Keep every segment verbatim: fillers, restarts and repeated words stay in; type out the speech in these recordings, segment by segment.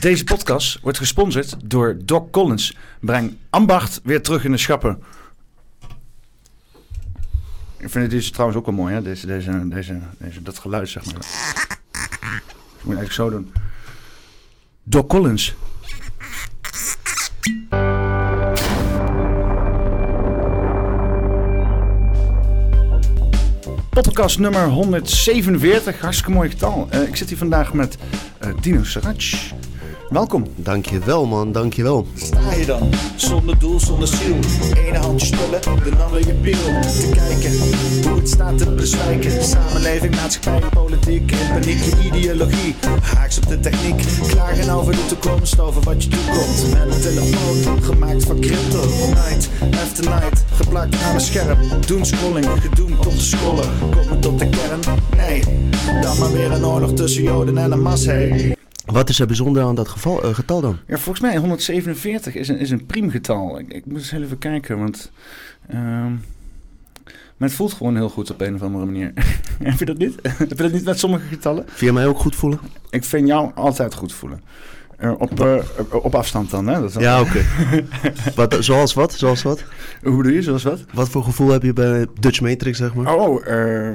Deze podcast wordt gesponsord door Doc Collins. Breng ambacht weer terug in de schappen. Ik vind deze trouwens ook wel mooi, hè? Deze, deze, deze, deze, dat geluid, zeg maar. Ik moet eigenlijk zo doen. Doc Collins. Podcast nummer honderdzevenenveertig, hartstikke mooi getal. Uh, ik zit hier vandaag met uh, Dino Sarac. Welkom. Dankjewel man, dankjewel. Sta je dan, zonder doel, zonder ziel. Ene hand je spullen, de ander je piel. Te kijken hoe het staat te bezwijken. Samenleving, maatschappij, politiek. In paniek je ideologie, haaks op de techniek. Klagen over de toekomst, over wat je toekomt. Met een telefoon, gemaakt van crypto. Night after night, geplakt aan mijn scherm. Doen scrolling, gedoemd tot te scrollen. Komen tot de kern, nee. Dan maar weer een oorlog tussen Joden en Hamas, hey. Wat is er bijzonder aan dat geval, uh, getal dan? Ja, volgens mij honderdzevenenveertig is een, is een priemgetal. Ik, ik moet eens even kijken, want... Uh, maar het voelt gewoon heel goed op een of andere manier. Heb je dat niet? Heb je dat niet met sommige getallen? Vind je mij ook goed voelen? Ik vind jou altijd goed voelen. Uh, op, uh, op afstand dan, hè? Dat is ja, oké. Okay. Zoals wat? Zoals wat? Hoe bedoel je? Zoals wat? Wat voor gevoel heb je bij Dutch Matrix, zeg maar? Oh, uh,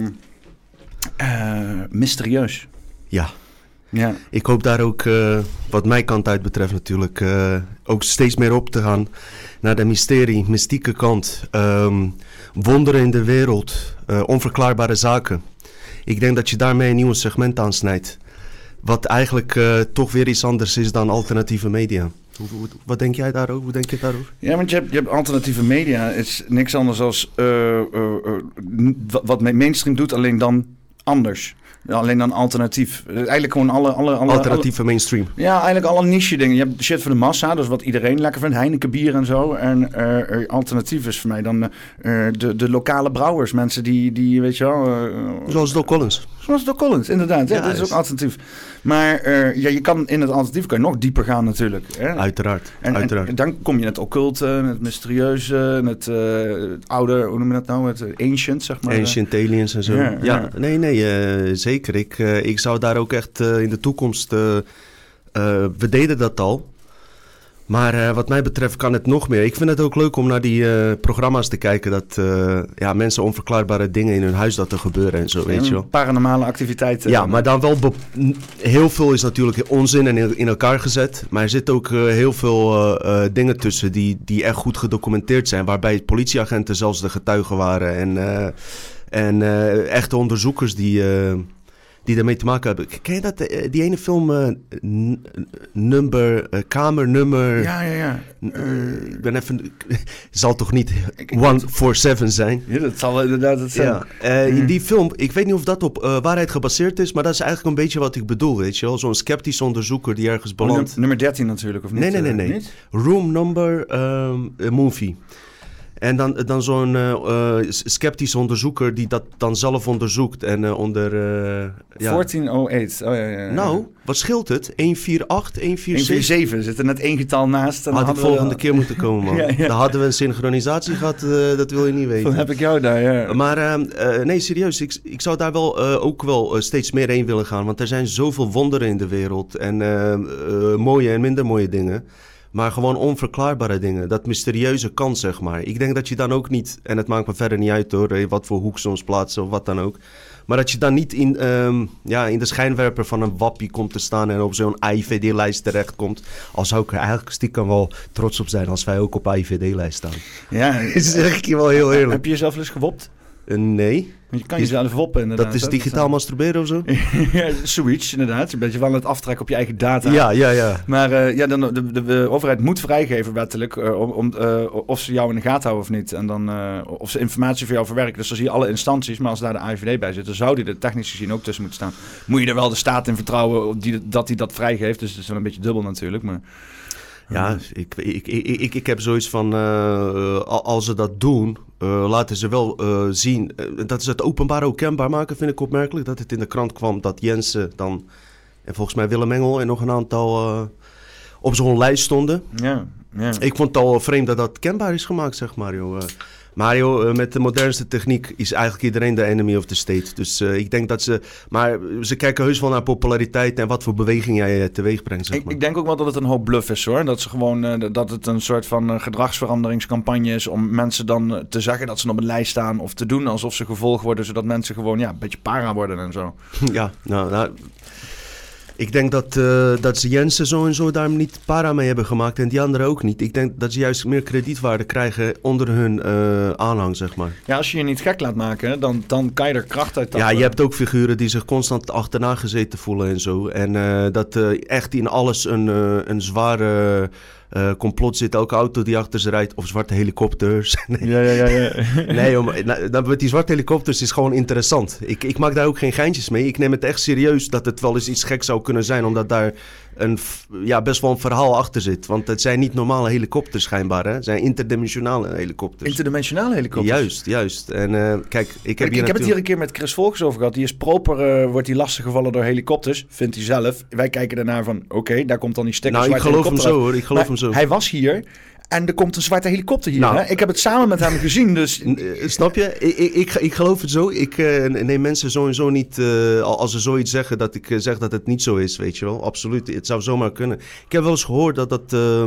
uh, mysterieus. Ja. Ja. Ik hoop daar ook, uh, wat mijn kant uit betreft natuurlijk, uh, ook steeds meer op te gaan naar de mysterie, mystieke kant. Um, wonderen in de wereld, uh, onverklaarbare zaken. Ik denk dat je daarmee een nieuw segment aansnijdt. Wat eigenlijk uh, toch weer iets anders is dan alternatieve media. Hoe, hoe, wat denk jij daarover? Hoe denk je daarover? Ja, want je hebt, je hebt alternatieve media. Het is niks anders dan uh, uh, uh, wat mainstream doet, alleen dan anders. Alleen dan alternatief. Eigenlijk gewoon alle... alle, alle Alternatieve alle, mainstream. Ja, eigenlijk alle niche dingen. Je hebt shit voor de massa, dus wat iedereen lekker vindt. Heineken bier en zo. En uh, alternatief is voor mij dan uh, de, de lokale brouwers. Mensen die, die weet je wel... Uh, Zoals Doc Collins. Zoals Doc Collins, inderdaad. Ja, ja, dat is ook alternatief. Maar uh, ja, je kan in het alternatief kan je nog dieper gaan natuurlijk. Hè? Uiteraard, en, uiteraard. En, en dan kom je in het occulte, het mysterieuze, het, uh, het oude, hoe noem je dat nou? Het ancient, zeg maar. Ancient aliens en zo. Ja, ja, ja. nee, nee, uh, zeker. Ik, uh, ik zou daar ook echt uh, in de toekomst... Uh, uh, we deden dat al. Maar uh, wat mij betreft kan het nog meer. Ik vind het ook leuk om naar die uh, programma's te kijken. Dat uh, ja, mensen onverklaarbare dingen in hun huis dat er gebeuren en zo, weet je wel. Paranormale activiteiten. Ja, maar dan wel... Be- heel veel is natuurlijk onzin en in, in elkaar gezet. Maar er zitten ook uh, heel veel uh, uh, dingen tussen die, die echt goed gedocumenteerd zijn. Waarbij politieagenten zelfs de getuigen waren. En, uh, en uh, echte onderzoekers die... Uh, die daarmee te maken hebben. Ken je dat? Die ene film, uh, n- number, uh, kamernummer... Ja, ja, ja. Uh, ik ben even... zal toch niet honderdzevenenveertig zijn? Ja, dat zal inderdaad het zijn. Ja. Uh, mm. In die film, ik weet niet of dat op uh, waarheid gebaseerd is, maar dat is eigenlijk een beetje wat ik bedoel, weet je wel? Zo'n sceptisch onderzoeker die ergens belandt. Oh, nummer dertien natuurlijk, of niet? Nee, nee, nee. nee. Niet? Room Number um, a Movie. En dan, dan zo'n uh, uh, sceptisch onderzoeker die dat dan zelf onderzoekt en uh, onder... Uh, ja. veertien oh acht. Oh, ja, ja, ja. Nou, wat scheelt het? honderdachtenveertig, honderdzevenenveertig? honderdzevenenveertig, er zit er net één getal naast. En had dan ik volgende we... keer moeten komen, man. ja, ja. Dan hadden we een synchronisatie gehad, uh, dat wil je niet weten. Dan heb ik jou daar, ja. Maar uh, uh, nee, serieus, ik, ik zou daar wel uh, ook wel uh, steeds meer heen willen gaan. Want er zijn zoveel wonderen in de wereld. En uh, uh, mooie en minder mooie dingen. Maar gewoon onverklaarbare dingen. Dat mysterieuze kant, zeg maar. Ik denk dat je dan ook niet... En het maakt me verder niet uit hoor. Wat voor hoek ze ons plaatsen of wat dan ook. Maar dat je dan niet in, um, ja, in de schijnwerper van een wappie komt te staan... en op zo'n I V D-lijst terechtkomt. Al zou ik er eigenlijk stiekem wel trots op zijn... als wij ook op I V D-lijst staan. Ja, dat zeg ik je wel heel eerlijk. Heb je jezelf eens gewopt? Uh, nee. Want je kan jezelf woppen inderdaad. Dat is digitaal dat masturberen of zo? Ja, zoiets inderdaad. Een beetje wel het aftrekken op je eigen data. Ja, ja, ja. Maar uh, ja, dan, de, de, de overheid moet vrijgeven wettelijk uh, om, om, uh, of ze jou in de gaten houden of niet. En dan uh, of ze informatie voor jou verwerken. Dus dan zie je alle instanties. Maar als daar de I V D bij zit, dan zou die er technisch gezien ook tussen moeten staan. Moet je er wel de staat in vertrouwen die, dat hij dat vrijgeeft. Dus het is wel een beetje dubbel natuurlijk. Maar... Ja, ik, ik, ik, ik, ik heb zoiets van, uh, als ze dat doen, uh, laten ze wel uh, zien. Uh, dat is het openbaar ook kenbaar maken, vind ik opmerkelijk. Dat het in de krant kwam dat Jensen dan, en volgens mij Willem Engel en nog een aantal uh, op zo'n lijst stonden. Ja, ja. Ik vond het al vreemd dat dat kenbaar is gemaakt, zeg maar, joh. Uh, Maar joh, uh, met de modernste techniek is eigenlijk iedereen de enemy of the state. Dus uh, ik denk dat ze... Maar ze kijken heus wel naar populariteit en wat voor beweging jij uh, teweeg brengt, zeg maar. Ik, ik denk ook wel dat het een hoop bluff is, hoor. Dat ze gewoon uh, dat het een soort van uh, gedragsveranderingscampagne is om mensen dan uh, te zeggen dat ze op een lijst staan of te doen alsof ze gevolgd worden, zodat mensen gewoon ja, een beetje para worden en zo. Ja, nou... nou ik denk dat, uh, dat ze Jensen zo en zo daar niet para mee hebben gemaakt en die anderen ook niet. Ik denk dat ze juist meer kredietwaarde krijgen onder hun uh, aanhang, zeg maar. Ja, als je je niet gek laat maken, dan, dan kan je er kracht uit tappen. Ja, je hebt ook figuren die zich constant achterna gezeten voelen en zo. En uh, dat uh, echt in alles een, uh, een zware... Uh, complot zit, elke auto die achter ze rijdt, of zwarte helikopters. nee, ja, ja, ja, ja. nee om, nou, met die zwarte helikopters is gewoon interessant. Ik, ik maak daar ook geen geintjes mee. Ik neem het echt serieus dat het wel eens iets gek zou kunnen zijn, omdat daar een, ja, best wel een verhaal achter zit. Want het zijn niet normale helikopters schijnbaar, hè? Het zijn interdimensionale helikopters. Interdimensionale helikopters? Juist, juist. En uh, kijk, ik heb, ik, hier ik heb het hier een keer met Chris Volkers over gehad. Die is proper, uh, wordt hij lastiggevallen door helikopters, vindt hij zelf. Wij kijken daarnaar van, oké, okay, daar komt dan die sticker. Nou, ik geloof hem zo, hoor. Ik geloof hem zo. Hij was hier en er komt een zwarte helikopter hier. Nou, hè? Ik heb het samen met hem gezien, dus... Snap je? Ik, ik, ik, ik geloof het zo. Ik uh, neem mensen sowieso niet, uh, als ze zoiets zeggen, dat ik uh, zeg dat het niet zo is, weet je wel. Absoluut, het zou zomaar kunnen. Ik heb wel eens gehoord dat dat uh,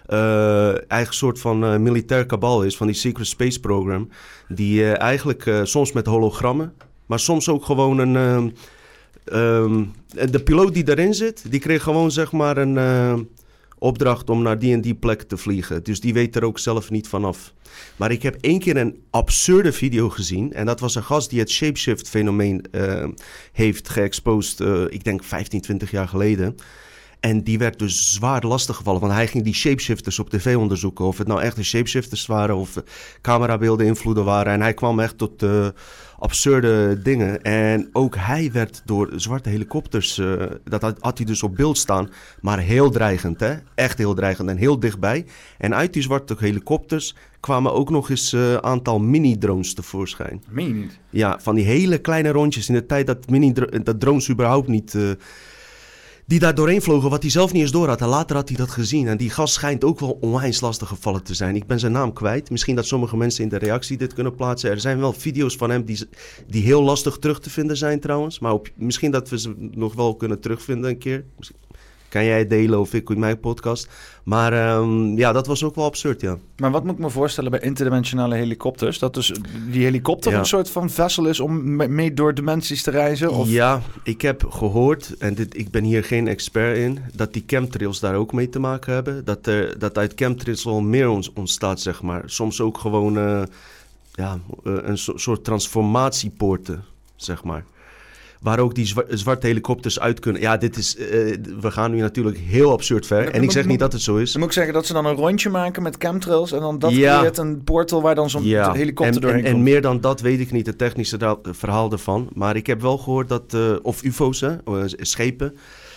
uh, eigen soort van uh, militair kabal is, van die Secret Space Program, die uh, eigenlijk uh, soms met hologrammen, maar soms ook gewoon een... Uh, um, de piloot die daarin zit, die kreeg gewoon zeg maar een... Uh, opdracht om naar die en die plek te vliegen. Dus die weet er ook zelf niet vanaf. Maar ik heb één keer een absurde video gezien. En dat was een gast die het shapeshift-fenomeen uh, heeft geëxposed, uh, ik denk vijftien, twintig jaar geleden. En die werd dus zwaar lastiggevallen. Want hij ging die shapeshifters op tv onderzoeken. Of het nou echt de shapeshifters waren of uh, camerabeelden invloeden waren. En hij kwam echt tot uh, absurde dingen. En ook hij werd door zwarte helikopters, uh, dat had, had hij dus op beeld staan. Maar heel dreigend, hè? Echt heel dreigend en heel dichtbij. En uit die zwarte helikopters kwamen ook nog eens een uh, aantal mini-drones tevoorschijn. Meen je niet? Ja, van die hele kleine rondjes in de tijd dat, mini dat drones überhaupt niet... Uh, die daar doorheen vlogen, wat hij zelf niet eens door had. En later had hij dat gezien. En die gast schijnt ook wel onwijs lastig gevallen te zijn. Ik ben zijn naam kwijt. Misschien dat sommige mensen in de reactie dit kunnen plaatsen. Er zijn wel video's van hem die, die heel lastig terug te vinden zijn trouwens. Maar op, misschien dat we ze nog wel kunnen terugvinden een keer. Misschien kan jij het delen of ik in mijn podcast. Maar um, ja, dat was ook wel absurd, ja. Maar wat moet ik me voorstellen bij interdimensionale helikopters? Dat dus die helikopter ja. een soort van vessel is om mee door dimensies te reizen? Of? Ja, ik heb gehoord, en dit, ik ben hier geen expert in, dat die chemtrails daar ook mee te maken hebben. Dat, er, dat uit chemtrails wel meer ontstaat, zeg maar. Soms ook gewoon uh, ja, uh, een so- soort transformatiepoorten, zeg maar. Waar ook die zwa- zwarte helikopters uit kunnen. Ja, dit is. Uh, we gaan nu natuurlijk heel absurd ver. Ja, en ik zeg moet, niet dat het zo is. Dan moet ik zeggen dat ze dan een rondje maken met chemtrails. En dan dat ja. creëert een portal waar dan zo'n ja. helikopter en, doorheen en, komt. En meer dan dat weet ik niet, het technische da- verhaal ervan. Maar ik heb wel gehoord dat. Uh, of U F O's, hè, uh, schepen.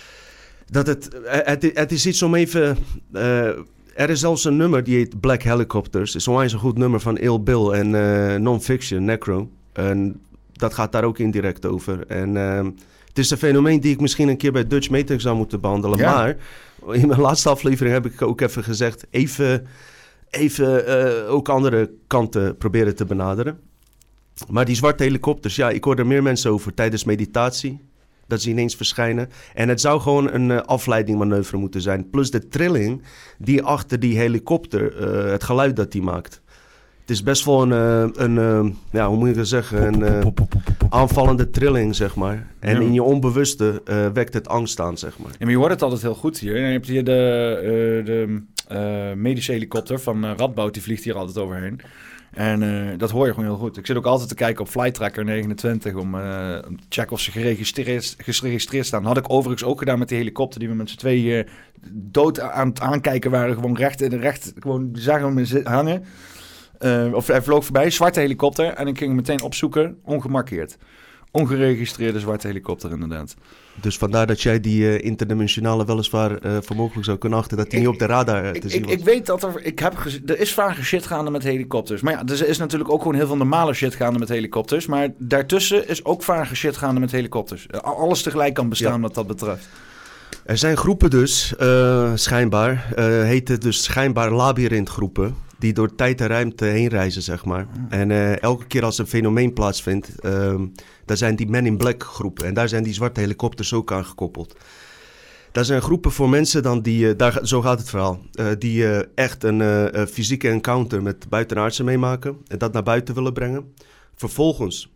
Dat het. Uh, het, het is iets om even. Uh, er is zelfs een nummer die heet Black Helicopters. Het is onwijs een goed nummer van Ill Bill en uh, Non-Fiction, Necro. En dat gaat daar ook indirect over. En. Uh, Het is een fenomeen die ik misschien een keer bij Dutch Matrix zou moeten behandelen. Ja. Maar in mijn laatste aflevering heb ik ook even gezegd... even, even uh, ook andere kanten proberen te benaderen. Maar die zwarte helikopters, ja, ik hoor er meer mensen over tijdens meditatie. Dat ze ineens verschijnen. En het zou gewoon een uh, afleidingmanoeuvre moeten zijn. Plus de trilling die achter die helikopter, uh, het geluid dat die maakt. Het is best wel een, uh, een uh, ja, hoe moet ik dat zeggen, een uh, aanvallende trilling, zeg maar. En ja. in je onbewuste uh, wekt het angst aan, zeg maar. Ja, maar je hoort het altijd heel goed hier. En je hebt hier de, uh, de uh, medische helikopter van uh, Radboud, die vliegt hier altijd overheen. En uh, dat hoor je gewoon heel goed. Ik zit ook altijd te kijken op Flight Tracker negenentwintig om uh, te checken of ze geregistreerd, geregistreerd staan. Had ik overigens ook gedaan met die helikopter die we met z'n tweeën uh, dood aan het aankijken waren. Gewoon recht in de recht, gewoon zagen we hem hangen. Uh, of hij vloog voorbij, zwarte helikopter. En ik ging hem meteen opzoeken, ongemarkeerd. Ongeregistreerde zwarte helikopter inderdaad. Dus vandaar dat jij die uh, interdimensionale weliswaar uh, voor mogelijk zou kunnen achten... dat die ik, niet op de radar uh, te ik, zien ik, was. Ik weet dat er... Ik heb gez- er is vaker shit gaande met helikopters. Maar ja, er is natuurlijk ook gewoon heel veel normale shit gaande met helikopters. Maar daartussen is ook vaker shit gaande met helikopters. Alles tegelijk kan bestaan ja. wat dat betreft. Er zijn groepen dus, uh, schijnbaar, uh, heet het dus schijnbaar labyrintgroepen... die door tijd en ruimte heen reizen, zeg maar. Mm. En uh, elke keer als een fenomeen plaatsvindt, uh, daar zijn die Men in Black groepen. En daar zijn die zwarte helikopters ook aan gekoppeld. Dat zijn groepen voor mensen dan die, uh, daar, zo gaat het verhaal, uh, die uh, echt een uh, fysieke encounter met buitenaardsen meemaken en dat naar buiten willen brengen. Vervolgens,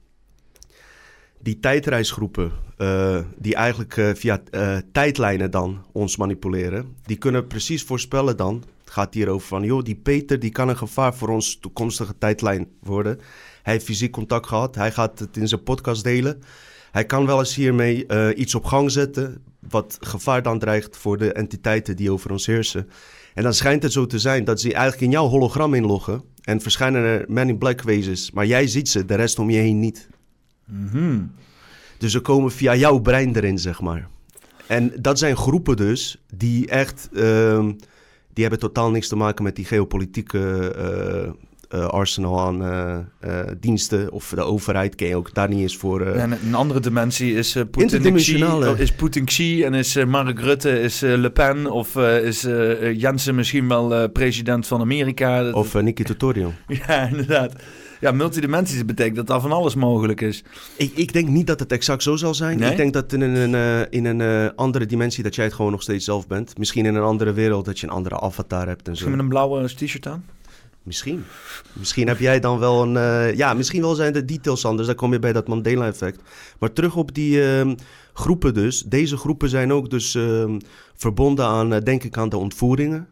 die tijdreisgroepen, uh, die eigenlijk uh, via uh, tijdlijnen dan ons manipuleren, die kunnen precies voorspellen dan, het gaat hier over van, joh, die Peter, die kan een gevaar voor ons toekomstige tijdlijn worden. Hij heeft fysiek contact gehad, hij gaat het in zijn podcast delen. Hij kan wel eens hiermee uh, iets op gang zetten, wat gevaar dan dreigt voor de entiteiten die over ons heersen. En dan schijnt het zo te zijn dat ze eigenlijk in jouw hologram inloggen en verschijnen er Men in Black wezens, maar jij ziet ze, de rest om je heen niet. Mm-hmm. Dus ze komen via jouw brein erin, zeg maar. En dat zijn groepen dus die echt, uh, die hebben totaal niks te maken met die geopolitieke uh, uh, arsenal aan uh, uh, diensten of de overheid ken je ook daar niet eens voor. Uh, en een andere dimensie is uh, Poetin Xi, is Poetin Xi en is uh, Mark Rutte, is uh, Le Pen of uh, is uh, Jensen misschien wel uh, president van Amerika. Dat, of uh, Nicky Tutorial. Ja, inderdaad. Ja, multidimensies betekent dat daar van alles mogelijk is. Ik, ik denk niet dat het exact zo zal zijn. Nee? Ik denk dat in een, uh, in een uh, andere dimensie dat jij het gewoon nog steeds zelf bent. Misschien in een andere wereld dat je een andere avatar hebt en zo. Misschien met een blauwe t-shirt aan? Misschien. Misschien heb jij dan wel een... Uh, ja, misschien wel zijn de details anders. Dan kom je bij dat Mandela-effect. Maar terug op die uh, groepen dus. Deze groepen zijn ook dus uh, verbonden aan, uh, denk ik, aan de ontvoeringen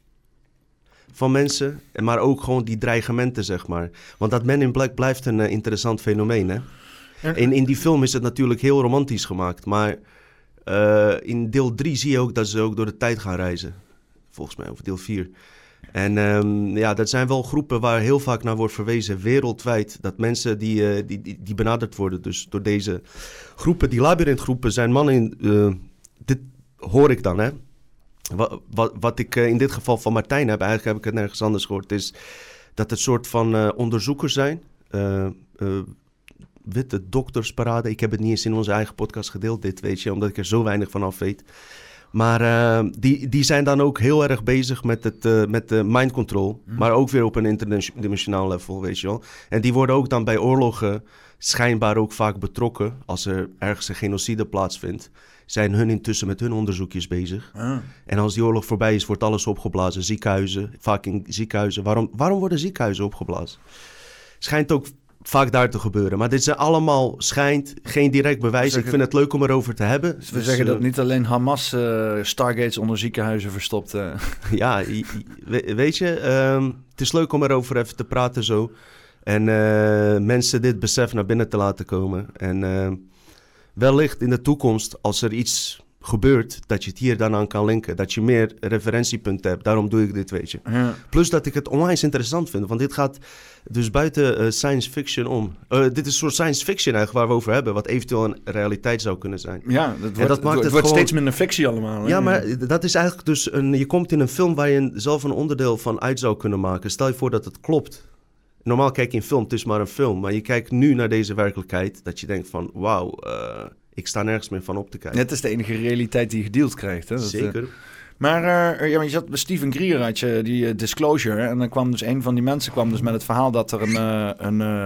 van mensen, maar ook gewoon die dreigementen, zeg maar. Want dat Men in Black blijft een uh, interessant fenomeen, hè? Ja. In, in die film is het natuurlijk heel romantisch gemaakt, maar uh, in deel drie zie je ook dat ze ook door de tijd gaan reizen. Volgens mij, of deel vier. En um, ja, dat zijn wel groepen waar heel vaak naar wordt verwezen, wereldwijd. Dat mensen die, uh, die, die, die benaderd worden dus door deze groepen, die labyrinthgroepen, zijn mannen in... Uh, dit hoor ik dan, hè? Wat, wat, wat ik uh, in dit geval van Martijn heb, eigenlijk heb ik het nergens anders gehoord, is dat het soort van uh, onderzoekers zijn. Uh, uh, witte doktersparade. Ik heb het niet eens in onze eigen podcast gedeeld, dit weet je, omdat ik er zo weinig van af weet. Maar uh, die, die zijn dan ook heel erg bezig met, het, uh, met de mind control, mm. maar ook weer op een interdimensionaal level, weet je wel. En die worden ook dan bij oorlogen schijnbaar ook vaak betrokken als er ergens een genocide plaatsvindt. Zijn hun intussen met hun onderzoekjes bezig. Ah. En als die oorlog voorbij is, wordt alles opgeblazen. Ziekenhuizen, vaak in ziekenhuizen. Waarom, waarom worden ziekenhuizen opgeblazen? Schijnt ook vaak daar te gebeuren. Maar dit zijn allemaal, schijnt, geen direct bewijs. Zeggen, ik vind het leuk om erover te hebben. Dus we dus, zeggen uh, dat niet alleen Hamas uh, Stargates onder ziekenhuizen verstopt. Uh. Ja, we, weet je, um, het is leuk om erover even te praten zo. En uh, mensen dit besef naar binnen te laten komen. En... Uh, wellicht in de toekomst, als er iets gebeurt, dat je het hier dan aan kan linken. Dat je meer referentiepunten hebt. Daarom doe ik dit, weet je. Ja. Plus dat ik het onwijs interessant vind. Want dit gaat dus buiten uh, science fiction om. Uh, dit is een soort science fiction eigenlijk waar we over hebben. Wat eventueel een realiteit zou kunnen zijn. Ja, dat wordt, dat maakt het, het wordt gewoon steeds minder fictie allemaal. Hè? Ja, maar dat is eigenlijk dus een... Je komt in een film waar je zelf een onderdeel van uit zou kunnen maken. Stel je voor dat het klopt. Normaal kijk je een film, het is maar een film. Maar je kijkt nu naar deze werkelijkheid, dat je denkt van, wauw, uh, ik sta nergens meer van op te kijken. Het is de enige realiteit die je gedeeld krijgt. Hè? Dat, Zeker. Uh, maar uh, ja, je zat bij Steven Greer, had je die uh, Disclosure. En dan kwam dus een van die mensen kwam dus met het verhaal dat er een... Uh, een uh,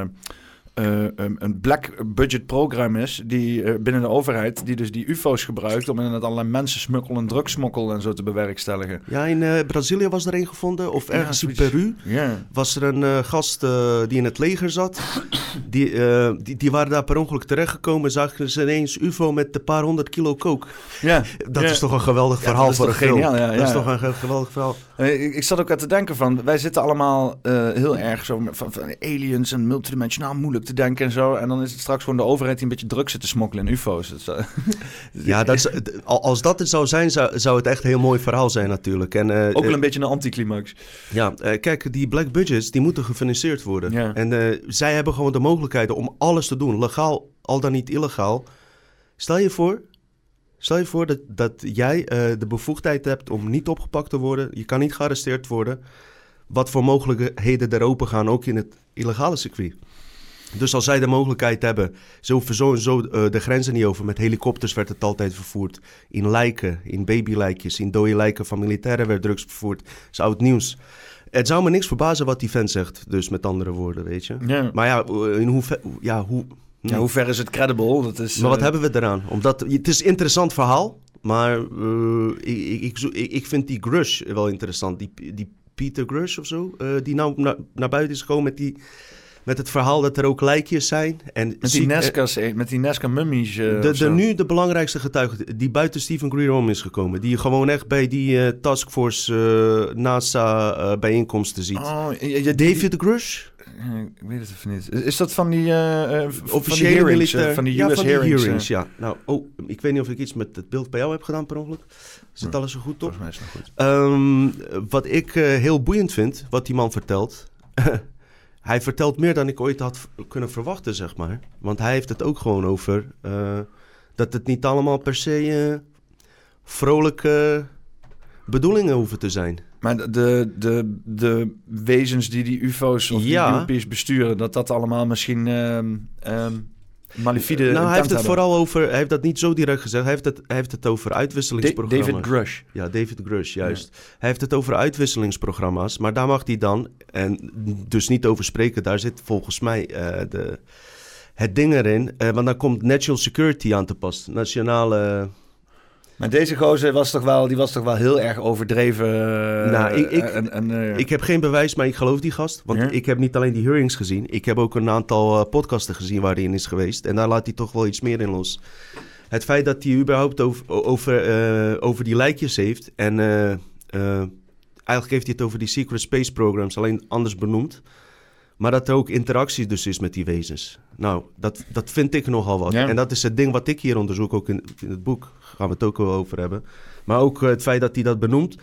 Uh, um, een black budget program is die uh, binnen de overheid die dus die U F O's gebruikt om inderdaad allerlei mensensmokkel en drugsmokkel en zo te bewerkstelligen. Ja, in uh, Brazilië was er een gevonden of ergens ja, in Peru ja. was er een uh, gast uh, die in het leger zat. Die, uh, die, die waren daar per ongeluk terechtgekomen, zagen ze ineens U F O met een paar honderd kilo coke. Ja, dat ja. is toch een geweldig ja, verhaal voor een film. Geniaal, ja, ja. Dat is toch een ge- geweldig verhaal. Uh, ik, ik zat ook aan te denken van, wij zitten allemaal uh, heel erg zo van, van aliens en multidimensionaal moeilijk te denken en zo. En dan is het straks gewoon de overheid die een beetje drugs zit te smokkelen in U F O's. Dus, uh, ja, dat is, als dat het zou zijn, zou, zou het echt een heel mooi verhaal zijn natuurlijk. En, uh, ook wel een uh, beetje een anticlimax. Ja, uh, kijk, die black budgets, die moeten gefinancierd worden. Ja. En uh, zij hebben gewoon de mogelijkheden om alles te doen. Legaal, al dan niet illegaal. Stel je voor, stel je voor dat, dat jij uh, de bevoegdheid hebt om niet opgepakt te worden. Je kan niet gearresteerd worden. Wat voor mogelijkheden er open gaan, ook in het illegale circuit. Dus als zij de mogelijkheid hebben, ze hoeven zo en zo uh, de grenzen niet over. Met helikopters werd het altijd vervoerd. In lijken, in babylijkjes, in dode lijken van militairen werd drugs vervoerd. Dat is oud nieuws. Het zou me niks verbazen wat die vent zegt, dus met andere woorden, weet je. Ja. Maar ja, in hoever, ja, hoe... Ja, hoe ver is het credible? Dat is, maar wat uh... hebben we eraan? Omdat, het is een interessant verhaal, maar uh, ik, ik, ik, ik vind die Grush wel interessant. Die, die Peter Grush of zo, uh, die nou na, naar buiten is gekomen met, die, met het verhaal dat er ook lijkjes zijn. En met, die ziek, Nesca's, uh, met die Nazca-mummies. Uh, de, de, nu de belangrijkste getuige, die buiten Stephen Greer is gekomen. Die je gewoon echt bij die uh, taskforce uh, NASA uh, bijeenkomsten ziet. Oh, je, je, David die, Grush? Ik weet het even niet. Is dat van die uh, officiële van die hearings, uh, van die ja, U S van die hearings? hearings ja. Nou, oh, ik weet niet of ik iets met het beeld bij jou heb gedaan per ongeluk. Zit ja. alles zo goed op? Volgens mij is het goed. Um, wat ik uh, heel boeiend vind, wat die man vertelt. Hij vertelt meer dan ik ooit had kunnen verwachten, zeg maar. Want hij heeft het ook gewoon over uh, dat het niet allemaal per se uh, vrolijke bedoelingen hoeven te zijn. Maar de, de, de wezens die die U F O's of ja. die U P's besturen, dat dat allemaal misschien um, um, malefide Nou, hij heeft het hebben. vooral over, hij heeft dat niet zo direct gezegd, hij heeft het, hij heeft het over uitwisselingsprogramma's. David Grush. Ja, David Grush, juist. Ja. Hij heeft het over uitwisselingsprogramma's, maar daar mag hij dan, en dus niet over spreken, daar zit volgens mij uh, de, het ding erin, uh, want dan komt national security aan te pas, nationale... Maar deze gozer was toch wel, die was toch wel heel erg overdreven. Uh, nou, ik, ik, en, en, uh... ik heb geen bewijs, maar ik geloof die gast. Want ja? ik heb niet alleen die hearings gezien. Ik heb ook een aantal uh, podcasten gezien waar hij in is geweest. En daar laat hij toch wel iets meer in los. Het feit dat hij überhaupt over, over, uh, over die lijkjes heeft. En uh, uh, eigenlijk heeft hij het over die secret space programs, alleen anders benoemd. Maar dat er ook interactie dus is met die wezens. Nou, dat, dat vind ik nogal wat. Ja. En dat is het ding wat ik hier onderzoek, ook in, in het boek. Gaan we het ook wel over hebben. Maar ook uh, het feit dat hij dat benoemt.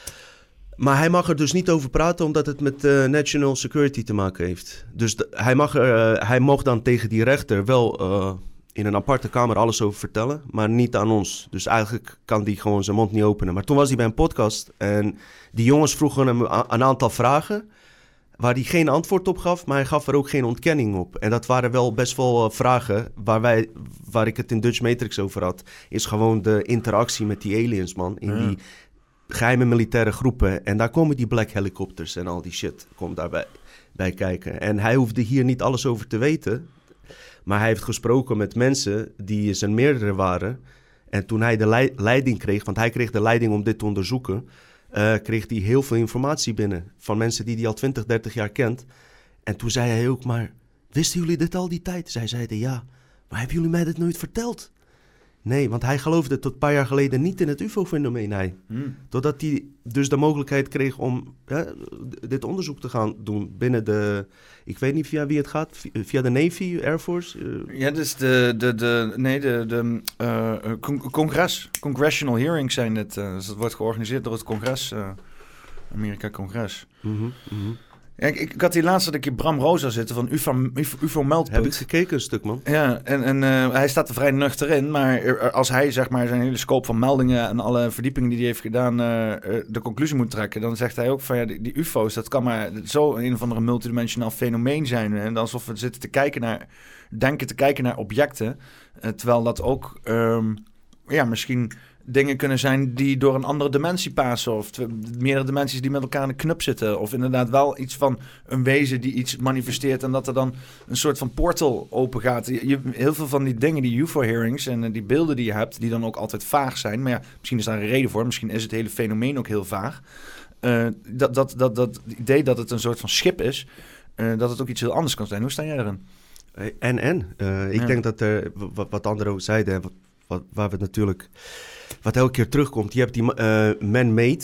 Maar hij mag er dus niet over praten, omdat het met uh, national security te maken heeft. Dus de, hij, mag er, uh, hij mag dan tegen die rechter wel uh, in een aparte kamer alles over vertellen, maar niet aan ons. Dus eigenlijk kan hij gewoon zijn mond niet openen. Maar toen was hij bij een podcast en die jongens vroegen hem een aantal vragen waar hij geen antwoord op gaf, maar hij gaf er ook geen ontkenning op. En dat waren wel best wel uh, vragen waar, wij, waar ik het in Dutch Matrix over had. Is gewoon de interactie met die aliens, man. In ja. die geheime militaire groepen. En daar komen die black helicopters en al die shit komt daarbij bij kijken. En hij hoefde hier niet alles over te weten. Maar hij heeft gesproken met mensen die zijn meerdere waren. En toen hij de leiding kreeg, want hij kreeg de leiding om dit te onderzoeken, Uh, kreeg hij heel veel informatie binnen van mensen die hij al twintig, dertig jaar kent. En toen zei hij ook maar, wisten jullie dit al die tijd? Zij zeiden ja, maar hebben jullie mij dit nooit verteld? Nee, want hij geloofde tot een paar jaar geleden niet in het U F O-fenomeen. Hij. Hmm. Totdat hij dus de mogelijkheid kreeg om ja, dit onderzoek te gaan doen binnen de... Ik weet niet via wie het gaat, via de Navy, Air Force? Uh... Ja, dus de... de, de nee, de, de uh, con- congres. Congressional hearings zijn het. Uh, dus dat wordt georganiseerd door het congres. Uh, Amerika-congres. Mm-hmm, mm-hmm. Ja, ik, ik had hier laatst dat ik hier Bram Rosa zitten van U F O, U F O Meldpunt. Heb ik gekeken een stuk, man. Ja, en, en uh, hij staat er vrij nuchter in. Maar als hij zeg maar zijn hele scope van meldingen en alle verdiepingen die hij heeft gedaan uh, de conclusie moet trekken, dan zegt hij ook van ja, die, die U F O's, dat kan maar zo een of andere multidimensionaal fenomeen zijn. En alsof we zitten te kijken naar, denken te kijken naar objecten. Uh, terwijl dat ook, um, ja, misschien dingen kunnen zijn die door een andere dimensie passen. Of twee, meerdere dimensies die met elkaar in de knup zitten. Of inderdaad wel iets van een wezen die iets manifesteert en dat er dan een soort van portal open gaat. Je, je, heel veel van die dingen, die U F O-hearings en uh, die beelden die je hebt, die dan ook altijd vaag zijn. Maar ja, misschien is daar een reden voor. Misschien is het hele fenomeen ook heel vaag. Uh, dat, dat, dat, dat idee dat het een soort van schip is, uh, dat het ook iets heel anders kan zijn. Hoe sta jij erin? En, en. Uh, ik ja. denk dat er, wat, wat anderen ook zeiden, wat, wat, waar we natuurlijk... Wat elke keer terugkomt, je hebt die uh, man-made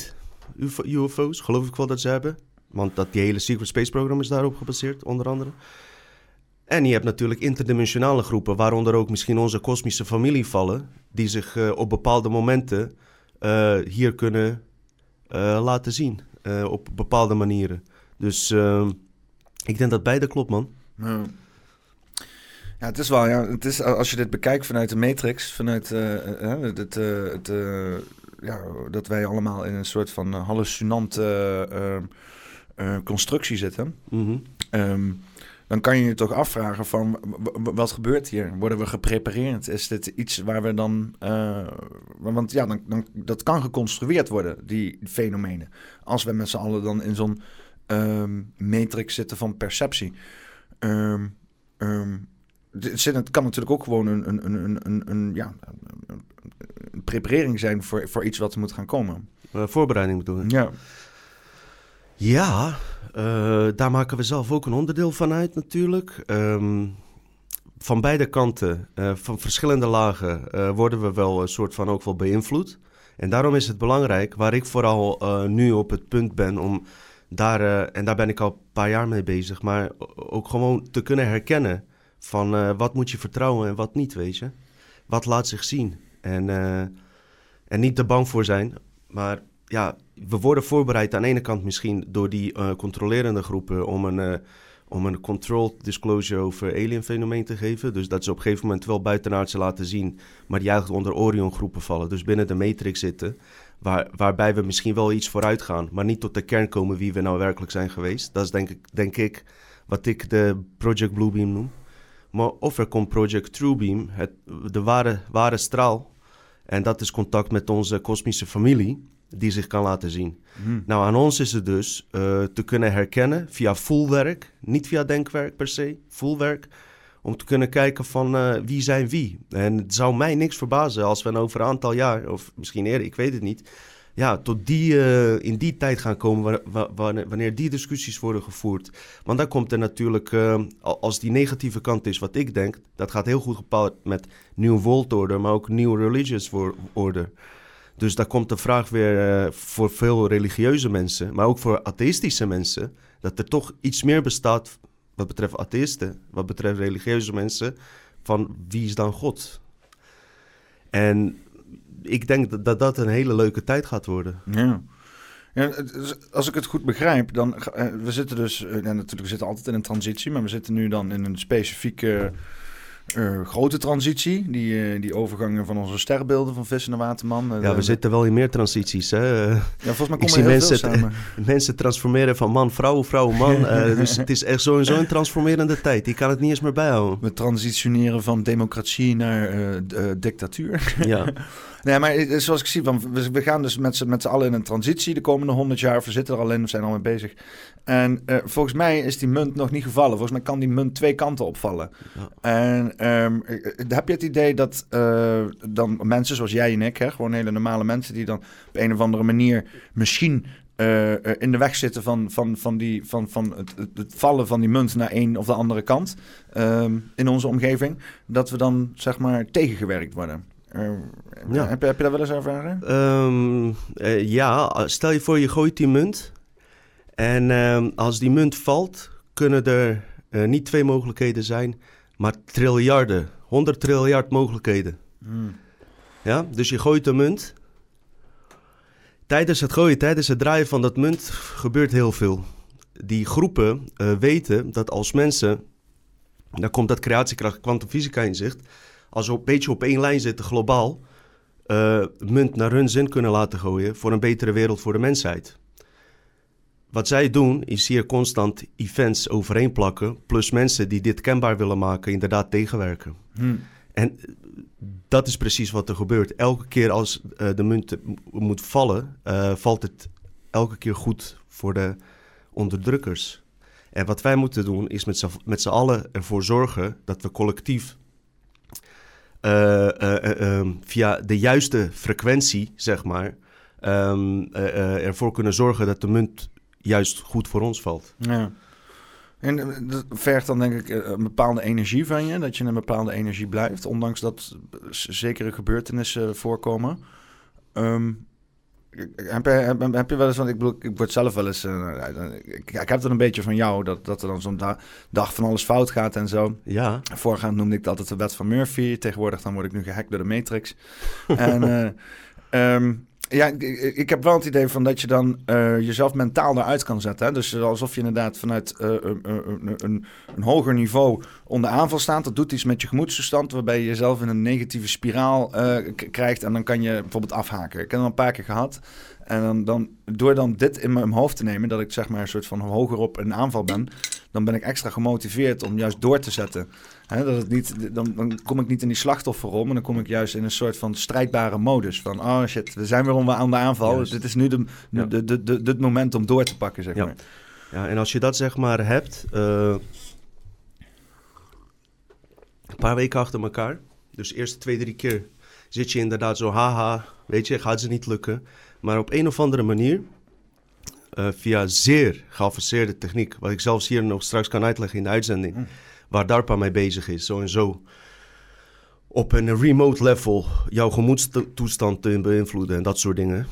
U F O's, geloof ik wel dat ze hebben. Want dat die hele Secret Space Program is daarop gebaseerd, onder andere. En je hebt natuurlijk interdimensionale groepen, waaronder ook misschien onze kosmische familie vallen, die zich uh, op bepaalde momenten uh, hier kunnen uh, laten zien, uh, op bepaalde manieren. Dus uh, ik denk dat beide klopt, man. Ja. Ja, het is wel, ja, het is, als je dit bekijkt vanuit de Matrix, vanuit uh, uh, het, uh, het, uh, ja, dat wij allemaal in een soort van hallucinante uh, uh, constructie zitten. Mm-hmm. Um, dan kan je je toch afvragen van, w- w- wat gebeurt hier? Worden we geprepareerd? Is dit iets waar we dan... Uh, want ja, dan, dan, dat kan geconstrueerd worden, die fenomenen. Als we met z'n allen dan in zo'n um, matrix zitten van perceptie. Um, um, het kan natuurlijk ook gewoon een, een, een, een, een, ja, een preparering zijn voor, voor iets wat er moet gaan komen. Uh, voorbereiding bedoel je? Ja. Ja, uh, daar maken we zelf ook een onderdeel van uit natuurlijk. Um, van beide kanten, uh, van verschillende lagen, uh, worden we wel een soort van ook wel beïnvloed. En daarom is het belangrijk, waar ik vooral uh, nu op het punt ben om daar, uh, en daar ben ik al een paar jaar mee bezig, maar ook gewoon te kunnen herkennen van uh, wat moet je vertrouwen en wat niet, weet je. Wat laat zich zien. En, uh, en niet te bang voor zijn, maar ja, we worden voorbereid aan de ene kant misschien door die uh, controlerende groepen om een, uh, om een controlled disclosure over alien fenomeen te geven. Dus dat ze op een gegeven moment wel buitenaardse laten zien, maar die eigenlijk onder Orion groepen vallen. Dus binnen de matrix zitten, waar, waarbij we misschien wel iets vooruit gaan, maar niet tot de kern komen wie we nou werkelijk zijn geweest. Dat is denk ik, denk ik wat ik de Project Bluebeam noem. Maar of er komt Project Truebeam, het, de ware, ware straal, en dat is contact met onze kosmische familie, die zich kan laten zien. Hmm. Nou, aan ons is het dus uh, te kunnen herkennen via voelwerk, niet via denkwerk per se, voelwerk, om te kunnen kijken van uh, wie zijn wie. En het zou mij niks verbazen als we over een aantal jaar, of misschien eerder, ik weet het niet, ja, tot die, uh, in die tijd gaan komen wa- wa- wanneer die discussies worden gevoerd. Want dan komt er natuurlijk, uh, als die negatieve kant is wat ik denk, dat gaat heel goed gepaard met New World Order, maar ook New Religious Order. Dus daar komt de vraag weer uh, voor veel religieuze mensen, maar ook voor atheïstische mensen, dat er toch iets meer bestaat wat betreft atheïsten, wat betreft religieuze mensen, van wie is dan God? En ik denk dat, dat dat een hele leuke tijd gaat worden. Ja. Ja, als ik het goed begrijp, dan uh, we zitten dus, uh, ja, natuurlijk we zitten altijd in een transitie, maar we zitten nu dan in een specifieke uh, grote transitie, die, uh, die overgangen van onze sterrenbeelden van Vis en de Waterman. Uh, ja, we de, zitten wel in meer transities. Hè? Ja, volgens mij ik komen we heel mensen, veel samen. Mensen transformeren van man, vrouw, vrouw, man. uh, dus het is echt sowieso een transformerende tijd. Ik kan het niet eens meer bijhouden. We transitioneren van democratie naar uh, d- uh, dictatuur. Ja. Nee, maar zoals ik zie, we, we gaan dus met z'n, met z'n allen in een transitie de komende honderd jaar. We zitten er al in, we zijn er al mee bezig. En uh, volgens mij is die munt nog niet gevallen. Volgens mij kan die munt twee kanten opvallen. Ja. En um, heb je het idee dat uh, dan mensen zoals jij en ik, hè, gewoon hele normale mensen die dan op een of andere manier misschien uh, uh, in de weg zitten van, van, van, die, van, van het, het vallen van die munt naar een of de andere kant um, in onze omgeving, dat we dan zeg maar tegengewerkt worden? Uh, ja. heb, heb je daar wel eens ervaren? Um, uh, ja, stel je voor je gooit die munt. En um, als die munt valt, kunnen er uh, niet twee mogelijkheden zijn, maar triljarden, honderd triljard mogelijkheden. Hmm. Ja, dus je gooit de munt. Tijdens het gooien, tijdens het draaien van dat munt gebeurt heel veel. Die groepen uh, weten dat als mensen, dan komt dat creatiekracht, kwantumfysica in zicht, als we een beetje op één lijn zitten globaal, uh, munt naar hun zin kunnen laten gooien voor een betere wereld voor de mensheid. Wat zij doen, is hier constant events overeen plakken, plus mensen die dit kenbaar willen maken, inderdaad tegenwerken. Hmm. En dat is precies wat er gebeurt. Elke keer als uh, de munt moet vallen, uh, valt het elke keer goed voor de onderdrukkers. En wat wij moeten doen, is met z'n, met z'n allen ervoor zorgen dat we collectief Uh, uh, uh, uh, via de juiste frequentie, zeg maar, um, uh, uh, ervoor kunnen zorgen dat de munt juist goed voor ons valt. Ja. En dat vergt dan denk ik een bepaalde energie van je, dat je in een bepaalde energie blijft, ondanks dat zekere gebeurtenissen voorkomen. Um, Heb je, heb, heb je wel eens, want ik bedoel, ik word zelf wel eens, uh, ik, ik heb het een beetje van jou, dat, dat er dan zo'n da- dag van alles fout gaat en zo. Ja. Voorgaand noemde ik dat altijd de wet van Murphy, tegenwoordig dan word ik nu gehackt door de Matrix. en uh, um, ja, ik, ik heb wel het idee van dat je dan uh, jezelf mentaal eruit kan zetten. Hè? Dus alsof je inderdaad vanuit uh, uh, uh, uh, een, een hoger niveau onder aanval staat. Dat doet iets met je gemoedstoestand, waarbij je jezelf in een negatieve spiraal uh, k- krijgt. En dan kan je bijvoorbeeld afhaken. Ik heb dat een paar keer gehad. En dan, dan, door dan dit in mijn hoofd te nemen, dat ik zeg maar een soort van hoger op een aanval ben, dan ben ik extra gemotiveerd om juist door te zetten. Hè, dat het niet, dan, dan kom ik niet in die slachtofferrol, maar dan kom ik juist in een soort van strijdbare modus. Van, oh shit, we zijn weer aan de aanval. Dus dit is nu de, ja. de, de, de, de, het moment om door te pakken, zeg ja. maar. Ja, en als je dat zeg maar hebt, uh, een paar weken achter elkaar, dus de eerste twee, drie keer zit je inderdaad zo, haha, weet je, gaat ze niet lukken. Maar op een of andere manier, uh, via zeer geavanceerde techniek, wat ik zelfs hier nog straks kan uitleggen in de uitzending, mm. waar DARPA mee bezig is, zo en zo, op een remote level jouw gemoedstoestand te beïnvloeden en dat soort dingen.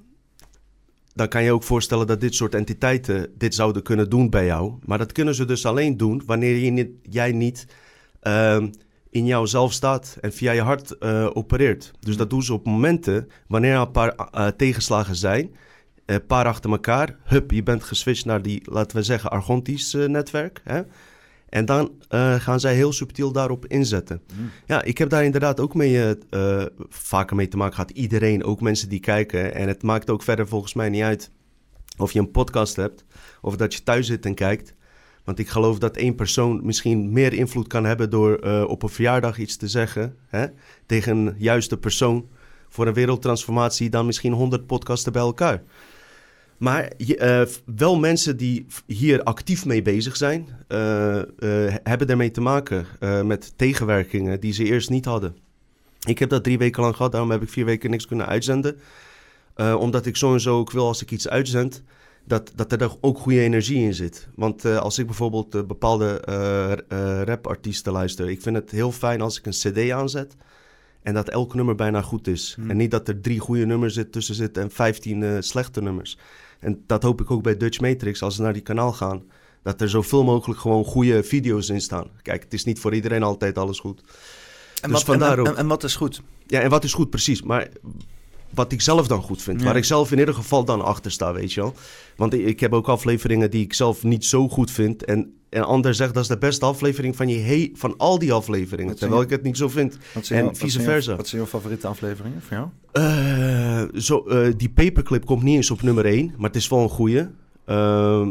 Dan kan je ook voorstellen dat dit soort entiteiten dit zouden kunnen doen bij jou. Maar dat kunnen ze dus alleen doen wanneer je niet, jij niet uh, in jouzelf staat en via je hart uh, opereert. Dus dat doen ze op momenten wanneer er een paar uh, tegenslagen zijn. Een uh, paar achter elkaar. Hup, je bent geswitcht naar die, laten we zeggen, Argontisch uh, netwerk. Hè? En dan uh, gaan zij heel subtiel daarop inzetten. Mm. Ja, ik heb daar inderdaad ook mee, uh, vaker mee te maken gehad. Iedereen, ook mensen die kijken. En het maakt ook verder volgens mij niet uit of je een podcast hebt of dat je thuis zit en kijkt. Want ik geloof dat één persoon misschien meer invloed kan hebben door uh, op een verjaardag iets te zeggen, hè, tegen een juiste persoon voor een wereldtransformatie dan misschien honderd podcasten bij elkaar. Maar uh, wel mensen die hier actief mee bezig zijn, uh, uh, hebben ermee te maken uh, met tegenwerkingen die ze eerst niet hadden. Ik heb dat drie weken lang gehad, daarom heb ik vier weken niks kunnen uitzenden. Uh, omdat ik zo en zo ook wil als ik iets uitzend, dat, dat er ook goede energie in zit. Want uh, als ik bijvoorbeeld uh, bepaalde uh, uh, rapartiesten luister, ik vind het heel fijn als ik een cd aanzet en dat elk nummer bijna goed is. Hmm. En niet dat er drie goede nummers zit, tussen zitten en vijftien uh, slechte nummers. En dat hoop ik ook bij Dutch Matrix, als ze naar die kanaal gaan, dat er zoveel mogelijk gewoon goede video's in staan. Kijk, het is niet voor iedereen altijd alles goed. En, dus wat, vandaar en, ook, en, en wat is goed? Ja, en wat is goed, precies. Maar wat ik zelf dan goed vind, ja. waar ik zelf in ieder geval dan achter sta, weet je wel. Want ik, ik heb ook afleveringen die ik zelf niet zo goed vind. En een ander zegt, dat is de beste aflevering van, je he- van al die afleveringen. Wat terwijl je, ik het niet zo vind. En jou, vice wat versa. Je, wat zijn jouw favoriete afleveringen voor jou? Uh, zo, uh, die Paperclip komt niet eens op nummer één, maar het is wel een goeie. Uh,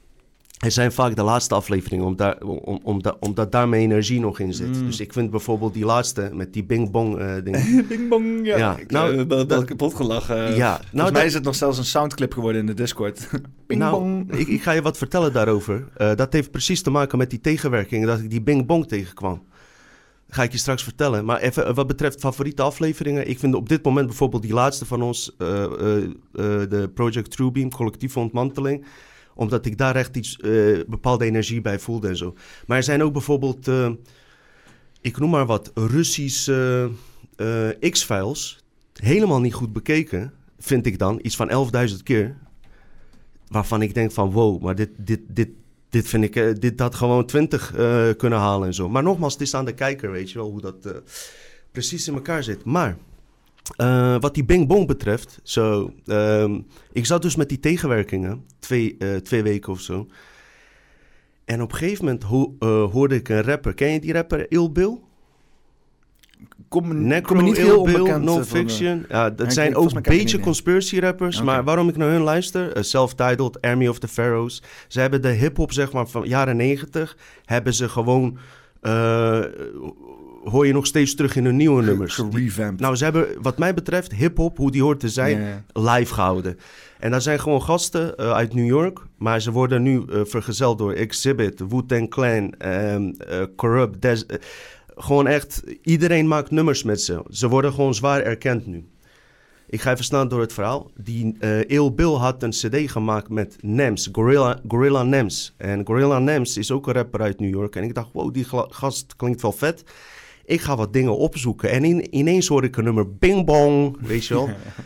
er zijn vaak de laatste afleveringen, omdat, om, om, omdat daar mijn energie nog in zit. Mm. Dus ik vind bijvoorbeeld die laatste met die Bing Bong uh, dingen. Bing Bong, ja. ja ik nou, uh, ben wel kapot gelachen. Ja, Volgens nou, mij dat, is het nog zelfs een soundclip geworden in de Discord. Bing nou, Bong. Ik, ik ga je wat vertellen daarover. Uh, dat heeft precies te maken met die tegenwerking, dat ik die Bing Bong tegenkwam. Ga ik je straks vertellen. Maar even wat betreft favoriete afleveringen. Ik vind op dit moment bijvoorbeeld die laatste van ons, uh, uh, uh, de Project Truebeam, collectieve ontmanteling. Omdat ik daar echt iets, uh, bepaalde energie bij voelde en zo. Maar er zijn ook bijvoorbeeld, uh, ik noem maar wat, Russische uh, uh, X-files. Helemaal niet goed bekeken, vind ik dan. Iets van elfduizend keer. Waarvan ik denk van wow, maar dit, dit, dit, dit vind ik, uh, dit had gewoon twintig uh, kunnen halen en zo. Maar nogmaals, het is aan de kijker, weet je wel, hoe dat uh, precies in elkaar zit. Maar Uh, wat die Bing Bong betreft, zo, uh, ik zat dus met die tegenwerkingen, twee, uh, twee weken of zo. En op een gegeven moment ho- uh, hoorde ik een rapper. Ken je die rapper Ill Bill? Kom, Necro, kom me niet Ill heel Bill, onbekend. No van, Fiction. Uh, ja, dat ja, zijn ik, ook een beetje conspiracy rappers. Okay. Maar waarom ik naar hun luister, uh, self-titled, Army of the Pharaohs. Ze hebben de hip-hop, zeg maar, van jaren negentig, hebben ze gewoon, uh, hoor je nog steeds terug in hun nieuwe nummers. Gerevamped. Nou, ze hebben, wat mij betreft, hip-hop, hoe die hoort te zijn, yeah, yeah. live gehouden. En dat zijn gewoon gasten uh, uit New York. Maar ze worden nu uh, vergezeld door Exhibit, Wu-Tang Clan, um, uh, Corrupt. Des, uh, gewoon echt, iedereen maakt nummers met ze. Ze worden gewoon zwaar erkend nu. Ik ga even snel door het verhaal. Die uh, Ill Bill had een cd gemaakt met Nems, Gorilla, Gorilla Nems. En Gorilla Nems is ook een rapper uit New York. En ik dacht, wow, die gast klinkt wel vet. Ik ga wat dingen opzoeken. En in, ineens hoor ik een nummer, Bing Bong, weet je wel.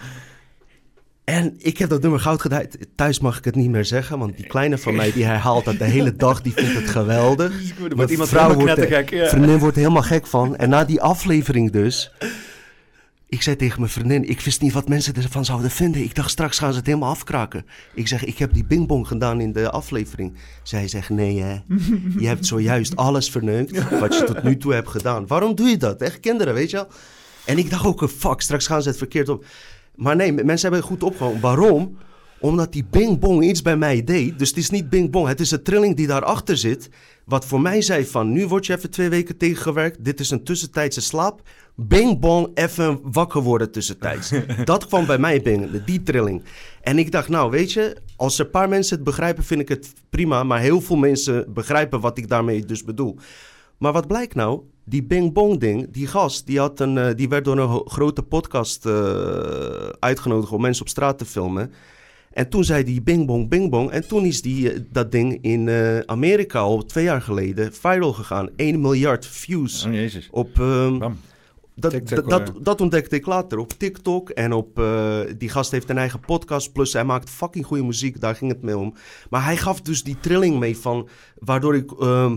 En ik heb dat nummer goud gedaan. Thuis mag ik het niet meer zeggen, want die kleine van mij, die herhaalt dat de hele dag. Die vindt het geweldig. Mijn iemand vrouw wordt er, ja. vriendin wordt er helemaal gek van. En na die aflevering dus, ik zei tegen mijn vriendin, ik wist niet wat mensen ervan zouden vinden. Ik dacht, straks gaan ze het helemaal afkraken. Ik zeg, ik heb die Bing Bong gedaan in de aflevering. Zij zegt, nee hè, je hebt zojuist alles verneukt wat je tot nu toe hebt gedaan. Waarom doe je dat? Echt kinderen, weet je wel? En ik dacht ook, fuck, straks gaan ze het verkeerd op. Maar nee, mensen hebben het goed opgehouden. Waarom? Omdat die Bing Bong iets bij mij deed. Dus het is niet Bing Bong, het is een trilling die daarachter zit. Wat voor mij zei van, nu word je even twee weken tegengewerkt. Dit is een tussentijdse slaap. Bing Bong, even wakker worden tussentijds. Dat kwam bij mij binnen, die trilling. En ik dacht, nou weet je, als er een paar mensen het begrijpen, vind ik het prima. Maar heel veel mensen begrijpen wat ik daarmee dus bedoel. Maar wat blijkt nou? Die Bing Bong ding, die gast, die, had een, uh, die werd door een ho- grote podcast uh, uitgenodigd om mensen op straat te filmen. En toen zei die Bing Bong, Bing Bong. En toen is die, uh, dat ding in uh, Amerika al twee jaar geleden viral gegaan. één miljard views. Oh, jezus. Op, um, dat, TikTok, dat, dat, dat ontdekte ik later op TikTok. En op, uh, die gast heeft een eigen podcast. Plus hij maakt fucking goede muziek, daar ging het mee om. Maar hij gaf dus die trilling mee van, waardoor ik um,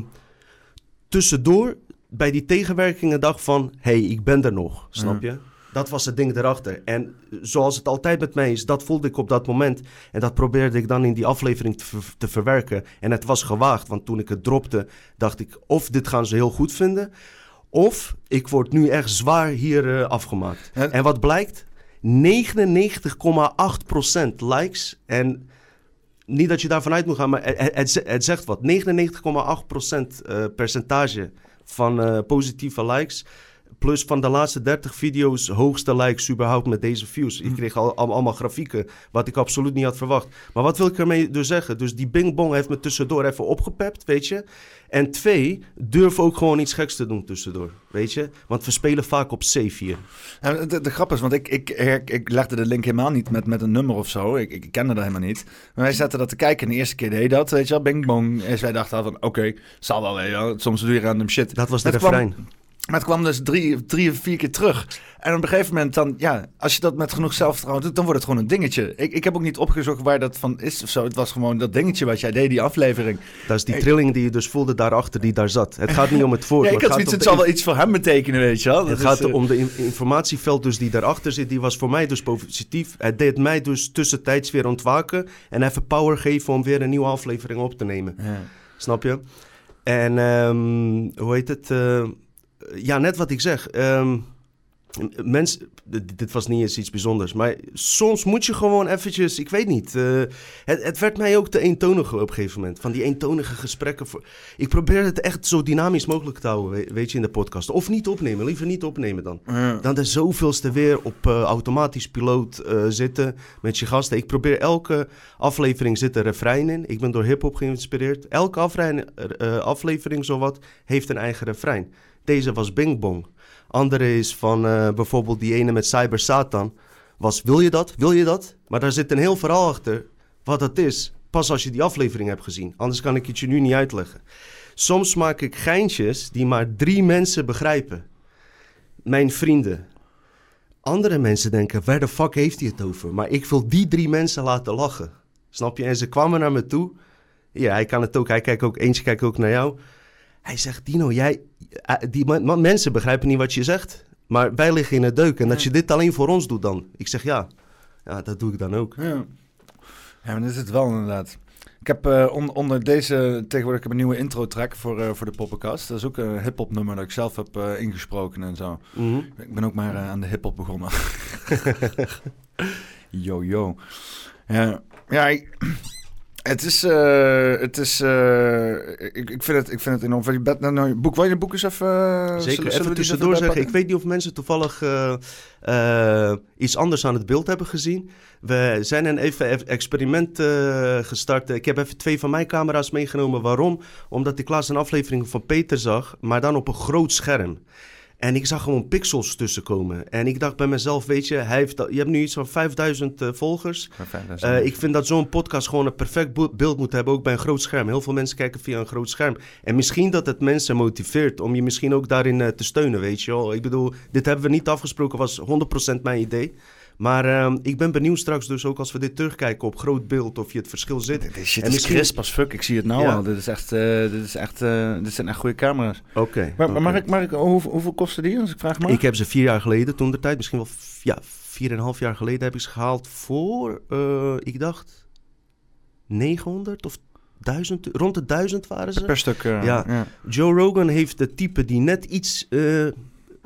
tussendoor bij die tegenwerkingen dacht van, hé, hey, ik ben er nog, snap je? Ja. Dat was het ding erachter. En zoals het altijd met mij is, dat voelde ik op dat moment. En dat probeerde ik dan in die aflevering te, ver- te verwerken. En het was gewaagd, want toen ik het dropte, dacht ik, of dit gaan ze heel goed vinden, of ik word nu echt zwaar hier uh, afgemaakt. Ja. En wat blijkt? negenennegentig komma acht procent likes. En niet dat je daarvan uit moet gaan, maar het, het, het zegt wat. negenennegentig komma acht procent uh, percentage van uh, positieve likes. Plus van de laatste dertig video's hoogste likes überhaupt met deze views. Ik kreeg al, al, allemaal grafieken, wat ik absoluut niet had verwacht. Maar wat wil ik ermee dus zeggen? Dus die Bing Bong heeft me tussendoor even opgepept, weet je. En twee, durf ook gewoon iets geks te doen tussendoor, weet je. Want we spelen vaak op safe hier. Ja, de, de grap is, want ik, ik, ik, ik legde de link helemaal niet met, met een nummer of zo. Ik, ik kende dat helemaal niet. Maar wij zaten dat te kijken en de eerste keer deed je dat, weet je wel, Bing Bong. En wij dachten van, oké, okay, zal wel, weet je wel. Soms doe je random shit. Dat was de refrein. Maar het kwam dus drie, drie of vier keer terug. En op een gegeven moment dan, ja, als je dat met genoeg zelfvertrouwen doet, dan wordt het gewoon een dingetje. Ik, ik heb ook niet opgezocht waar dat van is of zo. Het was gewoon dat dingetje wat jij deed, die aflevering. Dat is die trilling die je dus voelde daarachter, die daar zat. Het gaat niet om het woord. Ja, ik had zoiets, het zal wel iets voor hem betekenen, weet je wel. Het dat gaat is, uh... om de in- informatieveld dus die daarachter zit. Die was voor mij dus positief. Het deed mij dus tussentijds weer ontwaken. En even power geven om weer een nieuwe aflevering op te nemen. Ja. Snap je? En um, hoe heet het... Uh, Ja, net wat ik zeg. Um, mens, dit, dit was niet eens iets bijzonders. Maar soms moet je gewoon eventjes... Ik weet niet. Uh, het, het werd mij ook te eentonig op een gegeven moment. Van die eentonige gesprekken. Voor, ik probeer het echt zo dynamisch mogelijk te houden. Weet, weet je, in de podcast. Of niet opnemen. Liever niet opnemen dan. Ja. Dan er zoveelste weer op uh, automatisch piloot uh, zitten met je gasten. Ik probeer elke aflevering zit een refrein in. Ik ben door hiphop geïnspireerd. Elke afrein, uh, aflevering zowat heeft een eigen refrein. Deze was Bing Bong. Andere is van uh, bijvoorbeeld die ene met Cyber Satan. Was, wil je dat? Wil je dat? Maar daar zit een heel verhaal achter. Wat dat is, pas als je die aflevering hebt gezien. Anders kan ik het je nu niet uitleggen. Soms maak ik geintjes die maar drie mensen begrijpen. Mijn vrienden. Andere mensen denken, waar de fuck heeft hij het over? Maar ik wil die drie mensen laten lachen. Snap je? En ze kwamen naar me toe. Ja, hij kan het ook. Hij kijkt ook, eentje kijkt ook naar jou. Hij zegt, Dino, jij, die man, mensen begrijpen niet wat je zegt. Maar wij liggen in het deuk. En dat je dit alleen voor ons doet dan. Ik zeg, ja, ja dat doe ik dan ook. Ja, ja maar dat is het wel inderdaad. Ik heb uh, on, onder deze, tegenwoordig heb een nieuwe intro track voor, uh, voor de Poppenkast. Dat is ook een hip-hop nummer dat ik zelf heb uh, ingesproken en zo. Mm-hmm. Ik ben ook maar uh, aan de hip-hop begonnen. yo, yo. Ja, ja ik... Het is, uh, het is, uh, ik, ik, vind het, ik vind het enorm. Je bent nou, boek, wil je de boek eens even... Uh, Zeker, zullen, even zullen tussendoor even zeggen. Ik weet niet of mensen toevallig uh, uh, iets anders aan het beeld hebben gezien. We zijn een even experiment uh, gestart. Ik heb even twee van mijn camera's meegenomen. Waarom? Omdat ik laatst een aflevering van Peter zag, maar dan op een groot scherm. En ik zag gewoon pixels tussenkomen. En ik dacht bij mezelf, weet je, hij heeft dat, je hebt nu iets van vijfduizend uh, volgers. vijfduizend. Uh, ik vind dat zo'n podcast gewoon een perfect beeld moet hebben, ook bij een groot scherm. Heel veel mensen kijken via een groot scherm. En misschien dat het mensen motiveert om je misschien ook daarin uh, te steunen, weet je wel. Ik bedoel, dit hebben we niet afgesproken, was honderd procent mijn idee. Maar uh, ik ben benieuwd straks dus ook als we dit terugkijken op groot beeld of je het verschil zit. Dit shit en is misschien... crisp als fuck, ik zie het nou ja. al. Dit is echt, uh, dit is echt, uh, dit zijn echt goede camera's. Oké. Okay, maar, okay. maar mag ik, mag ik, hoe, hoeveel kosten die als ik vraag maar? Ik heb ze vier jaar geleden, toen de tijd, misschien wel f- ja, vier en een half jaar geleden heb ik ze gehaald voor, uh, ik dacht, negenhonderd of duizend, rond de duizend waren ze. Per stuk. Uh, ja. ja. Joe Rogan heeft de type die net iets... Uh,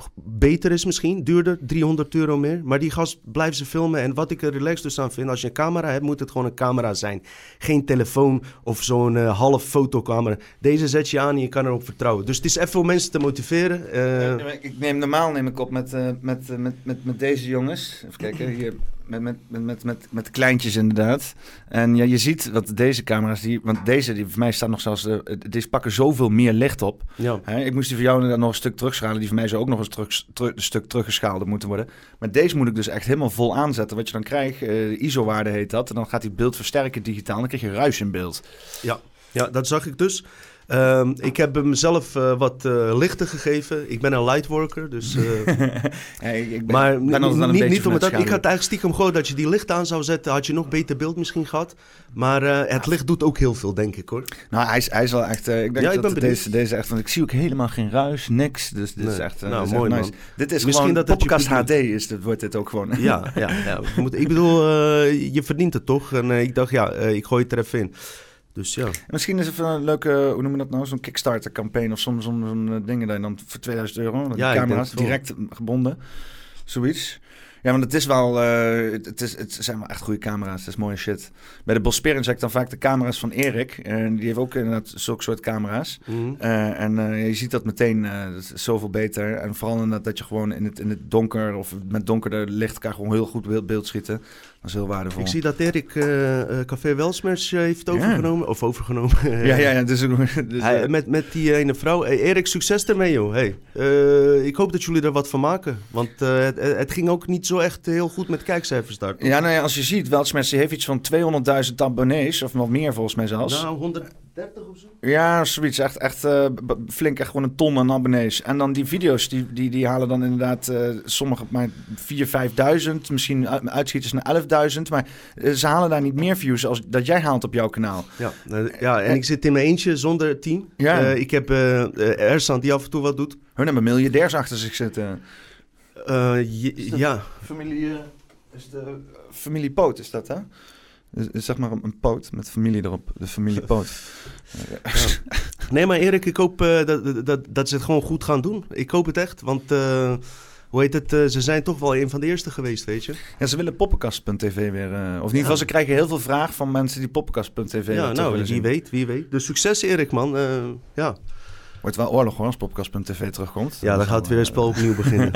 beter is misschien, duurder, driehonderd euro meer. Maar die gast blijft ze filmen. En wat ik er relaxed dus aan vind, als je een camera hebt, moet het gewoon een camera zijn. Geen telefoon of zo'n uh, half fotocamera. Deze zet je aan en je kan erop vertrouwen. Dus het is even om mensen te motiveren. Uh... Ik neem normaal neem ik op met, uh, met, uh, met, met, met deze jongens. Even kijken, hier... Met, met, met, met, met, met kleintjes inderdaad. En ja, je ziet wat deze camera's, die, want deze, die voor mij staat nog zelfs, uh, deze pakken zoveel meer licht op. Ja. Hè, ik moest die voor jou inderdaad nog een stuk terugschalen. Die voor mij zou ook nog eens terug, terug, een stuk teruggeschaald moeten worden. Maar deze moet ik dus echt helemaal vol aanzetten. Wat je dan krijgt, uh, de I S O-waarde heet dat. En dan gaat die beeld versterken digitaal. En dan krijg je ruis in beeld. Ja, ja, dat zag ik dus. Um, ik heb hem zelf uh, wat uh, lichter gegeven. Ik ben een lightworker, dus... Uh... ja, ik, ik ben, maar ben n- niet, niet om het dat. Ik had eigenlijk stiekem gehoord dat je die licht aan zou zetten. Had je nog beter beeld misschien gehad. Maar uh, het licht doet ook heel veel, denk ik, hoor. Nou, hij is, hij is wel echt... Uh, ik denk ja, ik dat ben deze, deze echt... Want ik zie ook helemaal geen ruis, niks. Dus dit nee. is echt... Uh, nou, is mooi, echt man. nice. Dit is misschien gewoon... Dat Podcast je H D is dit, wordt dit ook gewoon. ja, ja, ja. Ik bedoel, uh, je verdient het toch? En uh, ik dacht, ja, uh, ik gooi het er even in. Dus ja. Misschien is het even een leuke, hoe noem je dat nou? Zo'n Kickstarter-campaign of zo'n zo'n zo'n dingen daar dan voor tweeduizend euro. Met ja, camera's direct gebonden. Zoiets. Ja, want het is wel, uh, het, is, het zijn wel echt goede camera's. Het is mooie shit. Bij de Bosperian zeg ik dan vaak de camera's van Erik. En die heeft ook inderdaad zulke soort camera's. Mm-hmm. Uh, en uh, je ziet dat meteen, uh, dat is zoveel beter. En vooral inderdaad dat je gewoon in het, in het donker of met donkerder licht kan gewoon heel goed beeld, beeld schieten. Dat is heel waardevol. Ik zie dat Erik uh, uh, Café Welsmers uh, heeft overgenomen. Ja. Of overgenomen. ja, ja, ja. Dus, dus, Hij, met, met die ene vrouw. Hey, Erik, succes ermee, joh. Hey, uh, ik hoop dat jullie er wat van maken. Want uh, het, het ging ook niet zo echt heel goed met kijkcijfers daar. Ja, nou ja, als je ziet, Welsmers heeft iets van tweehonderdduizend abonnees. Of nog meer volgens mij zelfs. Nou, honderddertig of zo? Ja, zoiets. Echt, echt uh, flink, echt gewoon een ton aan abonnees. En dan die video's, die, die, die halen dan inderdaad uh, sommige maar vier, vijfduizend. Misschien uitschieters naar elfduizend. Maar uh, ze halen daar niet meer views als dat jij haalt op jouw kanaal. Ja, uh, ja en uh, ik zit in mijn eentje zonder team. Ja. Uh, ik heb uh, uh, Ersan die af en toe wat doet. Hun hebben miljardairs achter zich zitten. Uh, je, is ja. Familie, uh, is de uh, familie Poot, is dat hè? Is, is zeg maar een, een poot met familie erop. De familie Poot. Ja. Nee, maar Erik, ik hoop uh, dat, dat, dat ze het gewoon goed gaan doen. Ik hoop het echt, want uh, hoe heet het? Uh, ze zijn toch wel een van de eerste geweest, weet je. Ja, ze willen poppenkast punt tv weer. Uh, of in ieder geval, ja. Ze krijgen heel veel vragen van mensen die poppenkast punt tv ja, nou, wie zien. weet, wie weet. Dus succes, Erik, man. Uh, ja. Wordt wel oorlog hoor, als poppenkast punt tv terugkomt. Ja, dan gaat weer een spel opnieuw beginnen.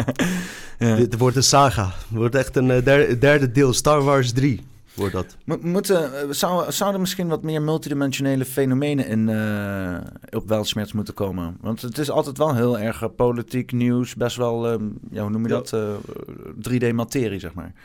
ja. Dit wordt een saga. Het wordt echt een derde, derde deel. Star Wars drie wordt dat. Mo- moeten, zou, zou er misschien wat meer multidimensionele fenomenen in, uh, op Welsmers moeten komen? Want het is altijd wel heel erg uh, politiek nieuws. Best wel, um, ja, hoe noem je ja. dat? Uh, drie D-materie, zeg maar.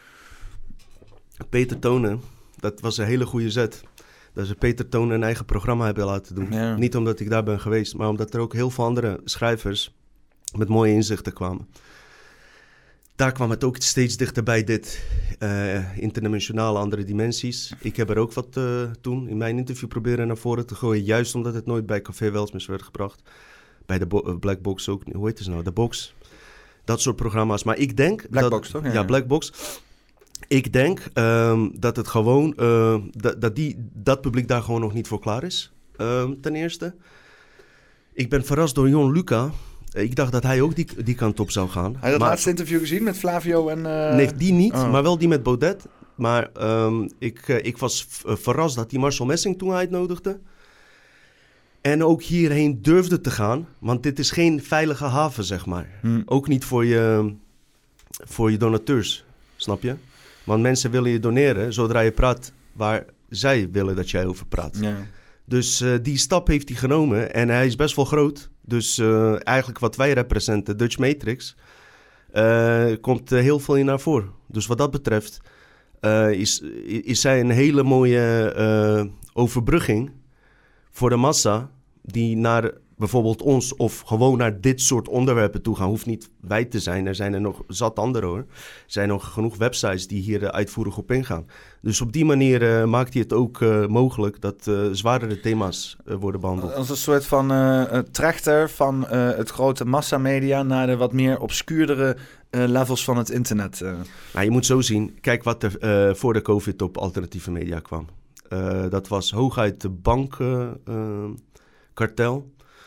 Peter Tonen, dat was een hele goede zet. Dat ze Peter Tonen een eigen programma hebben laten doen. Ja. Niet omdat ik daar ben geweest, maar omdat er ook heel veel andere schrijvers met mooie inzichten kwamen. Daar kwam het ook steeds dichter bij dit uh, interdimensionale andere dimensies. Ik heb er ook wat uh, toen in mijn interview proberen naar voren te gooien. Juist omdat het nooit bij Café Welsmers werd gebracht. Bij de bo- uh, Black Box ook. Hoe heet het nou? De Box. Dat soort programma's. Maar ik denk... Black dat, Box toch? Ja, ja, Black Box. Ik denk um, dat het gewoon... Uh, dat, dat, die, dat publiek daar gewoon nog niet voor klaar is. Um, ten eerste. Ik ben verrast door Jon Luca. Ik dacht dat hij ook die, die kant op zou gaan. Heb je dat maar, laatste interview gezien met Flavio en... Uh... Nee, die niet, oh. maar wel die met Baudet. Maar um, ik, uh, ik was v- verrast dat hij Marcel Messing toen uitnodigde. En ook hierheen durfde te gaan. Want dit is geen veilige haven, zeg maar. Hmm. Ook niet voor je, voor je donateurs, snap je? Want mensen willen je doneren zodra je praat waar zij willen dat jij over praat. Ja. Dus uh, die stap heeft hij genomen en hij is best wel groot. Dus uh, eigenlijk wat wij representen, Dutch Matrix, uh, komt uh, heel veel in naar voren. Dus wat dat betreft uh, is, is zij een hele mooie uh, overbrugging voor de massa die naar bijvoorbeeld ons of gewoon naar dit soort onderwerpen toe gaan. Hoeft niet wij te zijn, er zijn er nog zat anderen hoor. Er zijn nog genoeg websites die hier uh, uitvoerig op ingaan. Dus op die manier uh, maakt hij het ook uh, mogelijk dat uh, zwaardere thema's uh, worden behandeld. Als een soort van uh, trechter van uh, het grote massamedia naar de wat meer obscuurdere uh, levels van het internet. Uh. Nou, je moet zo zien, kijk wat er uh, voor de COVID op alternatieve media kwam. Uh, dat was hooguit de bankkartel. Uh, uh,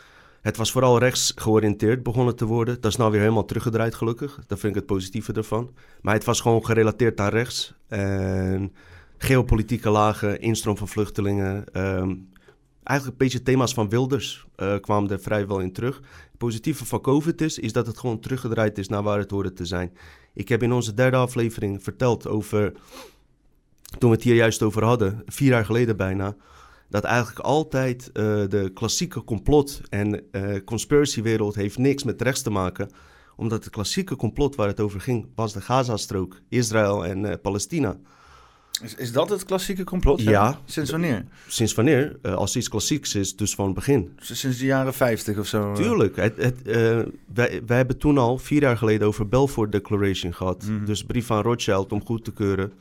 Het was vooral rechts georiënteerd begonnen te worden. Dat is nou weer helemaal teruggedraaid gelukkig. Dat vind ik het positieve ervan. Maar het was gewoon gerelateerd aan rechts. En geopolitieke lagen, instroom van vluchtelingen. Um, eigenlijk een beetje thema's van Wilders uh, kwamen er vrijwel in terug. Het positieve van COVID is, is dat het gewoon teruggedraaid is naar waar het hoorde te zijn. Ik heb in onze derde aflevering verteld over, toen we het hier juist over hadden, vier jaar geleden bijna, dat eigenlijk altijd uh, de klassieke complot en uh, conspiracywereld heeft niks met rechts te maken. Omdat het klassieke complot waar het over ging, was de Gazastrook, Israël en uh, Palestina. Is, is dat het klassieke complot? Ja. ja. Sinds wanneer? Sinds wanneer? Uh, als iets klassieks is, dus van het begin. Sinds de jaren vijftig of zo? Tuurlijk. Het, het, uh, wij, wij hebben toen al vier jaar geleden over Balfour Declaration gehad. Mm. Dus brief aan Rothschild om goed te keuren.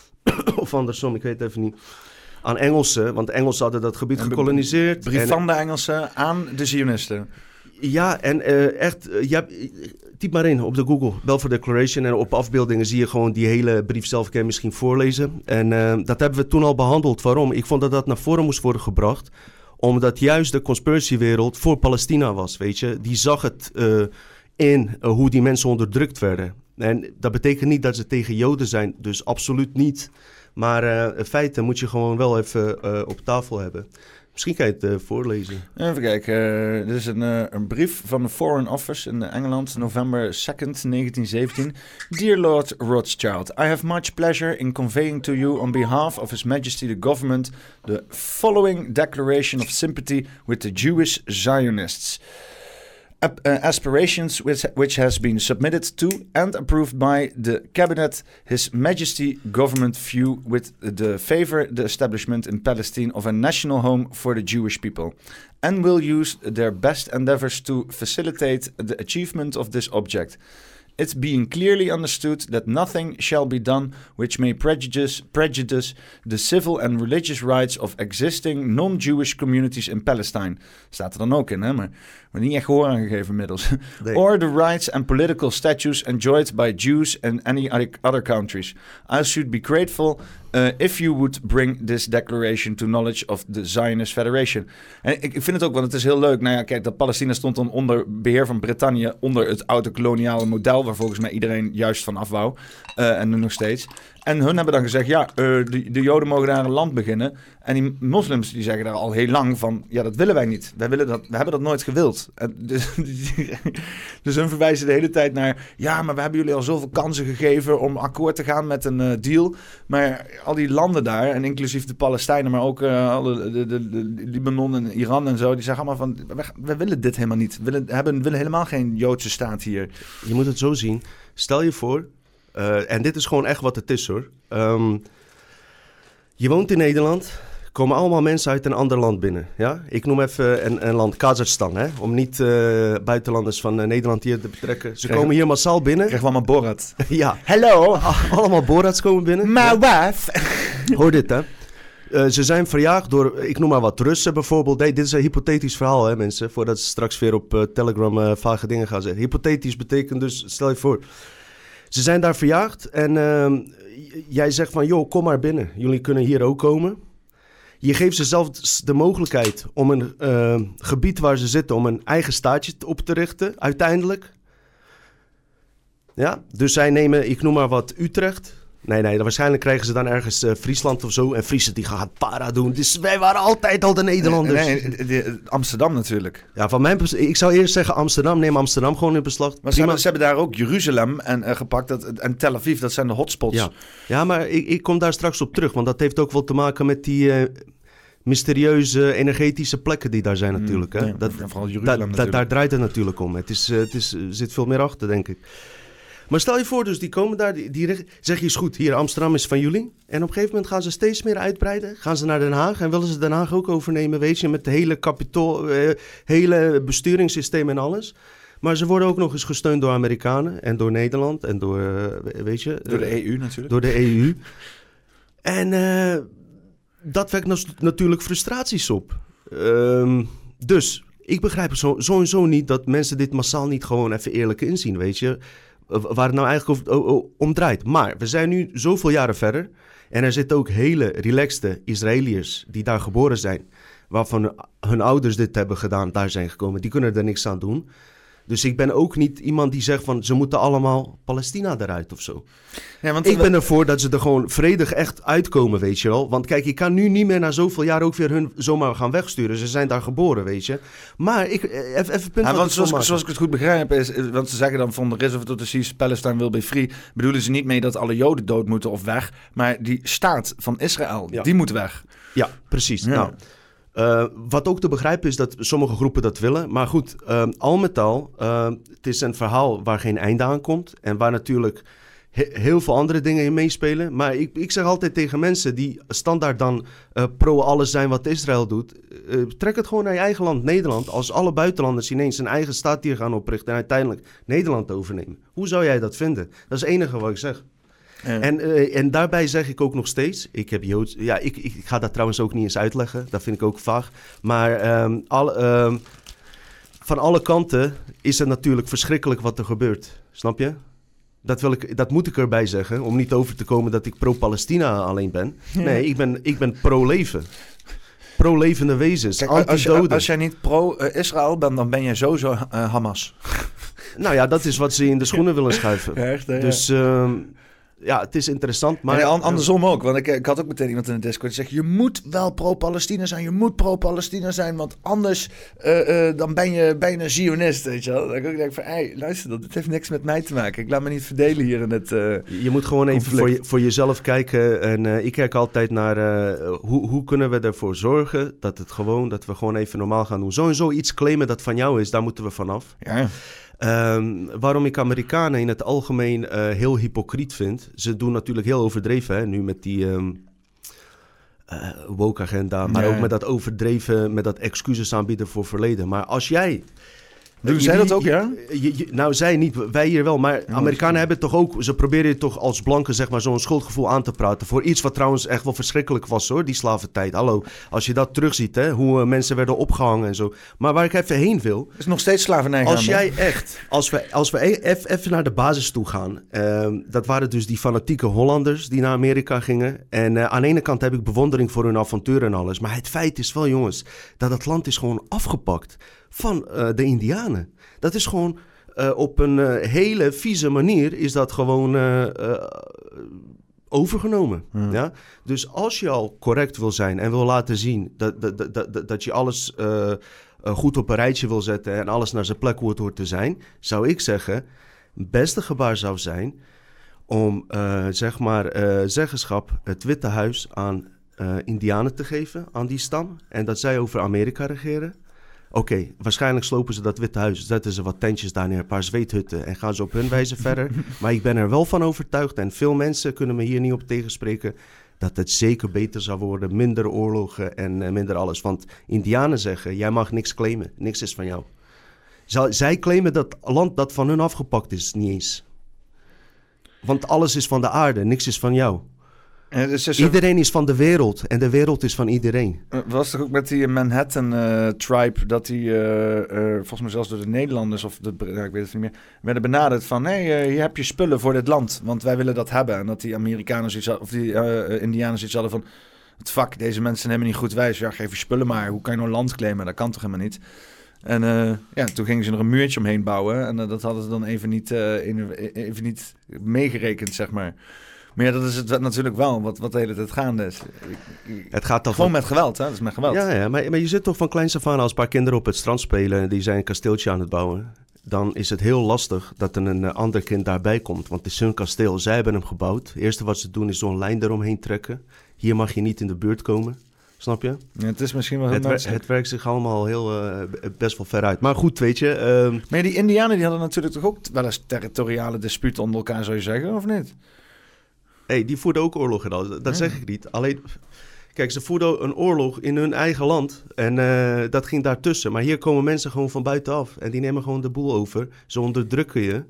Of andersom, ik weet even niet. Aan Engelsen, want de Engelsen hadden dat gebied gekoloniseerd. Brief en, van de Engelsen aan de Zionisten. Ja, en uh, echt, uh, ja, typ maar in op de Google, Balfour Declaration. En op afbeeldingen zie je gewoon die hele brief zelf, kan je misschien voorlezen. En uh, dat hebben we toen al behandeld. Waarom? Ik vond dat dat naar voren moest worden gebracht. Omdat juist de conspiratiewereld voor Palestina was, weet je. Die zag het uh, in uh, hoe die mensen onderdrukt werden. En dat betekent niet dat ze tegen Joden zijn, dus absoluut niet. Maar uh, feiten moet je gewoon wel even uh, op tafel hebben. Misschien kan je het uh, voorlezen. Even kijken. Uh, dit is een, uh, een brief van de Foreign Office in Engeland, November second, negentien zeventien. Dear Lord Rothschild, I have much pleasure in conveying to you on behalf of His Majesty the Government the following declaration of sympathy with the Jewish Zionists. Uh, aspirations which, which has been submitted to and approved by the Cabinet, His Majesty Government view with the favor the establishment in Palestine of a national home for the Jewish people, and will use their best endeavors to facilitate the achievement of this object. It being clearly understood that nothing shall be done which may prejudice, prejudice the civil and religious rights of existing non-Jewish communities in Palestine. Staat er dan ook in, hè? Maar, maar niet echt gehoor aangegeven inmiddels. Nee. Or the rights and political status enjoyed by Jews and any other countries. I should be grateful uh, if you would bring this declaration to knowledge of the Zionist Federation. En ik, ik vind het ook, want het is heel leuk. Nou ja, kijk, dat Palestina stond dan onder beheer van Brittannië, onder het oude koloniale model, waar volgens mij iedereen juist van af wou. Uh, en nu nog steeds. En hun hebben dan gezegd, ja, uh, de, de Joden mogen daar een land beginnen. En die moslims die zeggen daar al heel lang van, ja, dat willen wij niet. Wij, willen dat, wij hebben dat nooit gewild. En dus, dus hun verwijzen de hele tijd naar, ja, maar we hebben jullie al zoveel kansen gegeven om akkoord te gaan met een uh, deal. Maar al die landen daar, en inclusief de Palestijnen, maar ook uh, alle, de, de, de, de Libanon en Iran en zo, die zeggen allemaal van, wij, wij willen dit helemaal niet. We willen, hebben, willen helemaal geen Joodse staat hier. Je moet het zo zien. Stel je voor, uh, en dit is gewoon echt wat het is hoor. Um, je woont in Nederland, komen allemaal mensen uit een ander land binnen. Ja? Ik noem even een, een land, Kazachstan, hè? Om niet uh, buitenlanders van uh, Nederland hier te betrekken. Ze Krijg, komen hier massaal binnen. Krijgen we allemaal Borat. Ja. Hello. Allemaal Borats komen binnen. My wife. Hoor dit, hè. Uh, ze zijn verjaagd door, ik noem maar wat, Russen bijvoorbeeld. Nee, dit is een hypothetisch verhaal, hè, mensen. Voordat ze straks weer op uh, Telegram uh, vage dingen gaan zeggen. Hypothetisch betekent dus, stel je voor. Ze zijn daar verjaagd en uh, jij zegt van, joh, kom maar binnen. Jullie kunnen hier ook komen. Je geeft ze zelf de mogelijkheid om een uh, gebied waar ze zitten, om een eigen staatje op te richten, uiteindelijk. Ja, dus zij nemen, ik noem maar wat, Utrecht. Nee, nee, waarschijnlijk krijgen ze dan ergens uh, Friesland of zo. En Friesen die gaan para doen. Dus wij waren altijd al de Nederlanders. Nee, nee de, de, Amsterdam natuurlijk. Ja, van mijn ik zou eerst zeggen Amsterdam. Neem Amsterdam gewoon in beslag. Maar ze hebben, ze hebben daar ook Jeruzalem en, uh, gepakt. Dat, en Tel Aviv, dat zijn de hotspots. Ja, ja maar ik, ik kom daar straks op terug. Want dat heeft ook wel te maken met die uh, mysterieuze energetische plekken die daar zijn natuurlijk. Hè? Ja, dat, vooral Jeruzalem da, natuurlijk. Da, daar draait het natuurlijk om. Het, is, uh, het is, uh, zit veel meer achter, denk ik. Maar stel je voor, dus die komen daar, die, die zeg je is goed, hier Amsterdam is van jullie. En op een gegeven moment gaan ze steeds meer uitbreiden. Gaan ze naar Den Haag en willen ze Den Haag ook overnemen, weet je, met het hele kapitool, uh, hele besturingssysteem en alles. Maar ze worden ook nog eens gesteund door Amerikanen en door Nederland en door, uh, weet je... Door de E U natuurlijk. Door de E U. En uh, dat wekt nas- natuurlijk frustraties op. Um, dus, ik begrijp zo, sowieso niet dat mensen dit massaal niet gewoon even eerlijk inzien, weet je. Waar het nou eigenlijk om draait. Maar we zijn nu zoveel jaren verder. En er zitten ook hele relaxte Israëliërs die daar geboren zijn. waarvan hun ouders dit hebben gedaan, daar zijn gekomen. Die kunnen er niks aan doen. Dus ik ben ook niet iemand die zegt van ze moeten allemaal Palestina eruit of zo. Ja, want ik ben ervoor dat ze er gewoon vredig echt uitkomen, weet je wel. Want kijk, je kan nu niet meer na zoveel jaar ook weer hun zomaar gaan wegsturen. Ze zijn daar geboren, weet je. Maar ik, even, even punt ja, want ik zoals, ik, zoals ik het goed begrijp, is, want ze zeggen dan van de reserve of the seas, Palestine will be free. Bedoelen ze niet mee dat alle Joden dood moeten of weg. Maar die staat van Israël, ja. die moet weg. Ja, precies. Ja. Nou, Uh, wat ook te begrijpen is dat sommige groepen dat willen. Maar goed, uh, al met al, uh, het is een verhaal waar geen einde aan komt. En waar natuurlijk he- heel veel andere dingen in meespelen. Maar ik, ik zeg altijd tegen mensen die standaard dan uh, pro alles zijn wat Israël doet. Uh, trek het gewoon naar je eigen land, Nederland. Als alle buitenlanders ineens een eigen staat hier gaan oprichten en uiteindelijk Nederland overnemen. Hoe zou jij dat vinden? Dat is het enige wat ik zeg. Ja. En, uh, en daarbij zeg ik ook nog steeds, ik heb Joods... Ja, ik, ik, ik ga dat trouwens ook niet eens uitleggen. Dat vind ik ook vaag. Maar um, al, um, van alle kanten is het natuurlijk verschrikkelijk wat er gebeurt. Snap je? Dat, wil ik, dat moet ik erbij zeggen. Om niet over te komen dat ik pro-Palestina alleen ben. Ja. Nee, ik ben, ik ben pro-leven. Pro-levende wezens. Kijk, als, je, als jij niet pro-Israël bent, dan ben je sowieso uh, Hamas. Nou ja, dat is wat ze in de schoenen willen schuiven. Ja, echt, hè, dus... Um, Ja, het is interessant, maar... En andersom ook, want ik, ik had ook meteen iemand in de Discord die zegt... je moet wel pro-Palestina zijn, je moet pro-Palestina zijn... want anders uh, uh, dan ben je bijna Zionist, weet je wel. Dat ik ook denk van, hey, luister, dit heeft niks met mij te maken. Ik laat me niet verdelen hier in het uh, Je moet gewoon even voor, je, voor jezelf kijken. En uh, ik kijk altijd naar uh, hoe, hoe kunnen we ervoor zorgen... dat, het gewoon, dat we gewoon even normaal gaan doen. Zo en zo iets claimen dat van jou is, daar moeten we vanaf. Ja. Um, waarom ik Amerikanen in het algemeen uh, heel hypocriet vind. Ze doen natuurlijk heel overdreven, hè, nu met die um, uh, woke-agenda. Maar ja. ook met dat overdreven, met dat excuses aanbieden voor verleden. Maar als jij... Doen zij dat ook, ja? Je, je, nou, zij niet, wij hier wel. Maar ja, Amerikanen hebben toch ook... Ze proberen toch als blanken, zeg maar, zo'n schuldgevoel aan te praten. Voor iets wat trouwens echt wel verschrikkelijk was, hoor. Die slaventijd. Hallo, als je dat terugziet, hè. Hoe uh, mensen werden opgehangen en zo. Maar waar ik even heen wil... Is nog steeds slavernij. Als jij echt... Als we, als we e- even naar de basis toe gaan. Uh, dat waren dus die fanatieke Hollanders die naar Amerika gingen. En uh, aan de ene kant heb ik bewondering voor hun avontuur en alles. Maar het feit is wel, jongens, dat het land is gewoon afgepakt van uh, de Indianen. Dat is gewoon uh, op een uh, hele vieze manier is dat gewoon uh, uh, overgenomen. Hmm. Ja? Dus als je al correct wil zijn en wil laten zien dat, dat, dat, dat, dat je alles uh, uh, goed op een rijtje wil zetten en alles naar zijn plek hoort, hoort te zijn, zou ik zeggen, het beste gebaar zou zijn om uh, zeg maar uh, zeggenschap, het Witte Huis aan uh, Indianen te geven, aan die stam, en dat zij over Amerika regeren. Oké, okay, waarschijnlijk slopen ze dat Witte Huis, zetten ze wat tentjes daar neer, een paar zweethutten en gaan ze op hun wijze verder. Maar ik ben er wel van overtuigd, en veel mensen kunnen me hier niet op tegenspreken, dat het zeker beter zou worden, minder oorlogen en uh, minder alles. Want Indianen zeggen, jij mag niks claimen, niks is van jou. Zij, zij claimen dat land dat van hun afgepakt is, niet eens. Want alles is van de aarde, niks is van jou. Ja, dus is iedereen is van de wereld en de wereld is van iedereen. Was toch ook met die Manhattan uh, Tribe dat die, uh, uh, volgens mij zelfs door de Nederlanders of de, uh, ik weet het niet meer, werden benaderd van, nee, hey, uh, hier heb je spullen voor dit land, want wij willen dat hebben. En dat die Amerikanen zoiets hadden, of die uh, Indianen zoiets hadden van, het fuck, deze mensen zijn helemaal niet goed wijs. Ja, geef je spullen maar. Hoe kan je nou land claimen? Dat kan toch helemaal niet? En uh, ja, toen gingen ze er een muurtje omheen bouwen en uh, dat hadden ze dan even niet, uh, even niet meegerekend, zeg maar. Maar ja, dat is het natuurlijk wel, wat, wat de hele tijd gaande is. Het gaat dan gewoon van... met geweld, hè? Dat is met geweld. Ja, ja maar, maar je zit toch van kleins af aan als een paar kinderen op het strand spelen en die zijn een kasteeltje aan het bouwen. Dan is het heel lastig dat er een uh, ander kind daarbij komt. Want het is hun kasteel, zij hebben hem gebouwd. Het eerste wat ze doen is zo'n lijn eromheen trekken. Hier mag je niet in de buurt komen. Snap je? Ja, het is misschien wel heel het, wer- het werkt zich allemaal heel, uh, best wel ver uit. Maar goed, weet je... Uh... Maar die Indianen die hadden natuurlijk toch ook wel eens territoriale disputen onder elkaar, zou je zeggen, of niet? Hey, die voerden ook oorlogen al. Dat ja. zeg ik niet. Alleen, kijk, ze voerden een oorlog in hun eigen land. En uh, dat ging daartussen. Maar hier komen mensen gewoon van buitenaf. En die nemen gewoon de boel over. Ze onderdrukken je.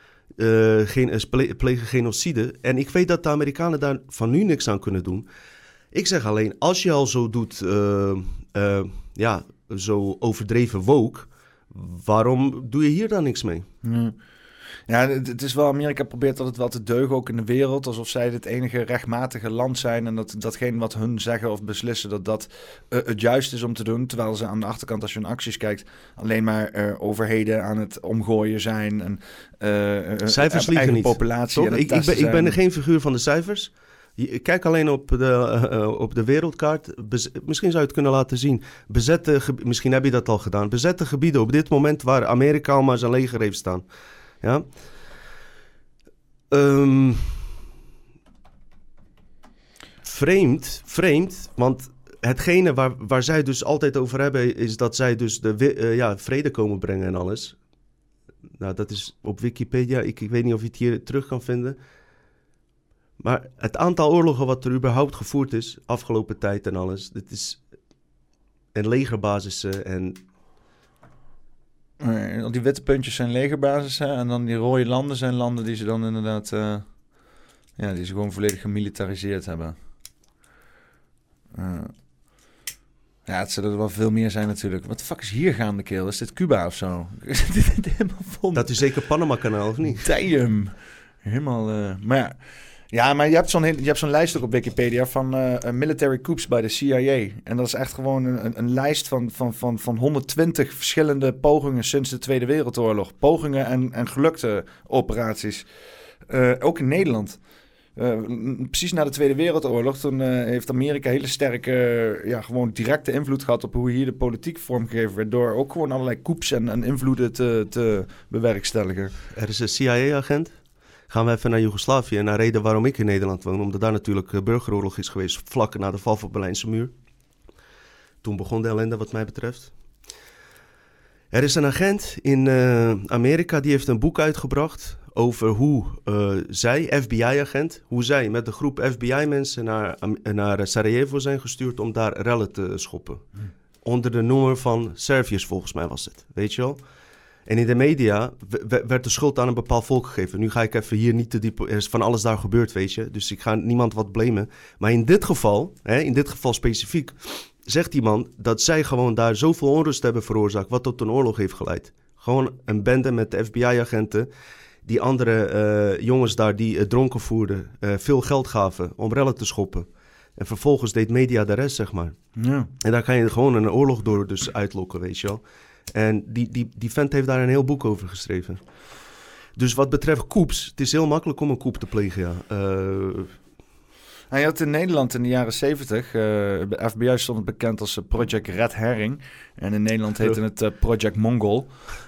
Uh, geen, ple- plegen genocide. En ik weet dat de Amerikanen daar van nu niks aan kunnen doen. Ik zeg alleen, als je al zo doet, uh, uh, ja, zo overdreven woke, waarom doe je hier dan niks mee? Ja. Ja, het, het is wel, Amerika probeert altijd wel te deugen, ook in de wereld, alsof zij het enige rechtmatige land zijn en dat datgene wat hun zeggen of beslissen, dat dat uh, het juiste is om te doen. Terwijl ze aan de achterkant, als je hun acties kijkt, alleen maar uh, overheden aan het omgooien zijn. En, uh, cijfers uh, liegen niet. Populatie. En ik, ik, ben, ik ben er geen figuur van de cijfers. Je, kijk alleen op de, uh, op de wereldkaart. Bez, misschien zou je het kunnen laten zien. Bezette, misschien heb je dat al gedaan. Bezette gebieden op dit moment waar Amerika al maar zijn leger heeft staan. Ja. Um, vreemd, vreemd, want hetgene waar, waar zij dus altijd over hebben is dat zij dus de uh, ja, vrede komen brengen en alles. Nou, dat is op Wikipedia. Ik, ik weet niet of je het hier terug kan vinden. Maar het aantal oorlogen wat er überhaupt gevoerd is, afgelopen tijd en alles, dit is en legerbasissen en... Nee, die witte puntjes zijn legerbasissen en dan die rode landen zijn landen die ze dan inderdaad, uh, ja, die ze gewoon volledig gemilitariseerd hebben. Uh, ja, het zullen er wel veel meer zijn natuurlijk. Wat de fuck is hier gaande, keel? Is dit Cuba of zo? Is dit helemaal vol? Dat is zeker Panama-kanaal, of niet? Damn. Helemaal, uh, maar ja... Ja, maar je hebt zo'n, je hebt zo'n lijst ook op Wikipedia van uh, military coups bij de C I A. En dat is echt gewoon een, een lijst van, van, van, van honderdtwintig verschillende pogingen sinds de Tweede Wereldoorlog. Pogingen en, en gelukte operaties. Uh, ook in Nederland. Uh, precies na de Tweede Wereldoorlog, toen uh, heeft Amerika hele sterke, uh, ja, gewoon directe invloed gehad op hoe hier de politiek vormgegeven werd. Door ook gewoon allerlei coups en, en invloeden te, te bewerkstelligen. Er is een C I A-agent. Gaan we even naar Joegoslavië. En naar reden waarom ik in Nederland woon. Omdat daar natuurlijk burgeroorlog is geweest vlak na de val van de Berlijnse muur. Toen begon de ellende wat mij betreft. Er is een agent in uh, Amerika die heeft een boek uitgebracht over hoe uh, zij, F B I-agent, hoe zij met een groep F B I-mensen naar, uh, naar Sarajevo zijn gestuurd om daar rellen te schoppen. Hm. Onder de noemer van Serviërs volgens mij was het, weet je wel. En in de media w- werd de schuld aan een bepaald volk gegeven. Nu ga ik even hier niet te diep... Er is van alles daar gebeurd, weet je. Dus ik ga niemand wat blamen. Maar in dit geval, hè, in dit geval specifiek... zegt die man dat zij gewoon daar zoveel onrust hebben veroorzaakt... wat tot een oorlog heeft geleid. Gewoon een bende met de F B I-agenten... die andere uh, jongens daar die uh, dronken voerden... Uh, veel geld gaven om rellen te schoppen. En vervolgens deed media de rest, zeg maar. Ja. En daar kan je gewoon een oorlog door dus uitlokken, weet je wel. En die, die, die vent heeft daar een heel boek over geschreven. Dus wat betreft coups, het is heel makkelijk om een coup te plegen, ja. Uh... Hij had in Nederland in de jaren zeventig, uh, de F B I stond bekend als Project Red Herring. En in Nederland heette het uh, Project Mongol.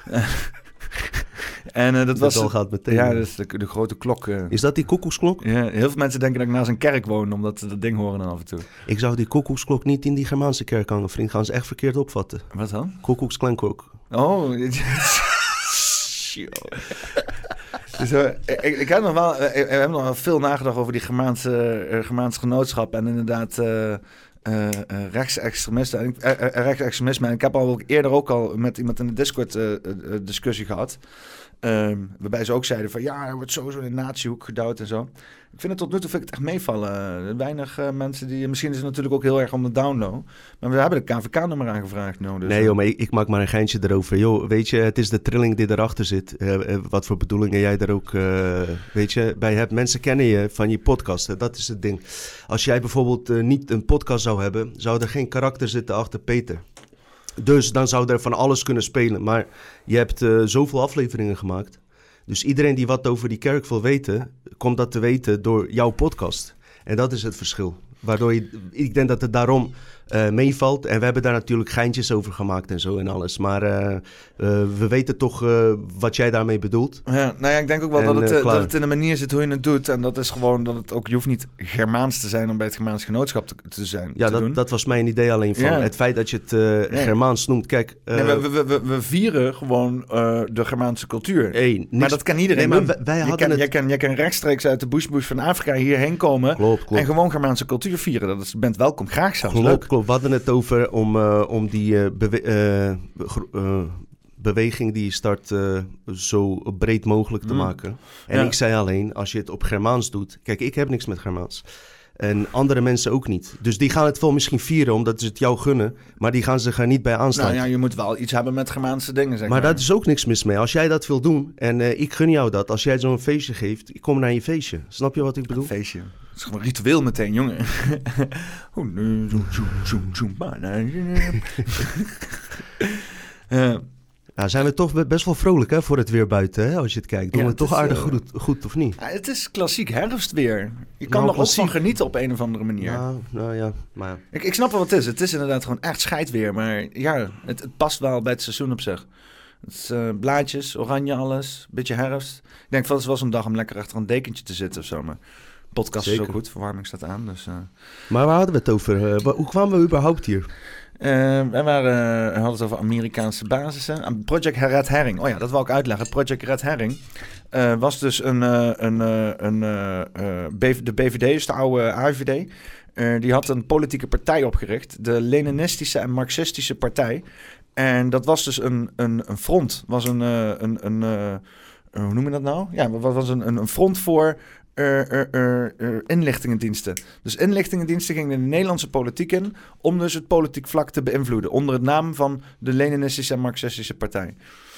En uh, dat was... al gaat meteen. Ja, dat is de, de grote klok. Uh. Is dat die koekoeksklok? Ja, heel veel mensen denken dat ik naast een kerk woon, omdat ze dat ding horen dan af en toe. Ik zou die koekoeksklok niet in die Germaanse kerk hangen, vriend. Gaan ze echt verkeerd opvatten. Wat dan? Koekoeksklok. Oh, dus, uh, ik, ik heb nog wel, uh, ik heb nog wel veel nagedacht over die Germaanse, uh, Germaanse genootschap en inderdaad uh, uh, uh, rechtsextremisten. En, uh, uh, rechtsextremisme. En ik heb al eerder ook al met iemand in de Discord uh, uh, discussie gehad. Um, waarbij ze ook zeiden van ja, er wordt sowieso in de natiehoek gedouwd en zo. Ik vind het tot nu toe vind ik het echt meevallen. Weinig uh, mensen die... Misschien is het natuurlijk ook heel erg om de download. Maar we hebben de K V K-nummer aangevraagd. Nou, dus nee joh, maar ik, ik maak maar een geintje erover. Joh, weet je, het is de trilling die erachter zit. Uh, uh, wat voor bedoelingen jij er ook, uh, weet je, bij hebt. Mensen kennen je van je podcast. Hè? Dat is het ding. Als jij bijvoorbeeld uh, niet een podcast zou hebben, zou er geen karakter zitten achter Peter. Dus dan zou er van alles kunnen spelen. Maar je hebt uh, zoveel afleveringen gemaakt. Dus iedereen die wat over die kerk wil weten, komt dat te weten door jouw podcast. En dat is het verschil. Waardoor je, ik denk dat het daarom uh, meevalt. En we hebben daar natuurlijk geintjes over gemaakt en zo en alles. Maar uh, uh, we weten toch uh, wat jij daarmee bedoelt. Ja, nou ja, ik denk ook wel en, dat, het, uh, dat het in de manier zit hoe je het doet. En dat is gewoon dat het ook, je hoeft niet Germaans te zijn om bij het Germaans genootschap te, te zijn. Ja, te dat, doen. dat was mijn idee alleen van. Ja. Het feit dat je het uh, ja. Germaans noemt. Kijk, uh, nee, we, we, we, we vieren gewoon uh, de Germaanse cultuur. Hey, niks, maar dat kan iedereen nee, doen. Wij, wij je, kan, het... je, kan, je kan rechtstreeks uit de bush-bush van Afrika hierheen komen. Klopt, klopt. En gewoon Germaanse cultuur vieren. Dat is, je bent welkom, graag zelfs. Klopt, leuk. klopt. We hadden het over om, uh, om die uh, bewe- uh, gro- uh, beweging die je start uh, zo breed mogelijk te mm. maken. En ja. ik zei alleen, als je het op Germaans doet... Kijk, ik heb niks met Germaans. En andere mensen ook niet. Dus die gaan het wel misschien vieren omdat ze het jou gunnen. Maar die gaan zich er niet bij aanstaan. Nou ja, je moet wel iets hebben met Germaanse dingen, zeg maar. Maar daar is ook niks mis mee. Als jij dat wil doen en uh, ik gun jou dat. Als jij zo'n feestje geeft, ik kom naar je feestje. Snap je wat ik bedoel? Een feestje. Het is gewoon ritueel meteen, jongen. Oh, nee, zoom, zoom, zoom, zoom. uh, Ja, zijn we toch best wel vrolijk hè, voor het weer buiten, hè, als je het kijkt. Doen ja, we het het toch is, aardig uh, goed, goed, of niet? ja, het is klassiek herfstweer. Je kan Nou, er ook klassiek. van genieten op een of andere manier. Nou, nou ja, maar... Ik, ik snap wel wat het is. Het is inderdaad gewoon echt scheidweer. Maar ja, het, het past wel bij het seizoen op zich. Het is uh, blaadjes, oranje alles, beetje herfst. Ik denk van het is wel zo'n dag om lekker achter een dekentje te zitten of zo. Maar podcast Zeker. is ook goed, verwarming staat aan. Dus, uh... Maar waar hadden we het over? Uh, hoe kwamen we überhaupt hier? Uh, wij waren, uh, hadden het over Amerikaanse basissen. Project Red Herring. Oh ja, dat wil ik uitleggen. Project Red Herring uh, was dus een, uh, een, uh, een uh, uh, B V, de B V D, is de oude A V D. Uh, die had een politieke partij opgericht. De Leninistische en Marxistische partij. En dat was dus een, een, een front. Was een, uh, een, een uh, hoe noem je dat nou? Ja, wat was een, een front voor... Uh, uh, uh, uh, inlichtingendiensten. Dus inlichtingendiensten gingen de Nederlandse politiek in om dus het politiek vlak te beïnvloeden onder het naam van de Leninistische en Marxistische partij.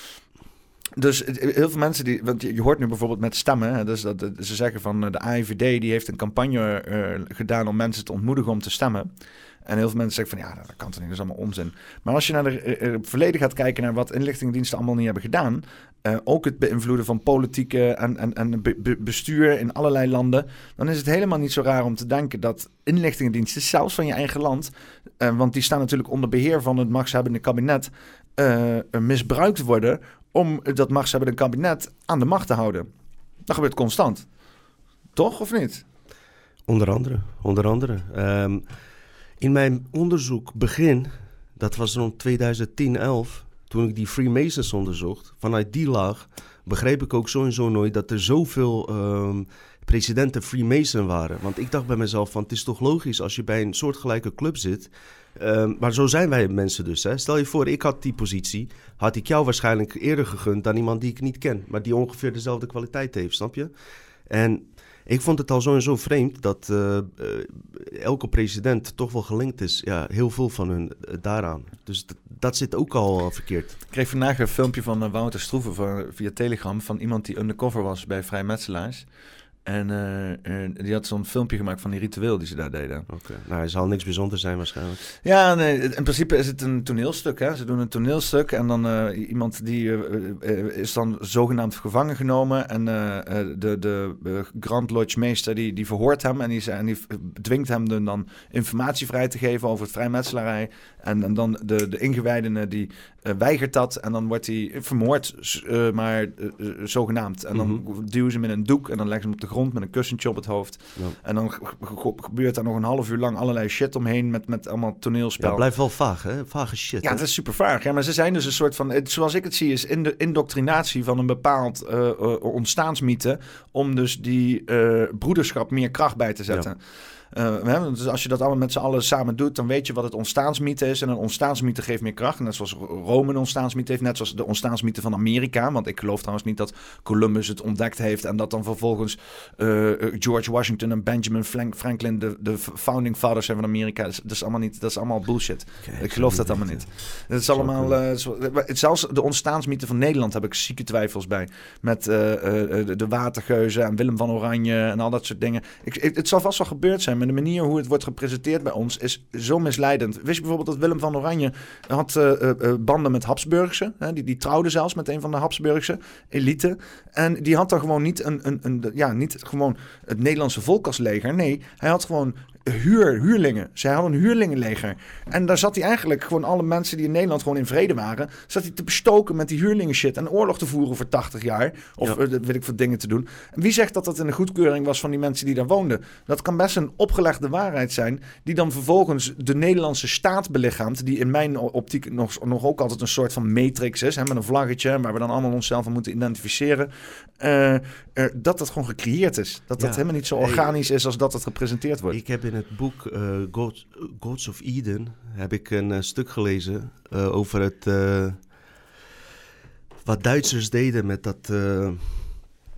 Dus heel veel mensen die, want je hoort nu bijvoorbeeld met stemmen, hè, dus dat, ze zeggen van de A I V D die heeft een campagne uh, gedaan om mensen te ontmoedigen om te stemmen. En heel veel mensen zeggen van ja, dat kan toch niet, dat is allemaal onzin. Maar als je naar het uh, verleden gaat kijken naar wat inlichtingendiensten allemaal niet hebben gedaan, uh, ook het beïnvloeden van politieke en, en, en be- bestuur in allerlei landen, dan is het helemaal niet zo raar om te denken dat inlichtingendiensten, zelfs van je eigen land, uh, want die staan natuurlijk onder beheer van het machtshebbende kabinet, uh, misbruikt worden om dat machtshebbende kabinet aan de macht te houden. Dat gebeurt constant. Toch, of niet? Onder andere, onder andere. Um, in mijn onderzoek begin, dat was rond twintig tien, elf, toen ik die Freemasons onderzocht, vanuit die laag begreep ik ook sowieso nooit dat er zoveel um, presidenten Freemason waren. Want ik dacht bij mezelf van, het is toch logisch als je bij een soortgelijke club zit. Um, maar zo zijn wij mensen dus. Hè. Stel je voor, ik had die positie, had ik jou waarschijnlijk eerder gegund dan iemand die ik niet ken, maar die ongeveer dezelfde kwaliteit heeft, snap je? En ik vond het al sowieso vreemd dat uh, uh, elke president toch wel gelinkt is, ja, heel veel van hun uh, daaraan. Dus d- dat zit ook al uh, verkeerd. Ik kreeg vandaag een filmpje van uh, Wouter Stroeven van, via Telegram van iemand die undercover was bij vrijmetselaars. En uh, uh, die had zo'n filmpje gemaakt van die ritueel die ze daar deden. Oké, okay. Nou, het zal niks bijzonders zijn waarschijnlijk. Ja, nee, in principe is het een toneelstuk. Hè? Ze doen een toneelstuk en dan uh, iemand die uh, uh, is dan zogenaamd gevangen genomen. En uh, uh, de, de uh, Grand Lodge meester die, die verhoort hem en die, en die dwingt hem dan, dan informatie vrij te geven over het vrijmetselarij. En, en dan de, de ingewijdene die uh, weigert dat en dan wordt hij vermoord, uh, maar uh, uh, zogenaamd. En dan mm-hmm. duwen ze hem in een doek en dan leggen ze hem op de grond met een kussentje op het hoofd. Ja. En dan ge- ge- gebeurt daar nog een half uur lang allerlei shit omheen met, met allemaal toneelspel. Ja, het blijft wel vaag, hè? Vage shit. Ja, hè? het is super vaag. Ja, maar ze zijn dus een soort van, zoals ik het zie, is in de indoctrinatie van een bepaald uh, uh, ontstaansmythe om dus die uh, broederschap meer kracht bij te zetten. Ja. Uh, hè, dus als je dat allemaal met z'n allen samen doet, dan weet je wat het ontstaansmythe is. En een ontstaansmythe geeft meer kracht. Net zoals Rome een ontstaansmythe heeft. Net zoals de ontstaansmythe van Amerika. Want ik geloof trouwens niet dat Columbus het ontdekt heeft. En dat dan vervolgens uh, George Washington en Benjamin Franklin de, de founding fathers zijn van Amerika. Dat is, dat is allemaal niet, dat is allemaal bullshit. Okay, ik geloof dat allemaal niet. Het is allemaal, uh, zo, zelfs de ontstaansmythe van Nederland heb ik zieke twijfels bij. Met uh, uh, de, de watergeuzen en Willem van Oranje en al dat soort dingen. Ik, ik, het zal vast wel gebeurd zijn. Maar de manier hoe het wordt gepresenteerd bij ons is zo misleidend. Wist je bijvoorbeeld dat Willem van Oranje had uh, uh, banden met Habsburgse. Hè? Die, die trouwde zelfs met een van de Habsburgse elite. En die had dan gewoon niet, een, een, een, ja, niet gewoon het Nederlandse volk als leger. Nee, hij had gewoon huur, huurlingen. Zij hadden een huurlingenleger. En daar zat hij eigenlijk gewoon alle mensen die in Nederland gewoon in vrede waren, zat hij te bestoken met die huurlingen shit en oorlog te voeren voor tachtig jaar. Of ja. uh, weet ik veel dingen te doen. En wie zegt dat dat in de goedkeuring was van die mensen die daar woonden? Dat kan best een opgelegde waarheid zijn, die dan vervolgens de Nederlandse staat belichaamt, die in mijn optiek nog, nog ook altijd een soort van matrix is, hè, met een vlaggetje, waar we dan allemaal onszelf van moeten identificeren. Uh, uh, dat dat gewoon gecreëerd is. Dat dat ja. helemaal niet zo organisch hey, is als dat het gepresenteerd wordt. Ik heb in het boek uh, God, Gods of Eden heb ik een uh, stuk gelezen uh, over het uh, wat Duitsers deden met dat. Uh,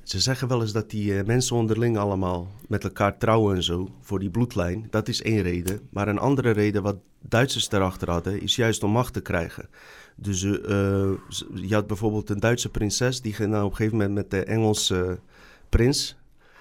Ze zeggen wel eens dat die uh, mensen onderling allemaal met elkaar trouwen en zo, voor die bloedlijn. Dat is één reden. Maar een andere reden wat Duitsers erachter hadden, is juist om macht te krijgen. Dus uh, je had bijvoorbeeld een Duitse prinses, die ging nou op een gegeven moment met de Engelse uh, prins.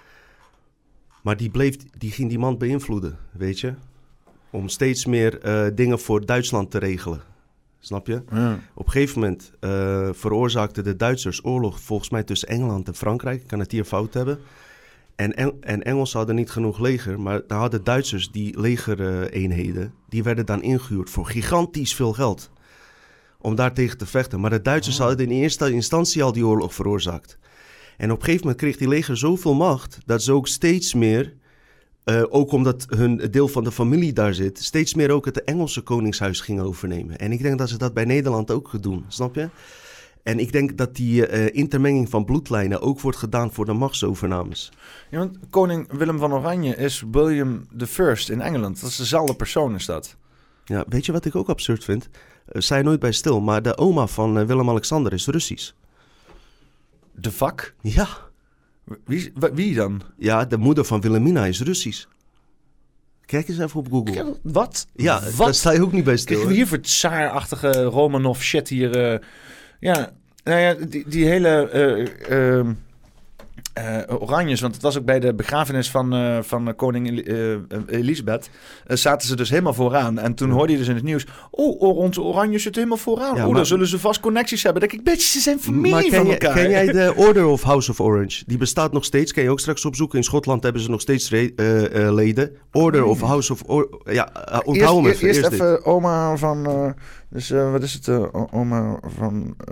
Maar die, bleef, die ging die man beïnvloeden, weet je. Om steeds meer uh, dingen voor Duitsland te regelen. Snap je? Ja. Op een gegeven moment uh, veroorzaakten de Duitsers oorlog volgens mij tussen Engeland en Frankrijk. Ik kan het hier fout hebben. En, en, en Engelsen hadden niet genoeg leger, maar daar hadden Duitsers die legereenheden, uh, die werden dan ingehuurd voor gigantisch veel geld. Om daar tegen te vechten. Maar de Duitsers oh. hadden in eerste instantie al die oorlog veroorzaakt. En op een gegeven moment kreeg die leger zoveel macht, dat ze ook steeds meer, uh, ook omdat hun deel van de familie daar zit, steeds meer ook het Engelse koningshuis gingen overnemen. En ik denk dat ze dat bij Nederland ook gaan doen, snap je? En ik denk dat die uh, intermenging van bloedlijnen ook wordt gedaan voor de machtsovernames. Ja, want koning Willem van Oranje is William the First in Engeland. Dat is dezelfde persoon, is dat? Ja, weet je wat ik ook absurd vind? Uh, sta je nooit bij stil, maar de oma van uh, Willem-Alexander is Russisch. De vak? Ja. Wie, wie dan? Ja, de moeder van Wilhelmina is Russisch. Kijk eens even op Google. Wat? Ja, Wat? daar sta je ook niet bij stil. Kijk, hier voor het tsaarachtige Romanov shit hier. Uh, ja, nou ja, die, die hele uh, uh, uh, Oranjes, want het was ook bij de begrafenis van, uh, van koningin uh, Elisabeth, uh, zaten ze dus helemaal vooraan. En toen hoorde je dus in het nieuws, oh, onze Oranjes zitten helemaal vooraan. Ja, oh, maar, dan zullen ze vast connecties hebben. Dan denk ik, bitch, ze zijn familie van elkaar. Ken jij de Order of House of Orange? Die bestaat nog steeds, kan je ook straks opzoeken. In Schotland hebben ze nog steeds re- uh, uh, leden. Order hmm. of House of Orange. Ja, uh, onthoud hem even. Eerst, eerst even oma van, uh, dus uh, wat is het, uh, oma van uh,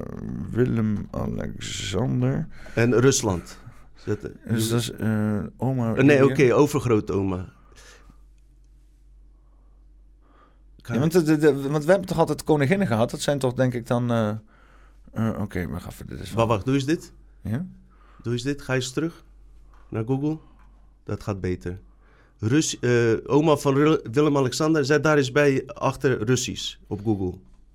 Willem-Alexander. En Rusland. Dat, dus dat is uh, oma... Uh, nee, oké, okay, overgrootoma. Ja, want, de, de, de, want we hebben toch altijd koninginnen gehad? Dat zijn toch denk ik dan... Uh, uh, oké, okay, wacht even. Dit is wel... Wacht, doe eens dit. Ja? Doe eens dit. Ga eens terug naar Google. Dat gaat beter. Rus, uh, oma van Willem-Alexander, zet daar eens bij achter Russisch op Google.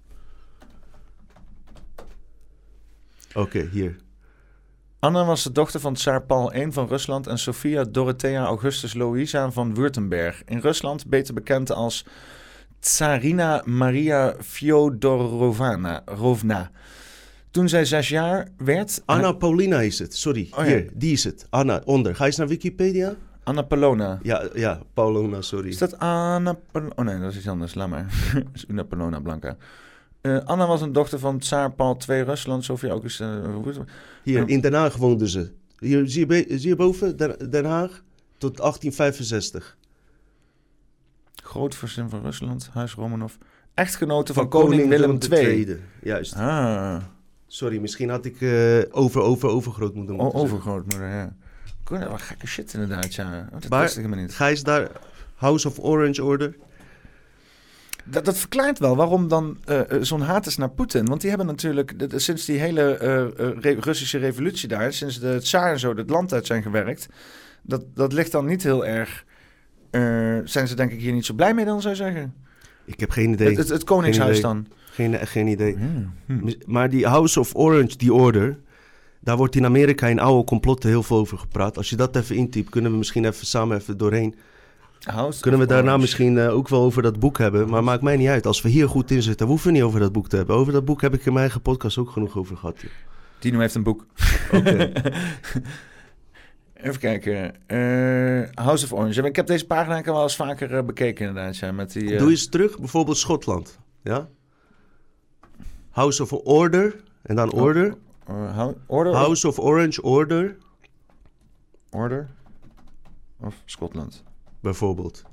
Oké, okay, hier. Anna was de dochter van tsaar Paul de Eerste van Rusland en Sofia Dorothea Augustus Louisa van Württemberg. In Rusland beter bekend als Tsarina Maria Fjodorovna. Rovna. Toen zij zes jaar werd... Anna Paulina is het, sorry. Oh, hier, ja. Die is het. Anna, onder. Ga eens naar Wikipedia. Anna Paulona. Ja, ja, Paulona, sorry. Is dat Anna Paulona? Oh nee, dat is iets anders. Laat maar. Dat is Una Paulona Blanca. Uh, Anna was een dochter van tsaar Paul de Tweede Rusland, Sofia Augustus... Uh, Hier, in Den Haag woonden ze. Hier, zie je, be- zie je boven, Den Haag, tot achttien vijfenzestig. Grootvorstin van Rusland, Huis Romanov. Echtgenote van, van koning Willem de Tweede. Juist. Ah. Sorry, misschien had ik uh, over, over, overgrootmoeder moeten o- Overgrootmoeder, ja. Wat gekke shit inderdaad, ja. Oh, dat maar, wist ik helemaal niet. Ga eens daar, House of Orange Order... Dat, dat verklaart wel waarom dan uh, zo'n haat is naar Poetin. Want die hebben natuurlijk de, de, sinds die hele uh, uh, re- Russische revolutie daar... sinds de tsaar en zo het land uit zijn gewerkt... dat, dat ligt dan niet heel erg... Uh, zijn ze denk ik hier niet zo blij mee dan, zou je zeggen? Ik heb geen idee. Het, het, het Koningshuis geen dan? Geen, geen idee. Hmm. Hmm. Maar die House of Orange, die order... daar wordt in Amerika in oude complotten heel veel over gepraat. Als je dat even intypt, kunnen we misschien even samen even doorheen... House Kunnen we daarna Orange. misschien uh, ook wel over dat boek hebben. Maar maakt mij niet uit. Als we hier goed in zitten, hoeven we niet over dat boek te hebben. Over dat boek heb ik in mijn eigen podcast ook genoeg over gehad. Dino heeft een boek. Okay. Even kijken. Uh, House of Orange. Ik heb deze pagina wel eens vaker uh, bekeken inderdaad. Ja, met die, uh... Doe eens terug. Bijvoorbeeld Schotland. Ja? House of Order. En dan Order. Oh, uh, how, order House of... of Orange Order. Order of Scotland. Bijvoorbeeld.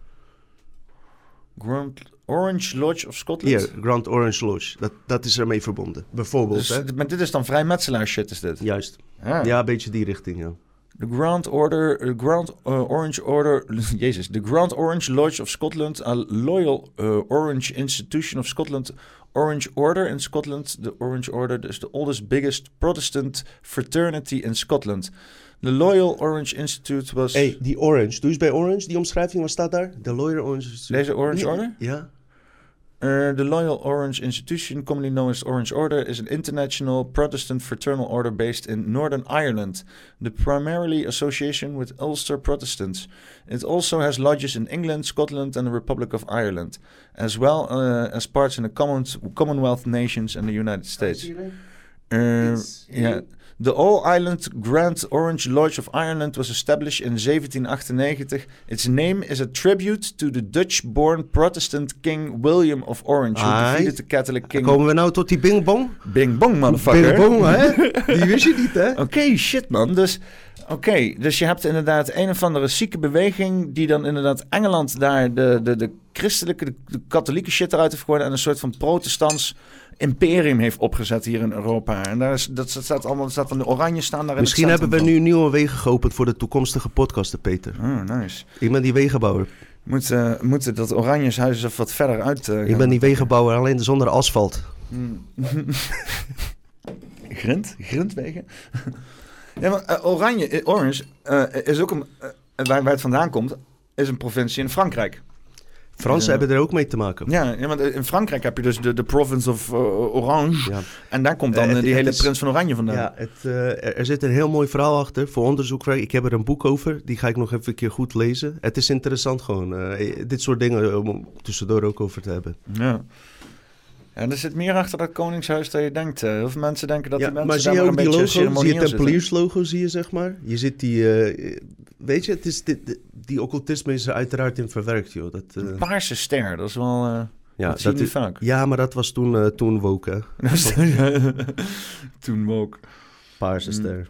Grand Orange Lodge of Scotland? Hier, Grand Orange Lodge. Dat, dat is ermee verbonden. Bijvoorbeeld. Dus, hè? Maar dit is dan vrijmetselaar shit, is dit? Juist. Ah. Ja, een beetje die richting, ja. The Grand Order, the Grand uh, Orange Order, Jezus, the Grand Orange Lodge of Scotland, a loyal uh, Orange Institution of Scotland, Orange Order in Scotland. The Orange Order is the oldest, biggest Protestant fraternity in Scotland. The Loyal Orange Institute was... Hey, die Orange. Doe eens bij Orange, die omschrijving. Wat staat daar? The Loyal Orange Institute. Deze Orange Order? Ja. Uh, the Loyal Orange Institution, commonly known as Orange Order, is an international Protestant fraternal order based in Northern Ireland, the primarily association with Ulster Protestants. It also has lodges in England, Scotland and the Republic of Ireland, as well uh, as parts in the common- Commonwealth nations and the United States. Uh, yeah. The All-Ireland Grand Orange Lodge of Ireland was established in zeventien achtennegentig. Its name is a tribute to the Dutch-born Protestant King William of Orange, who Ai. defeated the Catholic King. Komen we nou tot die Bing Bong? Bing bong, motherfucker. Bing Bong, hè? Die wist je niet, hè? Oké, okay, shit man. Dus, oké, okay, dus je hebt inderdaad een of andere zieke beweging die dan inderdaad Engeland daar de, de, de christelijke, de, de katholieke shit eruit heeft gegooid en een soort van protestants imperium heeft opgezet hier in Europa. En daar is, dat staat allemaal, dat staat van de oranje staan daar. Misschien in het hebben we van. nu nieuwe wegen geopend voor de toekomstige podcasten, Peter. Oh, nice. Ik ben die wegenbouwer. Moet, uh, moet dat Oranjeshuis even wat verder uit uh, Ik ben die wegenbouwer, alleen zonder asfalt. Hmm. Grind? Grindwegen? Ja, maar uh, Oranje, Orange uh, is ook een, uh, waar, waar het vandaan komt, is een provincie in Frankrijk. Fransen Ja. hebben er ook mee te maken. Ja, ja, want in Frankrijk heb je dus de, de province of uh, Orange. Ja. En daar komt dan Uh, uh, het- die het hele is- prins van Oranje vandaan. Ja, het, uh, er, er zit een heel mooi verhaal achter voor onderzoekwerk. Ik heb er een boek over, die ga ik nog even een keer goed lezen. Het is interessant gewoon, uh, dit soort dingen om tussendoor ook over te hebben. Ja. Ja, er zit meer achter dat koningshuis dan je denkt. Uh, heel veel mensen denken dat Ja, die mensen maar zie daar je maar ook een die beetje logo? Zie je ceremonieel het zitten. Tempeliers-logo, zie je zeg maar? Je ziet die, uh, weet je, het is dit, die occultisme is er uiteraard in verwerkt, joh. Dat, uh, Een paarse ster, dat is wel... Uh, ja, dat zie je niet is, vaak. ja, maar dat was toen, uh, toen woke, hè? Toen ook. Paarse Mm. ster.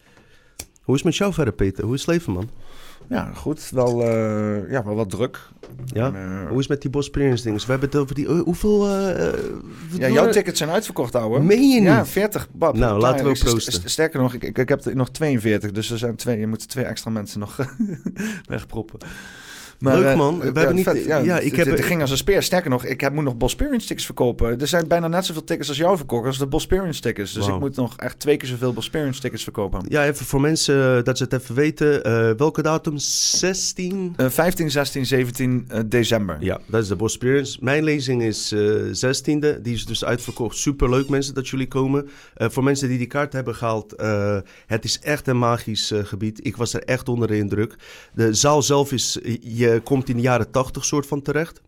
Hoe is het met jou verder, Peter? Hoe is het leven, man? Ja, goed. Wel, uh, ja, wel wat druk. Ja? En, uh, Hoe is het met die Bosperience dingen? We hebben het over die... uh, hoeveel... Uh, ja, jouw tickets zijn uitverkocht, ouwe. Meen je niet? Ja, veertig. Bab, Nou, klaar. laten we ook Ik- st- proosten. st- Sterker nog, ik, ik, ik heb er nog tweeënveertig. Dus er zijn twee. Je moet twee extra mensen nog wegproppen. Leuk, eh, man. We ja, hebben niet- vet. Ja, ja, ik het, heb- het ging als een speer. Sterker nog, ik heb, moet nog Bosperience tickets verkopen. Er zijn bijna net zoveel tickets als jou verkocht als de Bosperience tickets. Dus Wauw. ik moet nog echt twee keer zoveel Bosperience tickets verkopen. Ja, even voor mensen uh, dat ze het even weten. Uh, welke datum? zestien? Uh, vijftien, zestien, zeventien uh, december. Ja, dat is de Bosperience. Mijn lezing is uh, zestiende. Die is dus uitverkocht. Superleuk, mensen, dat jullie komen. Uh, voor mensen die die kaart hebben gehaald. Uh, het is echt een magisch uh, gebied. Ik was er echt onder de indruk. De zaal zelf is... Je komt in de jaren tachtig soort van terecht.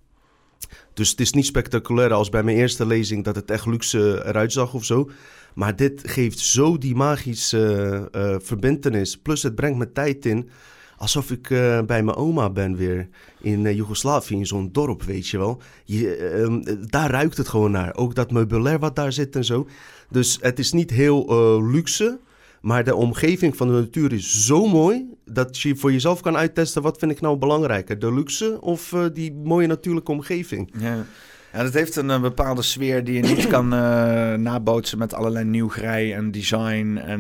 Dus het is niet spectaculair als bij mijn eerste lezing... dat het echt luxe eruit zag of zo. Maar dit geeft zo die magische uh, verbintenis. Plus het brengt me tijd in... alsof ik uh, bij mijn oma ben weer in uh, Joegoslavië, in zo'n dorp, weet je wel. Je, uh, daar ruikt het gewoon naar. Ook dat meubilair wat daar zit en zo. Dus het is niet heel uh, luxe... Maar de omgeving van de natuur is zo mooi... dat je voor jezelf kan uittesten... wat vind ik nou belangrijker? De luxe of uh, die mooie natuurlijke omgeving? Ja. Ja, dat heeft een, een bepaalde sfeer die je niet kan uh, nabootsen met allerlei nieuwgrij en design en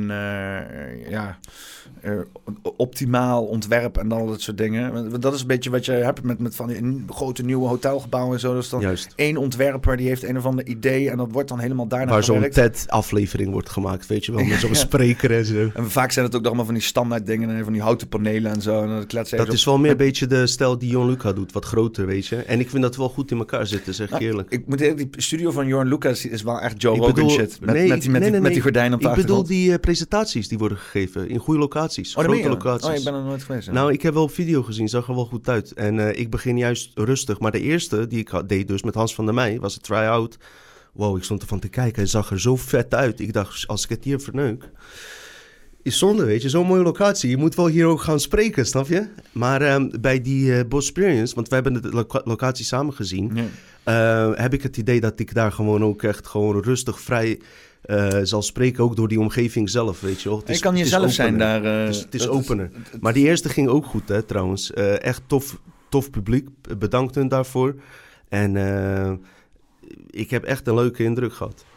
uh, ja, uh, optimaal ontwerp en al dat soort dingen. Dat is een beetje wat je hebt met, met van die grote nieuwe hotelgebouwen en zo. Dus dan Juist. één ontwerper die heeft een of ander idee en dat wordt dan helemaal daarna Waar zo'n gewerkt. T E D-aflevering wordt gemaakt, weet je wel. Met zo'n ja. spreker en zo. En vaak zijn het ook allemaal van die standaard dingen en van die houten panelen en zo. En dat kletsen dat zo. is wel meer een beetje de stijl die Jon Luca doet, wat groter, weet je. En ik vind dat wel goed in elkaar zitten, zeg ik nou, eerlijk. Ik moet eerlijk, die studio van Jorn Lucas is wel echt Joe Ik Rogan bedoel, shit. Met, nee, met, die, met, nee, die, nee, met die gordijnen op de Ik bedoel achtergrond. die uh, presentaties die worden gegeven in goede locaties, Oh, grote je? locaties. Oh, ik ben er nooit geweest. Hè? Nou, ik heb wel op video gezien, zag er wel goed uit. En uh, ik begin juist rustig. Maar de eerste die ik had, deed dus met Hans van der Meij, was een try-out. Wow, ik stond ervan te kijken. Hij zag er zo vet uit. Ik dacht, als ik het hier verneuk... Is zonde, weet je. Zo'n mooie locatie. Je moet wel hier ook gaan spreken, snap je? Maar um, bij die uh, Bosperience, want we hebben de loca- locatie samen gezien... Ja. Uh, heb ik het idee dat ik daar gewoon ook echt gewoon rustig, vrij... Uh, zal spreken, ook door die omgeving zelf, weet je wel. Het is, je kan jezelf zijn daar. Uh, het is, het is opener. Is, het, maar die eerste ging ook goed, hè, trouwens. Uh, echt tof, tof publiek. Bedankt hun daarvoor. En uh, ik heb echt een leuke indruk gehad.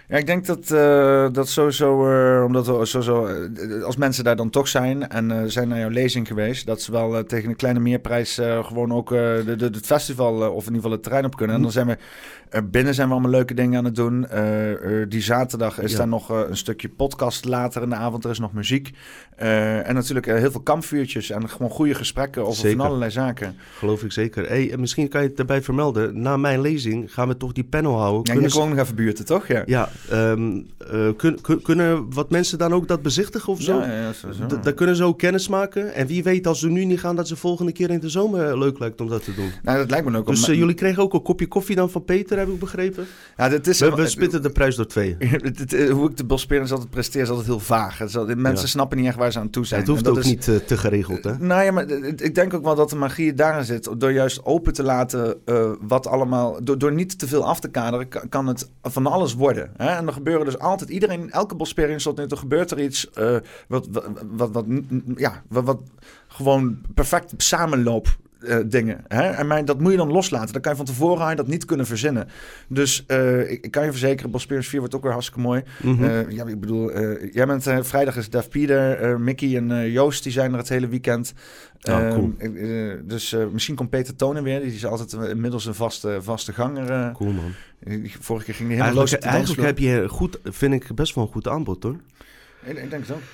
Ja, ik denk dat, uh, dat sowieso, uh, omdat we sowieso, uh, als mensen daar dan toch zijn en uh, zijn naar jouw lezing geweest, dat ze wel uh, tegen een kleine meerprijs uh, gewoon ook uh, de, de, het festival uh, of in ieder geval het terrein op kunnen. En dan zijn we uh, binnen zijn we allemaal leuke dingen aan het doen. Uh, uh, die zaterdag is ja. daar nog uh, een stukje podcast later in de avond. Er is nog muziek. Uh, en natuurlijk uh, heel veel kampvuurtjes en gewoon goede gesprekken over zeker. van allerlei zaken. Geloof ik zeker. Hey, misschien kan je het erbij vermelden. Na mijn lezing gaan we toch die panel houden. Ja, je gewoon nog even buurten, toch? Ja. Ja, um, uh, kun, kun, kunnen wat mensen dan ook dat bezichtigen of zo? Ja, ja, sowieso. D- daar kunnen ze ook kennis maken. En wie weet, als ze nu niet gaan, dat ze volgende keer in de zomer leuk lijkt om dat te doen. Nou, dat lijkt me ook. Dus om... uh, jullie kregen ook een kopje koffie dan van Peter, heb ik begrepen? Ja, dat is... We, we spitten de prijs door twee. Hoe ik de Bosperians altijd presteer is altijd heel vaag. Is altijd, mensen ja. snappen niet echt waar ze aan toe zijn. Ja, het hoeft en dat ook is, niet uh, te geregeld, hè? Nou ja, maar ik denk ook wel dat de magie daarin zit. Door juist open te laten uh, wat allemaal... Door, door niet te veel af te kaderen, kan het van alles worden. Hè? En er gebeuren dus altijd... Iedereen, elke Bosperians tot nu toe gebeurt er iets... Uh, wat, wat, wat, wat, ja, wat, wat gewoon perfect samenloopt. Uh, dingen. Hè? En mijn, dat moet je dan loslaten. Dan kan je van tevoren aan dat niet kunnen verzinnen. Dus uh, ik, ik kan je verzekeren, Bosperians vier wordt ook weer hartstikke mooi. Mm-hmm. Uh, ja, ik bedoel, uh, jij bent uh, vrijdag is Def Pieter, uh, Mickey en uh, Joost, die zijn er het hele weekend. Oh, uh, cool. uh, dus uh, misschien komt Peter Tonen weer. Die is altijd uh, inmiddels een vaste, vaste ganger. Uh, cool, man. Uh, vorige keer ging die helemaal los. Eigenlijk heb je goed, vind ik best wel een goed aanbod, hoor. Ik, ik denk het ook.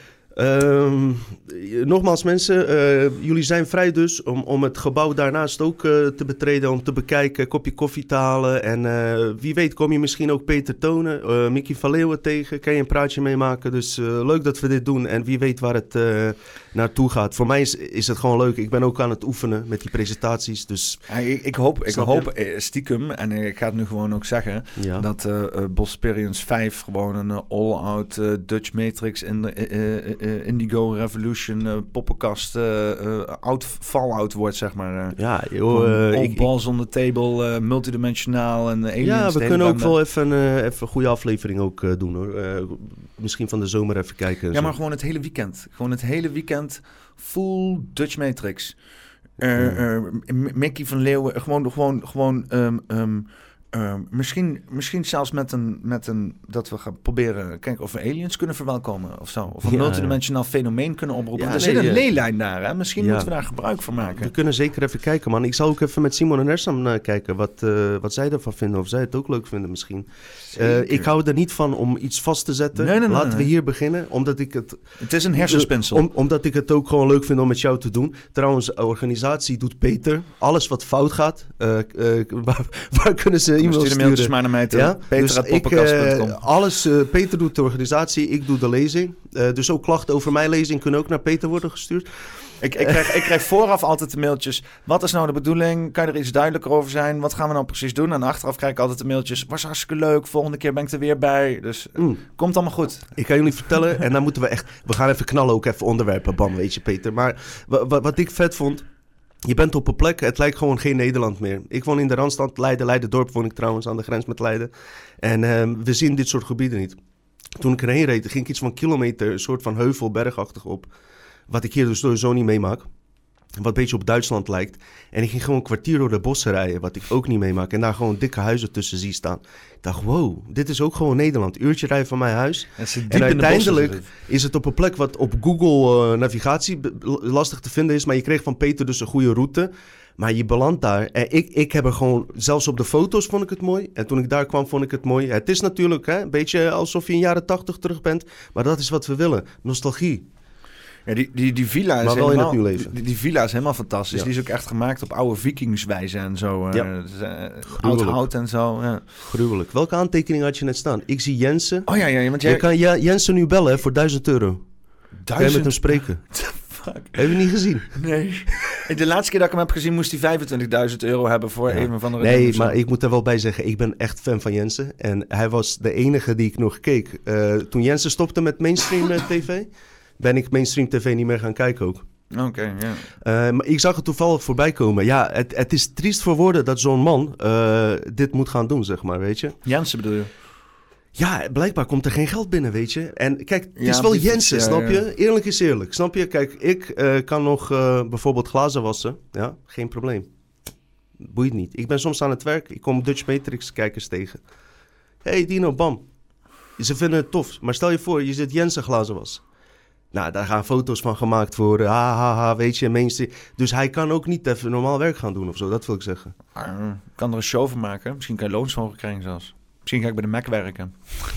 Um, nogmaals mensen, uh, jullie zijn vrij dus om, om het gebouw daarnaast ook uh, te betreden, om te bekijken, een kopje koffie te halen. En uh, wie weet kom je misschien ook Peter Tonen, uh, Mickey van Leeuwen tegen, kan je een praatje meemaken. Dus uh, leuk dat we dit doen en wie weet waar het uh, naartoe gaat. Voor mij is, is het gewoon leuk, ik ben ook aan het oefenen met die presentaties. Dus ja, ik, ik hoop, ik hoop stiekem, en ik ga het nu gewoon ook zeggen, ja. dat uh, uh, Bosperians vijf gewoon een uh, all-out uh, Dutch Matrix in de... Uh, uh, Uh, Indigo Revolution, uh, poppenkast, uh, uh, oud Fallout wordt, zeg maar. Uh, ja, joh. Uh, ik, balls on the table, uh, multidimensionaal en aliens. Ja, we kunnen ook wel even, uh, even een goede aflevering ook uh, doen, hoor. Uh, misschien van de zomer even kijken. Ja, zo. Maar gewoon het hele weekend. Gewoon het hele weekend full Dutch Matrix. Uh, uh, Mickey van Leeuwen, gewoon, gewoon, gewoon... Um, um, Uh, misschien, misschien zelfs met een, met een... dat we gaan proberen... kijken of we aliens kunnen verwelkomen of zo. Of een ja, multidimensionaal ja. fenomeen kunnen oproepen. Ja, er nee, zit een ja. leelijn daar, hè? Misschien ja. moeten we daar gebruik van maken. We kunnen zeker even kijken, man. Ik zal ook even met Simon en Ersam uh, kijken... Wat, uh, wat zij ervan vinden. Of zij het ook leuk vinden misschien. Uh, ik hou er niet van om iets vast te zetten. Nee, nee, nee, Laten nee. we hier beginnen. Omdat ik het... Het is een hersenspinsel. Om, omdat ik het ook gewoon leuk vind om met jou te doen. Trouwens, de organisatie doet Peter. Alles wat fout gaat... Uh, uh, waar, waar kunnen ze e-mails sturen? Stuur mailtjes maar naar mij toe. Ja? Peter at poppenkast punt com. Uh, alles, uh, Peter doet de organisatie, ik doe de lezing. Uh, dus ook klachten over mijn lezing kunnen ook naar Peter worden gestuurd. Ik, ik, krijg, ik krijg vooraf altijd de mailtjes. Wat is nou de bedoeling? Kan je er iets duidelijker over zijn? Wat gaan we nou precies doen? En achteraf krijg ik altijd de mailtjes. Was hartstikke leuk. Volgende keer ben ik er weer bij. Dus mm. komt allemaal goed. Ik kan jullie vertellen. En dan moeten we echt... We gaan even knallen ook even onderwerpen. Bam, weet je Peter. Maar w- w- wat ik vet vond... Je bent op een plek, het lijkt gewoon geen Nederland meer. Ik woon in de Randstad, Leiden, Leiden-dorp woon ik trouwens aan de grens met Leiden. En uh, we zien dit soort gebieden niet. Toen ik erheen reed, ging ik iets van kilometer, een soort van heuvel, bergachtig op. Wat ik hier dus sowieso niet meemaak. Wat een beetje op Duitsland lijkt. En ik ging gewoon een kwartier door de bossen rijden, wat ik ook niet meemaak. En daar gewoon dikke huizen tussen zie staan. Ik dacht, wow, dit is ook gewoon Nederland. Uurtje rijden van mijn huis. En, en uiteindelijk is het op een plek wat op Google uh, navigatie lastig te vinden is. Maar je kreeg van Peter dus een goede route. Maar je belandt daar. En ik, ik heb er gewoon, zelfs op de foto's vond ik het mooi. En toen ik daar kwam, vond ik het mooi. Het is natuurlijk hè, een beetje alsof je in jaren tachtig terug bent. Maar dat is wat we willen. Nostalgie. Ja, die, die, die villa is maar wel helemaal, in het nieuw leven. Die, die villa is helemaal fantastisch. Ja. Die is ook echt gemaakt op oude vikingswijze en zo. Ja. Uh, dus, uh, oud hout en zo. Ja. Gruwelijk. Welke aantekening had je net staan? Ik zie Jensen. Oh ja, ja want jij... Je kan ja, Jensen nu bellen hè, voor duizend euro. Duizend? Kan je met hem spreken? Fuck. Heb je niet gezien? Nee. De laatste keer dat ik hem heb gezien moest hij vijfentwintigduizend euro hebben voor ja. een van de... Nee, maar ik moet er wel bij zeggen, ik ben echt fan van Jensen. En hij was de enige die ik nog keek. Uh, toen Jensen stopte met mainstream uh, tv... ben ik mainstream tv niet meer gaan kijken ook. Oké, okay, ja. Yeah. Uh, maar ik zag het toevallig voorbij komen. Ja, het, het is triest voor woorden dat zo'n man uh, dit moet gaan doen, zeg maar, weet je. Jensen bedoel je? Ja, blijkbaar komt er geen geld binnen, weet je. En kijk, het ja, is wel Jensen, ja, snap je? Ja. Eerlijk is eerlijk, snap je? Kijk, ik uh, kan nog uh, bijvoorbeeld glazen wassen. Ja, geen probleem. Boeit niet. Ik ben soms aan het werk. Ik kom Dutch Matrix kijkers tegen. Hey Dino, bam. Ze vinden het tof. Maar stel je voor, je zit Jensen glazenwas. Nou, daar gaan foto's van gemaakt worden. Ha, ha, ha, weet je, mainstream. Dus hij kan ook niet even normaal werk gaan doen of zo. Dat wil ik zeggen. Ik kan er een show van maken. Misschien kan je loonsverhoging krijgen zelfs. Misschien ga ik bij de Mac werken.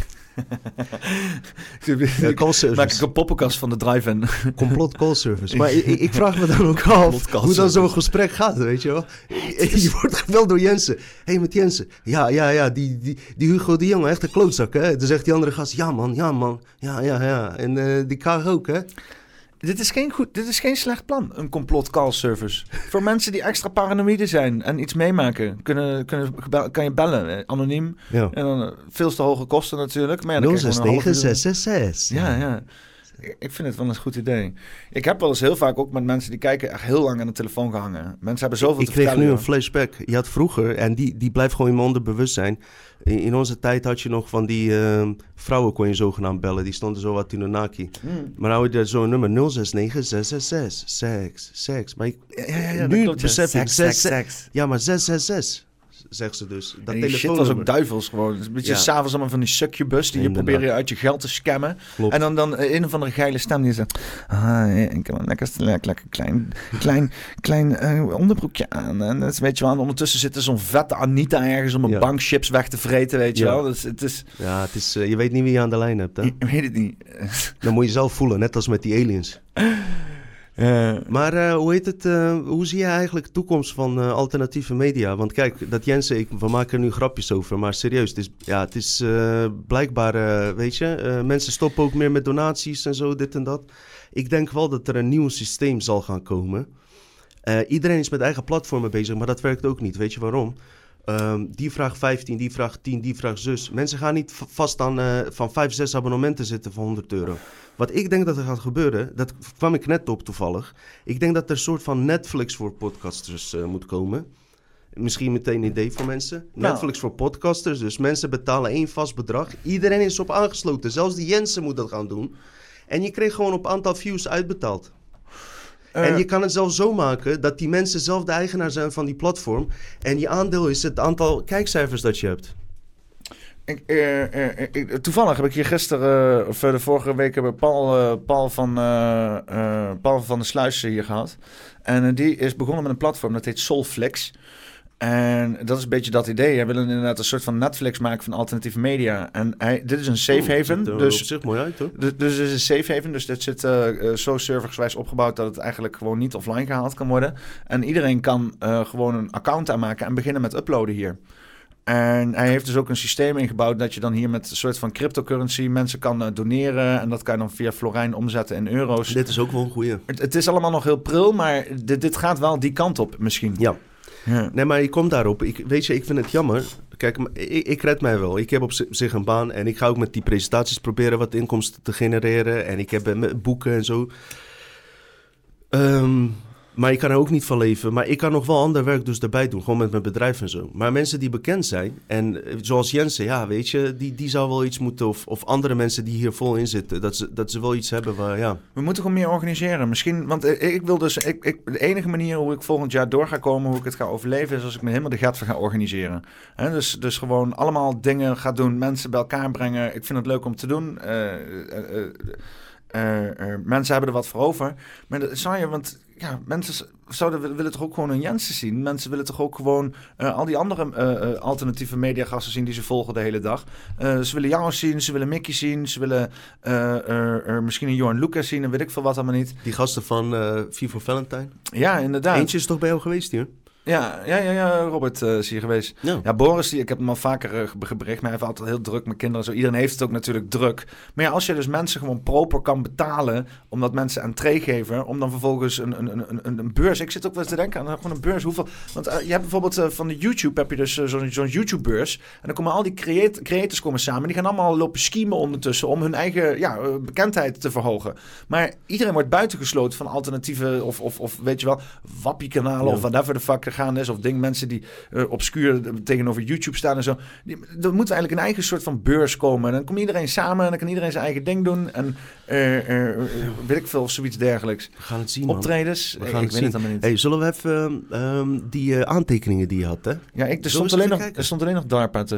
Ja, call service. Maak ik een poppenkast van de drive-in. Complot call service. Maar ik, ik vraag me dan ook af hoe dan zo'n gesprek gaat, weet je wel. Je wordt gebeld door Jensen. Hé, hey, met Jensen. Ja, ja, ja, die, die, die Hugo de Jonge, echt een klootzak, hè. Dan zegt die andere gast, ja man, ja man, ja, ja, ja. En uh, die Kaag ook, hè. Dit is geen goed, dit is geen slecht plan, een complot call service. Voor mensen die extra paranoïde zijn en iets meemaken, kunnen, kunnen, kan je bellen, anoniem. Ja. En dan veel te hoge kosten natuurlijk. Maar ja, nul zes negen zes zes zes. Ja, ja. Ik vind het wel een goed idee. Ik heb wel eens heel vaak ook met mensen die kijken echt heel lang aan de telefoon gehangen. Mensen hebben zoveel ik, te ik kreeg vertellen. nu een flashback. Je had vroeger, en die, die blijft gewoon in mijn onderbewustzijn. In, in onze tijd had je nog van die uh, vrouwen kon je zogenaamd bellen. Die stonden zo wat Tunanaki. Hmm. Maar nou had je zo'n nummer nul zes negen zes zes zes. Seks, seks. Maar ik, ja, ja, ja, nu klopt, besef ja. ik. Seks, seks, seks. Ja, maar zes zes zes. Zegt ze dus. Dat en die shit was ook duivels gewoon. Een beetje ja. S'avonds allemaal van die succubus die je proberen uit je geld te scammen. Klopt. En dan, dan een of andere geile stem die zegt... Ah, ik heb een lekker, lekker klein, klein, klein uh, onderbroekje aan. En dat is, weet je wel, en ondertussen zit er zo'n vette Anita ergens om een ja. bank chips weg te vreten, weet je ja. wel. Dus het is... Ja, het is, uh, je weet niet wie je aan de lijn hebt, hè? Ik weet het niet. Dan moet je zelf voelen, net als met die aliens. Uh, maar uh, hoe heet het? Uh, hoe zie je eigenlijk de toekomst van uh, alternatieve media? Want kijk, dat Jensen, ik, we maken er nu grapjes over, maar serieus, het is, ja, het is uh, blijkbaar, uh, weet je, uh, mensen stoppen ook meer met donaties en zo, dit en dat. Ik denk wel dat er een nieuw systeem zal gaan komen. Uh, iedereen is met eigen platformen bezig, maar dat werkt ook niet. Weet je waarom? Um, die vraagt vijftien, die vraagt tien, die vraagt zus. Mensen gaan niet v- vast aan uh, van vijf, zes abonnementen zitten voor honderd euro. Wat ik denk dat er gaat gebeuren, dat kwam ik net op toevallig. Ik denk dat er een soort van Netflix voor podcasters uh, moet komen. Misschien meteen een idee voor mensen. Nou. Netflix voor podcasters, dus mensen betalen één vast bedrag. Iedereen is op aangesloten, zelfs die Jensen moet dat gaan doen. En je kreeg gewoon op aantal views uitbetaald. Uh, en je kan het zelfs zo maken dat die mensen zelf de eigenaar zijn van die platform. En je aandeel is het aantal kijkcijfers dat je hebt. Ik, uh, uh, ik, toevallig heb ik hier gisteren, uh, of de vorige week, hebben Paul, uh, Paul, van, uh, uh, Paul van de Sluis hier gehad. En uh, die is begonnen met een platform, dat heet Soulflix. En dat is een beetje dat idee. Hij wil inderdaad een soort van Netflix maken van alternatieve media. En hij, dit is een safe haven. Oh, het ziet er dus, op zich mooi uit, hoor. Dus, dus het is een safe haven. Dus dit zit uh, zo servergewijs opgebouwd dat het eigenlijk gewoon niet offline gehaald kan worden. En iedereen kan uh, gewoon een account aanmaken en beginnen met uploaden hier. En hij heeft dus ook een systeem ingebouwd dat je dan hier met een soort van cryptocurrency mensen kan uh, doneren. En dat kan je dan via Florijn omzetten in euro's. Dit is ook wel een goeie. Het, het is allemaal nog heel pril, maar dit, dit gaat wel die kant op misschien. Ja. Ja. Nee, maar je komt daarop. Ik, weet je, ik vind het jammer. Kijk, ik, ik red mij wel. Ik heb op zich een baan en ik ga ook met die presentaties proberen wat inkomsten te genereren. En ik heb uh, boeken en zo. Um, maar ik kan er ook niet van leven. Maar ik kan nog wel ander werk dus daarbij doen. Gewoon met mijn bedrijf en zo. Maar mensen die bekend zijn. En zoals Jensen, ja, weet je. Die, die zou wel iets moeten. Of, of andere mensen die hier vol in zitten. Dat ze, dat ze wel iets hebben waar, ja. We moeten gewoon meer organiseren. Misschien, want ik wil dus... Ik, ik, de enige manier hoe ik volgend jaar door ga komen. Hoe ik het ga overleven. Is als ik me helemaal de gat van ga organiseren. He, dus, dus gewoon allemaal dingen ga doen. Mensen bij elkaar brengen. Ik vind het leuk om te doen. Uh, uh, uh, Uh, uh, mensen hebben er wat voor over. Maar dat zou je, want ja, mensen zouden willen toch ook gewoon een Jensen zien. Mensen willen toch ook gewoon uh, al die andere uh, uh, alternatieve mediagasten zien die ze volgen de hele dag. Uh, ze willen jou zien, ze willen Mickey zien, ze willen uh, uh, uh, misschien een Johan Lucas zien en weet ik veel wat allemaal niet. Die gasten van uh, Vivo Valentine. Ja, inderdaad. Eentje is toch bij jou geweest hier? Ja, ja, ja, ja, Robert uh, is hier geweest. Ja, ja Boris, die, ik heb hem al vaker uh, bericht, maar hij heeft altijd heel druk met kinderen. Zo. Iedereen heeft het ook natuurlijk druk. Maar ja, als je dus mensen gewoon proper kan betalen, omdat mensen entree geven, om dan vervolgens een, een, een, een, een beurs. Ik zit ook wel eens te denken aan gewoon een beurs. Hoeveel? Want uh, je hebt bijvoorbeeld uh, van de YouTube heb je dus uh, zo'n, zo'n YouTube-beurs. En dan komen al die creat- creators komen samen. Die gaan allemaal lopen schemen ondertussen om hun eigen ja, uh, bekendheid te verhogen. Maar iedereen wordt buitengesloten van alternatieve of, of, of weet je wel, wappie-kanalen ja. of whatever the fuck er gaan is. Of dingen, mensen die uh, obscuur tegenover YouTube staan en zo. Die, er moet eigenlijk een eigen soort van beurs komen. En dan komt iedereen samen en dan kan iedereen zijn eigen ding doen. En uh, uh, uh, weet ik veel of zoiets dergelijks. We gaan het zien, man. Optredens. We gaan ik het weet zien. het niet. Hey, zullen we even um, die uh, aantekeningen die je had, hè? Ja, ik, er, stond alleen nog, er stond alleen nog DARPA tussen.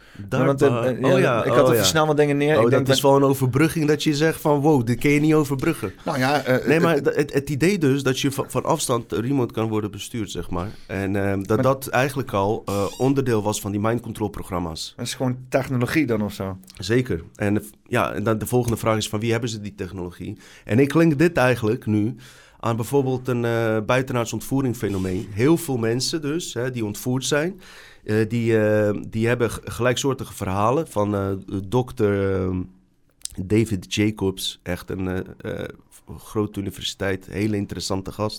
DARPA. Want, uh, uh, ja, oh ja, ik had oh er ja. snel wat dingen neer. Oh, ik dat denk is wel een overbrugging dat je zegt van wow, dit kun je niet overbruggen. Nou ja, uh, nee, maar uh, het, het idee dus dat je van, van afstand remote kan worden bestuurd, zeg maar. En uh, dat maar, dat eigenlijk al uh, onderdeel was van die mind control programma's. Dat is gewoon technologie dan of zo? Zeker. En ja, en dan de volgende vraag is van wie hebben ze die technologie? En ik link dit eigenlijk nu aan bijvoorbeeld een uh, buitenaards ontvoering fenomeen. Heel veel mensen dus, hè, die ontvoerd zijn, uh, die, uh, die hebben gelijksoortige verhalen van uh, dokter uh, David Jacobs, echt een uh, uh, grote universiteit, hele interessante gast.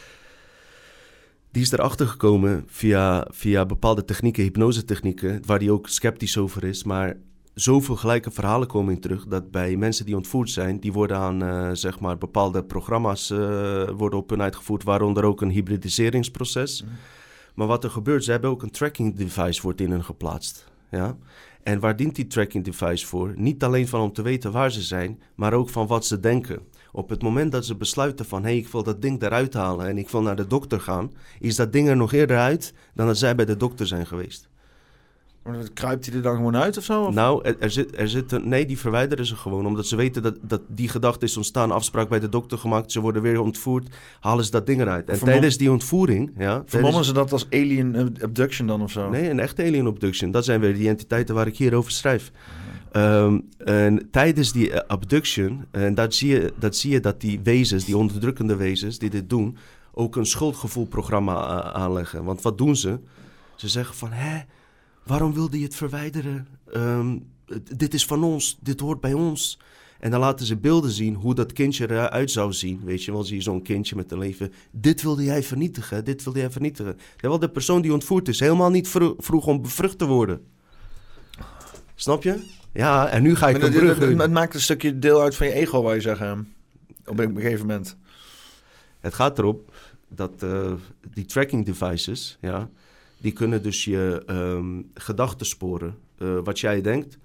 Die is erachter gekomen via, via bepaalde technieken, hypnosetechnieken, waar hij ook sceptisch over is, maar zoveel gelijke verhalen komen in terug dat bij mensen die ontvoerd zijn, die worden aan uh, zeg maar bepaalde programma's uh, worden op hun uitgevoerd, waaronder ook een hybridiseringsproces. Mm. Maar wat er gebeurt, ze hebben ook een tracking device wordt in hun geplaatst. Ja? En waar dient die tracking device voor? Niet alleen van om te weten waar ze zijn, maar ook van wat ze denken. Op het moment dat ze besluiten van, hé, hey, ik wil dat ding eruit halen en ik wil naar de dokter gaan, is dat ding er nog eerder uit dan dat zij bij de dokter zijn geweest. Kruipt hij er dan gewoon uit of zo? Of? Nou, er, er, zit, er zit een, nee, die verwijderen ze gewoon. Omdat ze weten dat, dat die gedachte is ontstaan. Afspraak bij de dokter gemaakt. Ze worden weer ontvoerd. Halen ze dat ding eruit. En Vermom... tijdens die ontvoering... Ja, Vermommen tijdens... ze dat als alien abduction dan of zo? Nee, een echte alien abduction. Dat zijn weer die entiteiten waar ik hier over schrijf. Uh-huh. Um, en tijdens die uh, abduction... En dat zie, je, dat zie je dat die wezens, die onderdrukkende wezens die dit doen... ook een schuldgevoelprogramma uh, aanleggen. Want wat doen ze? Ze zeggen van... Hè, waarom wilde je het verwijderen? Um, dit is van ons, dit hoort bij ons. En dan laten ze beelden zien hoe dat kindje eruit zou zien. Weet je wel, zie je zo'n kindje met een leven. Dit wilde jij vernietigen, dit wilde jij vernietigen. Terwijl de persoon die ontvoerd is helemaal niet vro- vroeg om bevrucht te worden. Snap je? Ja, en nu ga ik een brug het, het maakt een stukje deel uit van je ego, wou je zeggen. Op een gegeven moment. Het gaat erop dat uh, die tracking devices... ja. Die kunnen dus je um, gedachten sporen. Uh, wat jij denkt,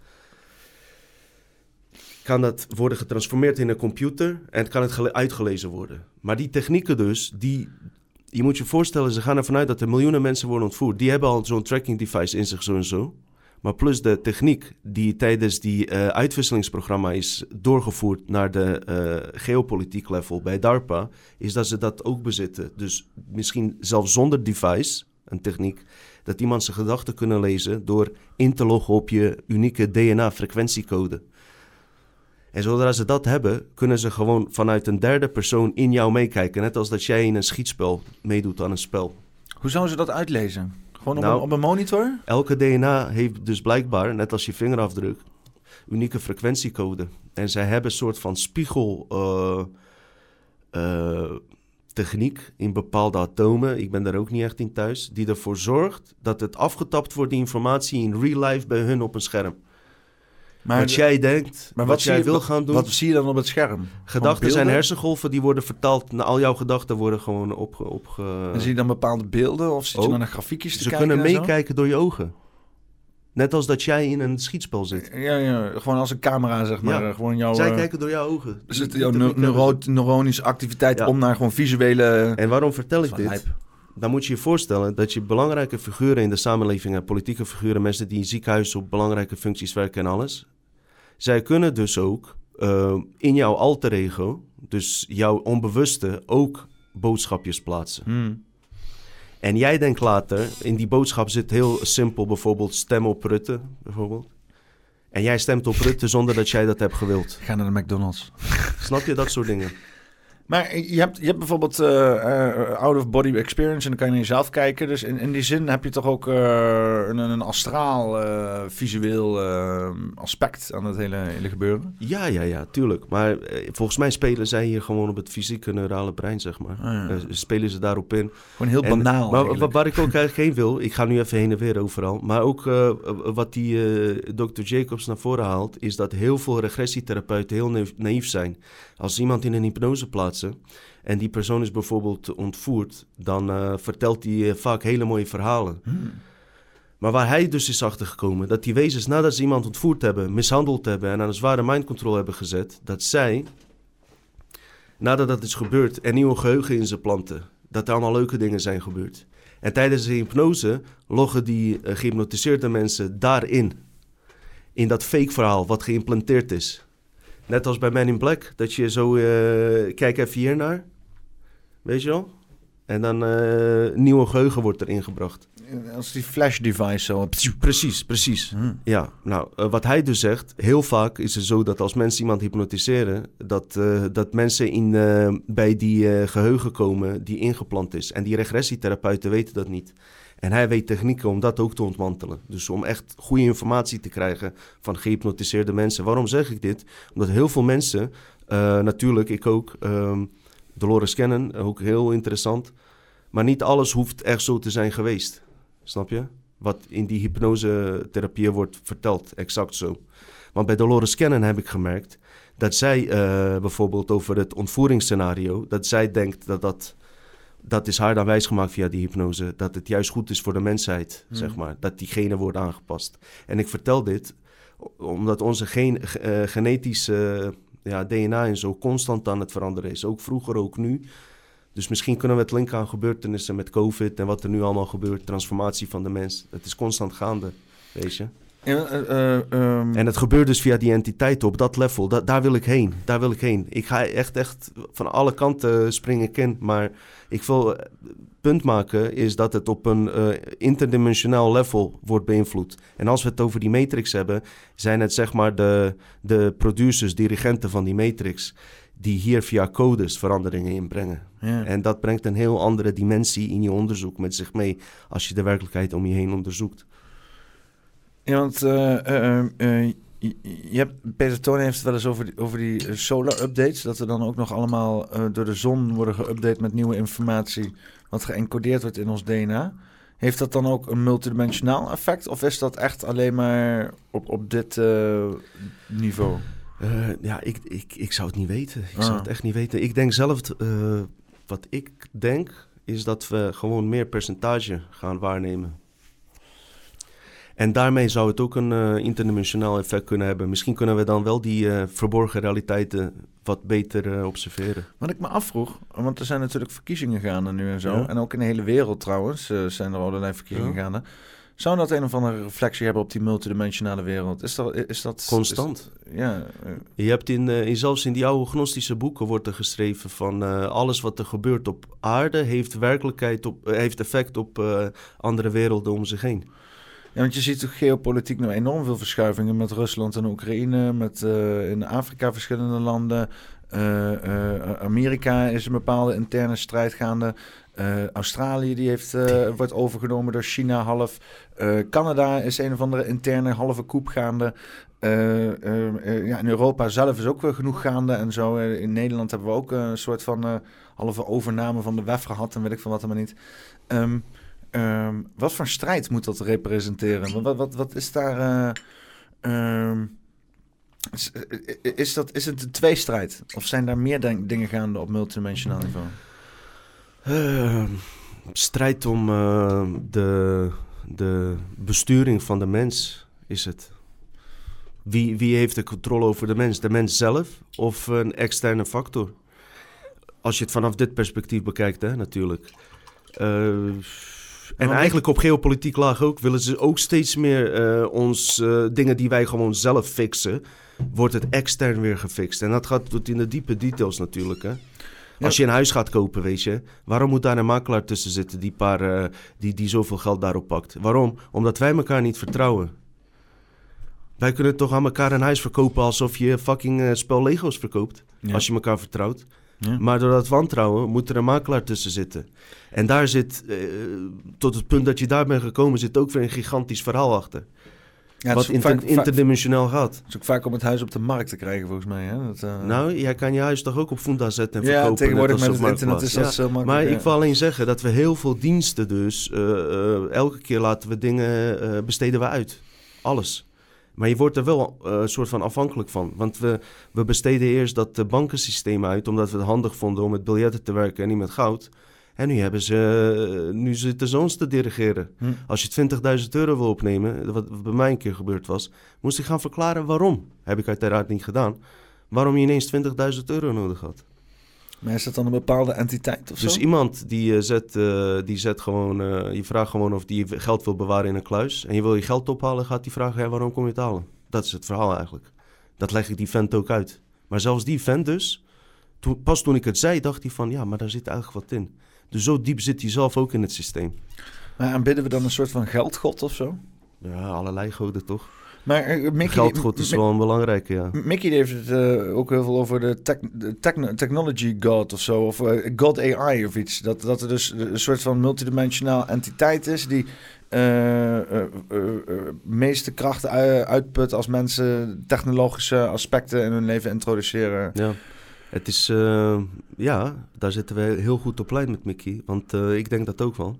kan dat worden getransformeerd in een computer en kan het gele- uitgelezen worden. Maar die technieken dus, die, je moet je voorstellen, ze gaan ervan uit dat er miljoenen mensen worden ontvoerd. Die hebben al zo'n tracking device in zich zo en zo. Maar plus de techniek die tijdens die uh, uitwisselingsprogramma is doorgevoerd naar de uh, geopolitiek level bij DARPA, is dat ze dat ook bezitten. Dus misschien zelfs zonder device... een techniek, dat iemand zijn gedachten kunnen lezen door in te loggen op je unieke D N A-frequentiecode. En zodra ze dat hebben, kunnen ze gewoon vanuit een derde persoon in jou meekijken. Net als dat jij in een schietspel meedoet aan een spel. Hoe zouden ze dat uitlezen? Gewoon op, nou, een, op een monitor? Elke D N A heeft dus blijkbaar, net als je vingerafdruk, unieke frequentiecode. En zij hebben een soort van spiegel... Uh, uh, techniek in bepaalde atomen, ik ben daar ook niet echt in thuis, die ervoor zorgt dat het afgetapt wordt, die informatie in real life bij hun op een scherm. Maar wat de, jij denkt, maar wat, wat jij je, wil wat, gaan doen... Wat zie je dan op het scherm? Gedachten zijn hersengolven, die worden vertaald, naar al jouw gedachten worden gewoon opge... opge en zie je dan bepaalde beelden of zit je dan naar grafiekjes te Ze kijken? Ze kunnen meekijken door je ogen. Net als dat jij in een schietspel zit. Ja, ja, gewoon als een camera, zeg maar. Ja. Gewoon jouw, Zij uh, kijken door jouw ogen. Dus het jouw neuro- neuro- neuronische activiteit ja. om naar gewoon visuele... En waarom vertel ik dit? Lijp. Dan moet je je voorstellen dat je belangrijke figuren in de samenleving hebt, politieke figuren, mensen die in ziekenhuizen op belangrijke functies werken en alles. Zij kunnen dus ook uh, in jouw alter ego, dus jouw onbewuste, ook boodschapjes plaatsen. Hmm. En jij denkt later, in die boodschap zit heel simpel bijvoorbeeld stem op Rutte, bijvoorbeeld. En jij stemt op Rutte zonder dat jij dat hebt gewild. Ga naar de McDonald's. Snap je dat soort dingen? Maar je hebt, je hebt bijvoorbeeld uh, uh, out-of-body experience en dan kan je naar jezelf kijken. Dus in, in die zin heb je toch ook uh, een, een astraal, uh, visueel uh, aspect aan het hele, hele gebeuren? Ja, ja, ja, tuurlijk. Maar uh, volgens mij spelen zij hier gewoon op het fysieke neurale brein, zeg maar. Ah, ja. uh, spelen ze daarop in. Gewoon heel en, banaal Maar wat, waar ik ook eigenlijk heen wil, ik ga nu even heen en weer overal. Maar ook uh, wat die uh, dokter Jacobs naar voren haalt, is dat heel veel regressietherapeuten heel na- naïef zijn. Als iemand in een hypnose plaatsen en die persoon is bijvoorbeeld ontvoerd, dan uh, vertelt hij uh, vaak hele mooie verhalen. Hmm. Maar waar hij dus is achtergekomen, dat die wezens nadat ze iemand ontvoerd hebben, mishandeld hebben en aan een zware mind control hebben gezet, dat zij, nadat dat is gebeurd, er nieuwe geheugen in ze planten. Dat er allemaal leuke dingen zijn gebeurd. En tijdens de hypnose loggen die uh, gehypnotiseerde mensen daarin. in dat fake verhaal wat geïmplanteerd is. Net als bij Men in Black, dat je zo, uh, kijk even hier naar, weet je wel? En dan uh, nieuwe geheugen wordt erin gebracht. Als die flash device zo. Precies, precies. Hmm. Ja, nou, uh, wat hij dus zegt, heel vaak is het zo dat als mensen iemand hypnotiseren, dat, uh, dat mensen in, uh, bij die uh, geheugen komen die ingeplant is. En die regressietherapeuten weten dat niet. En hij weet technieken om dat ook te ontmantelen. Dus om echt goede informatie te krijgen van gehypnotiseerde mensen. Waarom zeg ik dit? Omdat heel veel mensen, uh, natuurlijk, ik ook, um, Dolores Cannon, ook heel interessant. Maar niet alles hoeft echt zo te zijn geweest. Snap je? Wat in die hypnosetherapie wordt verteld, exact zo. Want bij Dolores Cannon heb ik gemerkt dat zij uh, bijvoorbeeld over het ontvoeringsscenario, dat zij denkt dat dat, dat is haar dan wijsgemaakt via die hypnose, dat het juist goed is voor de mensheid, hmm. zeg maar. Dat die genen worden aangepast. En ik vertel dit omdat onze gen, uh, genetische ja, D N A en zo constant aan het veranderen is. Ook vroeger, ook nu. Dus misschien kunnen we het linken aan gebeurtenissen met COVID en wat er nu allemaal gebeurt. Transformatie van de mens. Het is constant gaande, weet je. Ja, uh, uh, um... En het gebeurt dus via die entiteiten op dat level. Da- daar wil ik heen. Daar wil ik heen. Ik ga echt, echt van alle kanten springen ik in. Maar ik wil punt maken is dat het op een uh, interdimensionaal level wordt beïnvloed. En als we het over die matrix hebben, zijn het zeg maar de, de producers, dirigenten van die matrix, die hier via codes veranderingen inbrengen. Ja. En dat brengt een heel andere dimensie in je onderzoek met zich mee als je de werkelijkheid om je heen onderzoekt. Ja, want uh, uh, uh, je, je hebt, Peter Toon heeft het wel eens over die, over die solar updates, dat er dan ook nog allemaal uh, door de zon worden geüpdate met nieuwe informatie, wat geëncodeerd wordt in ons D N A. Heeft dat dan ook een multidimensionaal effect, of is dat echt alleen maar op, op dit uh, niveau? Uh, ja, ik, ik, ik zou het niet weten. Ik ah. zou het echt niet weten. Ik denk zelf, uh, wat ik denk, is dat we gewoon meer percentage gaan waarnemen. En daarmee zou het ook een uh, interdimensionaal effect kunnen hebben. Misschien kunnen we dan wel die uh, verborgen realiteiten wat beter uh, observeren. Wat ik me afvroeg, want er zijn natuurlijk verkiezingen gaande nu en zo. Ja. En ook in de hele wereld trouwens uh, zijn er allerlei verkiezingen ja. gaande. Zou dat een of andere reflectie hebben op die multidimensionale wereld? Is dat, is dat constant? Is, ja. Uh, je hebt in, uh, in zelfs in die oude gnostische boeken wordt er geschreven van uh, alles wat er gebeurt op aarde heeft werkelijkheid op, uh, heeft effect op uh, andere werelden om zich heen. Ja, want je ziet toch geopolitiek nu enorm veel verschuivingen met Rusland en Oekraïne, met uh, in Afrika verschillende landen. Uh, uh, Amerika is een bepaalde interne strijd gaande. Uh, Australië die heeft, uh, wordt overgenomen door China half. Uh, Canada is een of andere interne halve koep gaande. Uh, uh, uh, ja, in Europa zelf is ook weer genoeg gaande en zo. Uh, in Nederland hebben we ook uh, een soort van uh, halve overname van de W E F gehad en weet ik van wat allemaal niet. Um, um, wat voor strijd moet dat representeren? Wat, wat, wat is daar... Uh, um, is, is, dat, is het een tweestrijd? Of zijn daar meer denk, dingen gaande op multidimensionaal niveau? Uh, strijd om uh, de, de besturing van de mens is het. Wie, wie heeft de controle over de mens? De mens zelf of een externe factor? Als je het vanaf dit perspectief bekijkt, hè, natuurlijk. Uh, en eigenlijk op geopolitiek laag ook willen ze ook steeds meer uh, ons uh, dingen die wij gewoon zelf fixen, wordt het extern weer gefixt. En dat gaat tot in de diepe details natuurlijk, hè. Als je een huis gaat kopen, weet je, waarom moet daar een makelaar tussen zitten die, paar, uh, die, die zoveel geld daarop pakt? Waarom? Omdat wij elkaar niet vertrouwen. Wij kunnen toch aan elkaar een huis verkopen alsof je fucking uh, spel Lego's verkoopt. Ja. Als je elkaar vertrouwt. Ja. Maar door dat wantrouwen moet er een makelaar tussen zitten. En daar zit, uh, tot het punt dat je daar bent gekomen, zit ook weer een gigantisch verhaal achter. Ja, wat inter, vaak, interdimensionaal gaat. Het is ook vaak om het huis op de markt te krijgen, volgens mij. Hè? Dat, uh... Nou, jij kan je huis toch ook op Funda zetten en verkopen? Ja, tegenwoordig met het internet is dat ja, zo makkelijk. Maar ja. ik wil alleen zeggen dat we heel veel diensten dus... Uh, uh, elke keer laten we dingen... Uh, besteden we uit. Alles. Maar je wordt er wel een uh, soort van afhankelijk van. Want we, we besteden eerst dat uh, bankensysteem uit... omdat we het handig vonden om met biljetten te werken en niet met goud... En nu hebben ze, nu zitten ze ons te dirigeren. Hm. Als je twintigduizend euro wil opnemen, wat bij mij een keer gebeurd was, moest ik gaan verklaren waarom. Heb ik uiteraard niet gedaan. Waarom je ineens twintigduizend euro nodig had. Maar is dat dan een bepaalde entiteit of dus zo? Dus iemand die uh, zet, uh, die zet gewoon, uh, je vraagt gewoon of die geld wil bewaren in een kluis. En je wil je geld ophalen, gaat die vragen, ja, waarom kom je het halen? Dat is het verhaal eigenlijk. Dat leg ik die vent ook uit. Maar zelfs die vent dus, toen, pas toen ik het zei, dacht hij van... ja, maar daar zit eigenlijk wat in. Dus zo diep zit hij zelf ook in het systeem. Maar aanbidden we dan een soort van geldgod of zo? Ja, allerlei goden toch? Maar uh, Mickey, Geldgod is wel een belangrijke, ja. Mickey heeft het uh, ook heel veel over de, tech, de techn- technology god of zo. Of uh, god A I of iets. Dat, dat er dus een soort van multidimensionaal entiteit is... die uh, uh, uh, uh, meeste krachten uitput als mensen technologische aspecten in hun leven introduceren. Ja, het is... Uh, ja, daar zitten we heel goed op lijn met Mickey. Want uh, ik denk dat ook wel.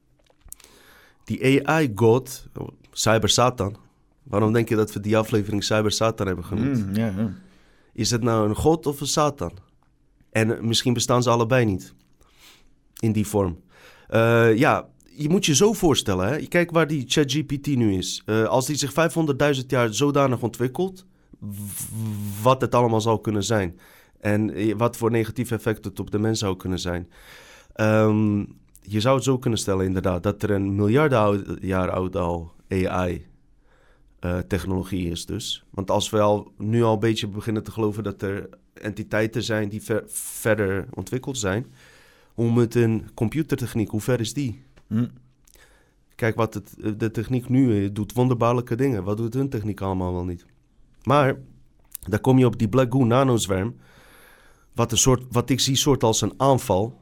Die A I-god, Cyber Satan... Waarom denk je dat we die aflevering Cyber Satan hebben genoemd? Mm, yeah, yeah. Is het nou een god of een Satan? En uh, misschien bestaan ze allebei niet. In die vorm. Uh, ja, je moet je zo voorstellen. Hè? Kijk waar die ChatGPT nu is. Uh, als die zich vijfhonderdduizend jaar zodanig ontwikkelt... W- wat het allemaal zou kunnen zijn. En uh, wat voor negatief effect het op de mens zou kunnen zijn. Um, je zou het zo kunnen stellen inderdaad... dat er een miljarden oud, jaar oud al A I... Uh, technologie is dus. Want als we al, nu al een beetje beginnen te geloven... dat er entiteiten zijn die ver, verder ontwikkeld zijn... hoe met een computertechniek, hoe ver is die? Hm. Kijk, wat het, de techniek nu doet, wonderbaarlijke dingen. Wat doet hun techniek allemaal wel niet? Maar, daar kom je op die Black Goo nanozwerm... wat, een soort, wat ik zie soort als een aanval...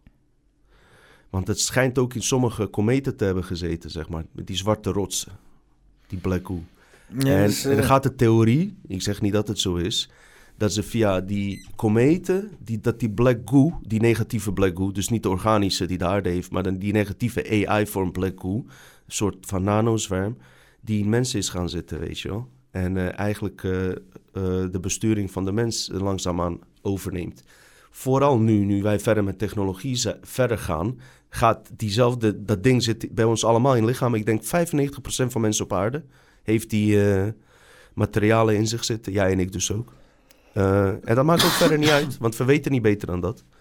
Want het schijnt ook in sommige kometen te hebben gezeten, zeg maar. Met die zwarte rotsen. Die Black Goo. Ja, en dus, uh... er gaat de theorie, ik zeg niet dat het zo is... dat ze via die kometen, die, dat die Black Goo... die negatieve Black Goo, dus niet de organische die de aarde heeft... maar dan die negatieve A I-vorm Black Goo... een soort van nanozwerm... die in mensen is gaan zitten, weet je wel. En uh, eigenlijk uh, uh, de besturing van de mens langzaamaan overneemt. Vooral nu, nu wij verder met technologie z- verder gaan... gaat diezelfde, dat ding zit bij ons allemaal in het lichaam. Ik denk vijfennegentig procent van mensen op aarde heeft die uh, materialen in zich zitten. Jij en ik dus ook. Uh, en dat maakt ook verder niet uit, want we weten niet beter dan dat.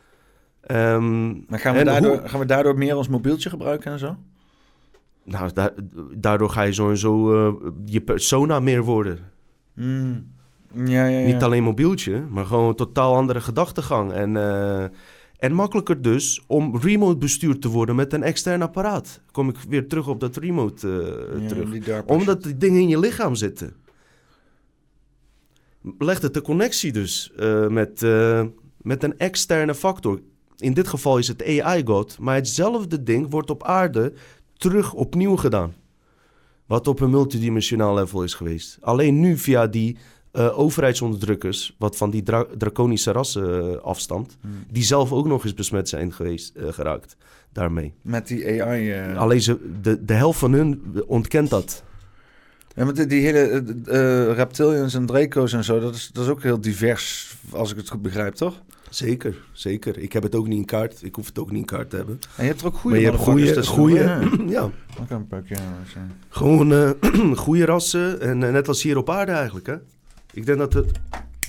Um, maar gaan we, daardoor, hoe... gaan we daardoor meer ons mobieltje gebruiken en zo? Nou, da- daardoor ga je zo en zo uh, je persona meer worden. Mm. Ja, ja, ja. Niet alleen mobieltje, maar gewoon een totaal andere gedachtegang. En... Uh, En makkelijker dus om remote bestuurd te worden met een extern apparaat. Kom ik weer terug op dat remote uh, ja, terug. Die Omdat die dingen in je lichaam zitten. Legt het de connectie dus uh, met, uh, met een externe factor. In dit geval is het A I-god. Maar hetzelfde ding wordt op aarde terug opnieuw gedaan. Wat op een multidimensionaal level is geweest. Alleen nu via die... Uh, overheidsonderdrukkers, wat van die dra- draconische rassen uh, afstamt... Hmm. die zelf ook nog eens besmet zijn geweest, uh, geraakt daarmee. Met die A I... Uh... Alleen ze, de, de helft van hun ontkent dat. Ja, maar die, die hele uh, reptilians en draco's en zo... Dat is, dat is ook heel divers, als ik het goed begrijp, toch? Zeker, zeker. Ik heb het ook niet in kaart. Ik hoef het ook niet in kaart te hebben. En je hebt er ook goede... Maar je hebt goede... goede ja. ja. Ook een pakje, ja. Gewoon uh, goede rassen. En uh, net als hier op aarde eigenlijk, hè. Ik denk dat het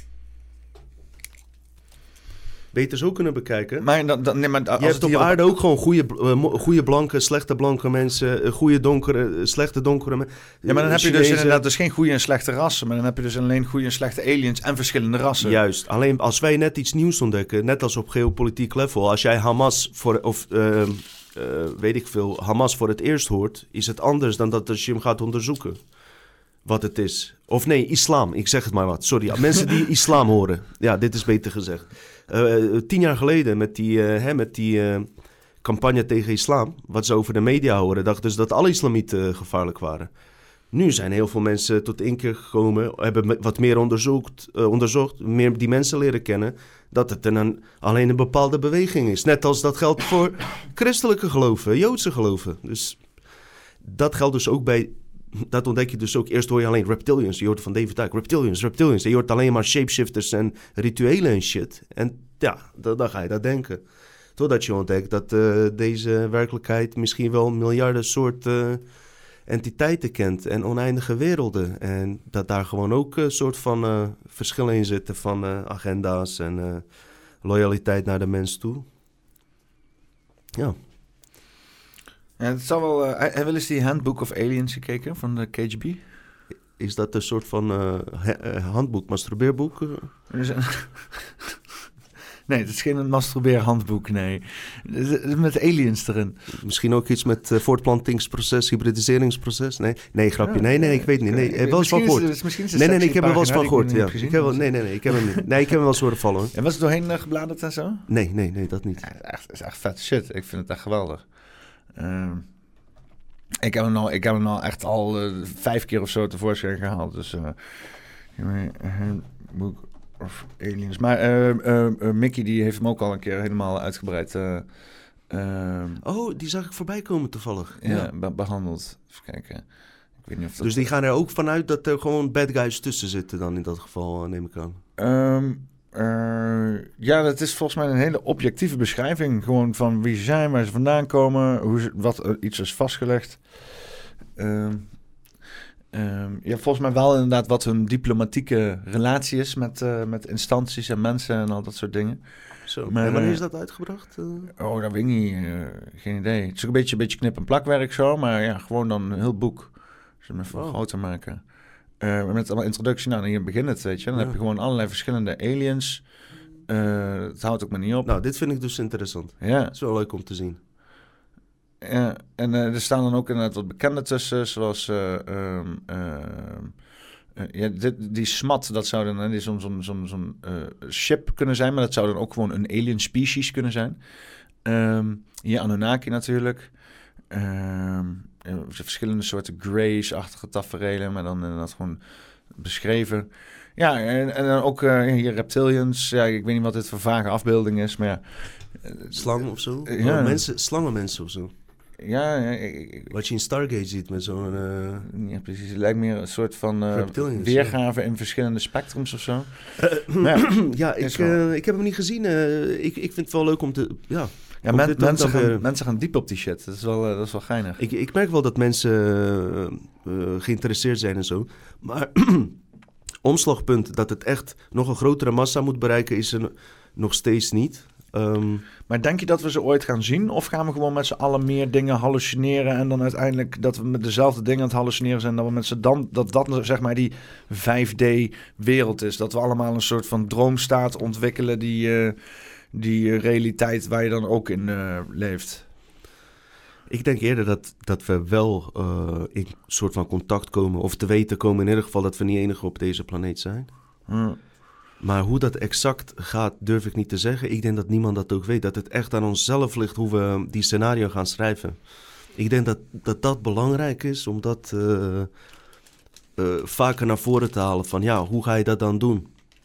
beter zo kunnen bekijken. Maar, dan, dan, nee, maar als je hebt op aarde op... ook gewoon goede, uh, goede blanke, slechte blanke mensen, uh, goede donkere, uh, slechte donkere mensen. Uh, ja, maar dan heb je dus inderdaad dus geen goede en slechte rassen, maar dan heb je dus alleen goede en slechte aliens en verschillende rassen. Juist. Alleen als wij net iets nieuws ontdekken, net als op geopolitiek level, als jij Hamas voor of uh, uh, weet ik veel, Hamas voor het eerst hoort, is het anders dan dat als je hem gaat onderzoeken. Wat het is. Of nee, islam. Ik zeg het maar wat. Sorry. Mensen die islam horen. Ja, dit is beter gezegd. Uh, tien jaar geleden met die, uh, hè, met die uh, campagne tegen islam... wat ze over de media horen... dachten ze dat alle islamieten uh, gevaarlijk waren. Nu zijn heel veel mensen tot inkeer gekomen... hebben wat meer onderzocht, uh, onderzocht... meer die mensen leren kennen... dat het een, alleen een bepaalde beweging is. Net als dat geldt voor christelijke geloven... Joodse geloven. Dus dat geldt dus ook bij... Dat ontdek je dus ook. Eerst hoor je alleen reptilians. Je hoort van David Icke. Reptilians, reptilians. En je hoort alleen maar shapeshifters en rituelen en shit. En ja, dan, dan ga je dat denken. Totdat je ontdekt dat uh, deze werkelijkheid misschien wel miljarden soort uh, entiteiten kent. En oneindige werelden. En dat daar gewoon ook een uh, soort van uh, verschillen in zitten van uh, agenda's en uh, loyaliteit naar de mens toe. Ja. Ja, het zal wel... Uh, heb je wel eens die Handbook of Aliens gekeken van de K G B? Is dat een soort van uh, he- uh, handboek, masturbeerboek? Uh? Nee, het is geen masturbeerhandboek, nee. Het is met aliens erin. Misschien ook iets met uh, voortplantingsproces, hybridiseringsproces? Nee, nee grapje. Ja, nee, nee, ik weet niet. Nee, ik, wel eens van gehoord. Is, misschien is het nee, nee, nee, ik heb er wel eens van gehoord. Ja. Gezien, ik heb wel, nee, nee, nee, ik heb hem niet. Nee, ik heb hem wel eens horen vallen. Hoor. En was het doorheen uh, gebladerd en zo? Nee, nee, nee, dat niet. Ja, het is echt, het is echt vet shit. Ik vind het echt geweldig. Uh, ik, heb hem al, ik heb hem al echt al uh, vijf keer of zo tevoorschijn gehaald. Dus uh, boek of aliens. Maar uh, uh, uh, Mickey die heeft hem ook al een keer helemaal uitgebreid. Uh, uh, oh, die zag ik voorbij komen toevallig. Ja, ja. Be- behandeld. Even kijken. Ik weet niet of dat dus die gaan er ook vanuit dat er gewoon bad guys tussen zitten dan in dat geval, neem ik aan. Um, uh, ja, dat is volgens mij een hele objectieve beschrijving. Gewoon van wie ze zijn, waar ze vandaan komen, hoe ze, wat uh, iets is vastgelegd. Um, um, ja, volgens mij wel inderdaad wat hun diplomatieke relatie is met, uh, met instanties en mensen en al dat soort dingen. Zo, maar, en wanneer is dat uitgebracht? Uh? Oh, dat weet ik niet. Uh, geen idee. Het is ook een beetje, een beetje knip- en plakwerk zo, maar ja, gewoon dan een heel boek. Dus hem even oh. groter maken. Uh, met allemaal introductie, nou, hier begint het, weet je. Dan ja. heb je gewoon allerlei verschillende aliens. Uh, het houdt ook maar niet op. Nou, dit vind ik dus interessant. Ja. Het is wel leuk om te zien. Ja, en uh, er staan dan ook inderdaad wat bekende tussen, zoals... Uh, um, uh, uh, ja, dit, die smat, dat zou dan uh, zo'n zo'n zo'n zo'n uh, ship kunnen zijn, maar dat zou dan ook gewoon een alien species kunnen zijn. Um, hier Anunnaki natuurlijk. Um, verschillende soorten Greys-achtige taferelen, maar dan inderdaad gewoon beschreven. Ja, en, en dan ook uh, hier reptilians. Ja, ik weet niet wat dit voor vage afbeelding is, maar ja. Slang of zo? Ja. Oh, mensen, slangenmensen of zo? Ja, ja ik, wat je in Stargate ziet met zo'n... Uh... Ja, precies. Het lijkt meer een soort van uh, weergave ja. in verschillende spectrums of zo. Uh, ja, ja ik, uh, ik heb hem niet gezien. Uh, ik, ik vind het wel leuk om te... Ja, ja men, mensen, gaan, weer... mensen gaan diep op die shit. Dat is wel, uh, dat is wel geinig. Ik, ik merk wel dat mensen uh, uh, geïnteresseerd zijn en zo. Maar omslagpunt dat het echt nog een grotere massa moet bereiken is er nog steeds niet. Um, maar denk je dat we ze ooit gaan zien? Of gaan we gewoon met z'n allen meer dingen hallucineren en dan uiteindelijk dat we met dezelfde dingen aan het hallucineren zijn, dat we met z'n dan dat dat zeg maar die vijf D wereld is, dat we allemaal een soort van droomstaat ontwikkelen die uh, die uh, realiteit waar je dan ook in uh, leeft? Ik denk eerder dat, dat we wel uh, in een soort van contact komen of te weten komen in ieder geval dat we niet enige op deze planeet zijn. Hmm. Maar hoe dat exact gaat, durf ik niet te zeggen. Ik denk dat niemand dat ook weet. Dat het echt aan onszelf ligt hoe we die scenario gaan schrijven. Ik denk dat dat, dat belangrijk is om dat uh, uh, vaker naar voren te halen. Van ja, hoe ga je dat dan doen?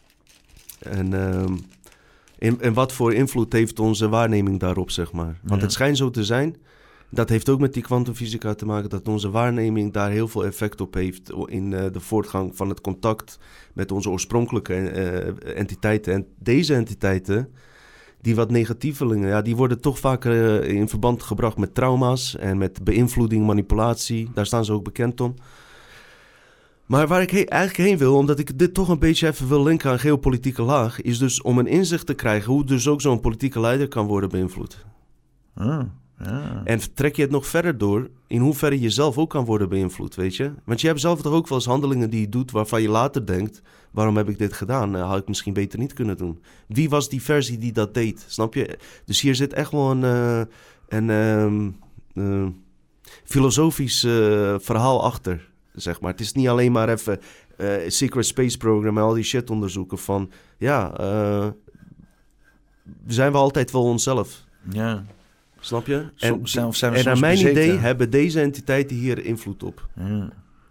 En, uh, en, en wat voor invloed heeft onze waarneming daarop, zeg maar. Want ja. Het schijnt zo te zijn. Dat heeft ook met die kwantumfysica te maken, dat onze waarneming daar heel veel effect op heeft in uh, de voortgang van het contact met onze oorspronkelijke uh, entiteiten. En deze entiteiten, die wat negatievelingen, ja, die worden toch vaak uh, in verband gebracht met trauma's en met beïnvloeding, manipulatie. Daar staan ze ook bekend om. Maar waar ik he- eigenlijk heen wil, omdat ik dit toch een beetje even wil linken aan geopolitieke laag, is dus om een inzicht te krijgen hoe dus ook zo'n politieke leider kan worden beïnvloed. Ah. Ja. En trek je het nog verder door, in hoeverre je zelf ook kan worden beïnvloed, weet je? Want je hebt zelf toch ook wel eens handelingen die je doet waarvan je later denkt, waarom heb ik dit gedaan? Uh, had ik misschien beter niet kunnen doen. Wie was die versie die dat deed? Snap je? Dus hier zit echt wel een, uh, een uh, uh, filosofisch uh, verhaal achter, zeg maar. Het is niet alleen maar even uh, Secret Space Program en al die shit onderzoeken van, ja, uh, zijn we altijd wel onszelf? Ja. Snap je? En, zijn, zijn we en naar mijn bezeten. idee hebben deze entiteiten hier invloed op. Ja,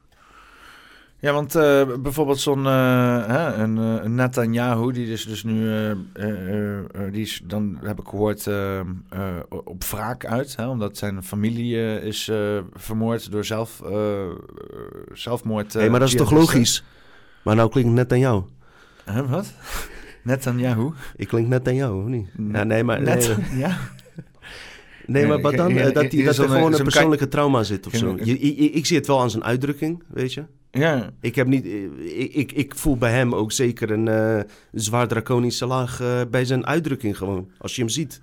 ja want uh, bijvoorbeeld zo'n uh, hè, een, een Netanyahu, die is dus nu, uh, uh, uh, die is, dan heb ik gehoord, uh, uh, op wraak uit. Hè, omdat zijn familie uh, is uh, vermoord door zelf, uh, zelfmoord. Hé, uh, hey, maar dat is toch logisch? Maar nou klinkt het net aan jou. Huh, wat? Netanyahu? Ik klink net aan jou, of niet? Ne- ja, nee, maar... Net, nee, ja. Nee, maar wat dan? Ja, ja, dat die, dat er gewoon een persoonlijke kan... trauma zit of zo. Je, ik, ik zie het wel aan zijn uitdrukking, weet je. Ja. Ik heb niet... Ik, ik, ik voel bij hem ook zeker een uh, zwaar draconische laag uh, bij zijn uitdrukking gewoon. Als je hem ziet.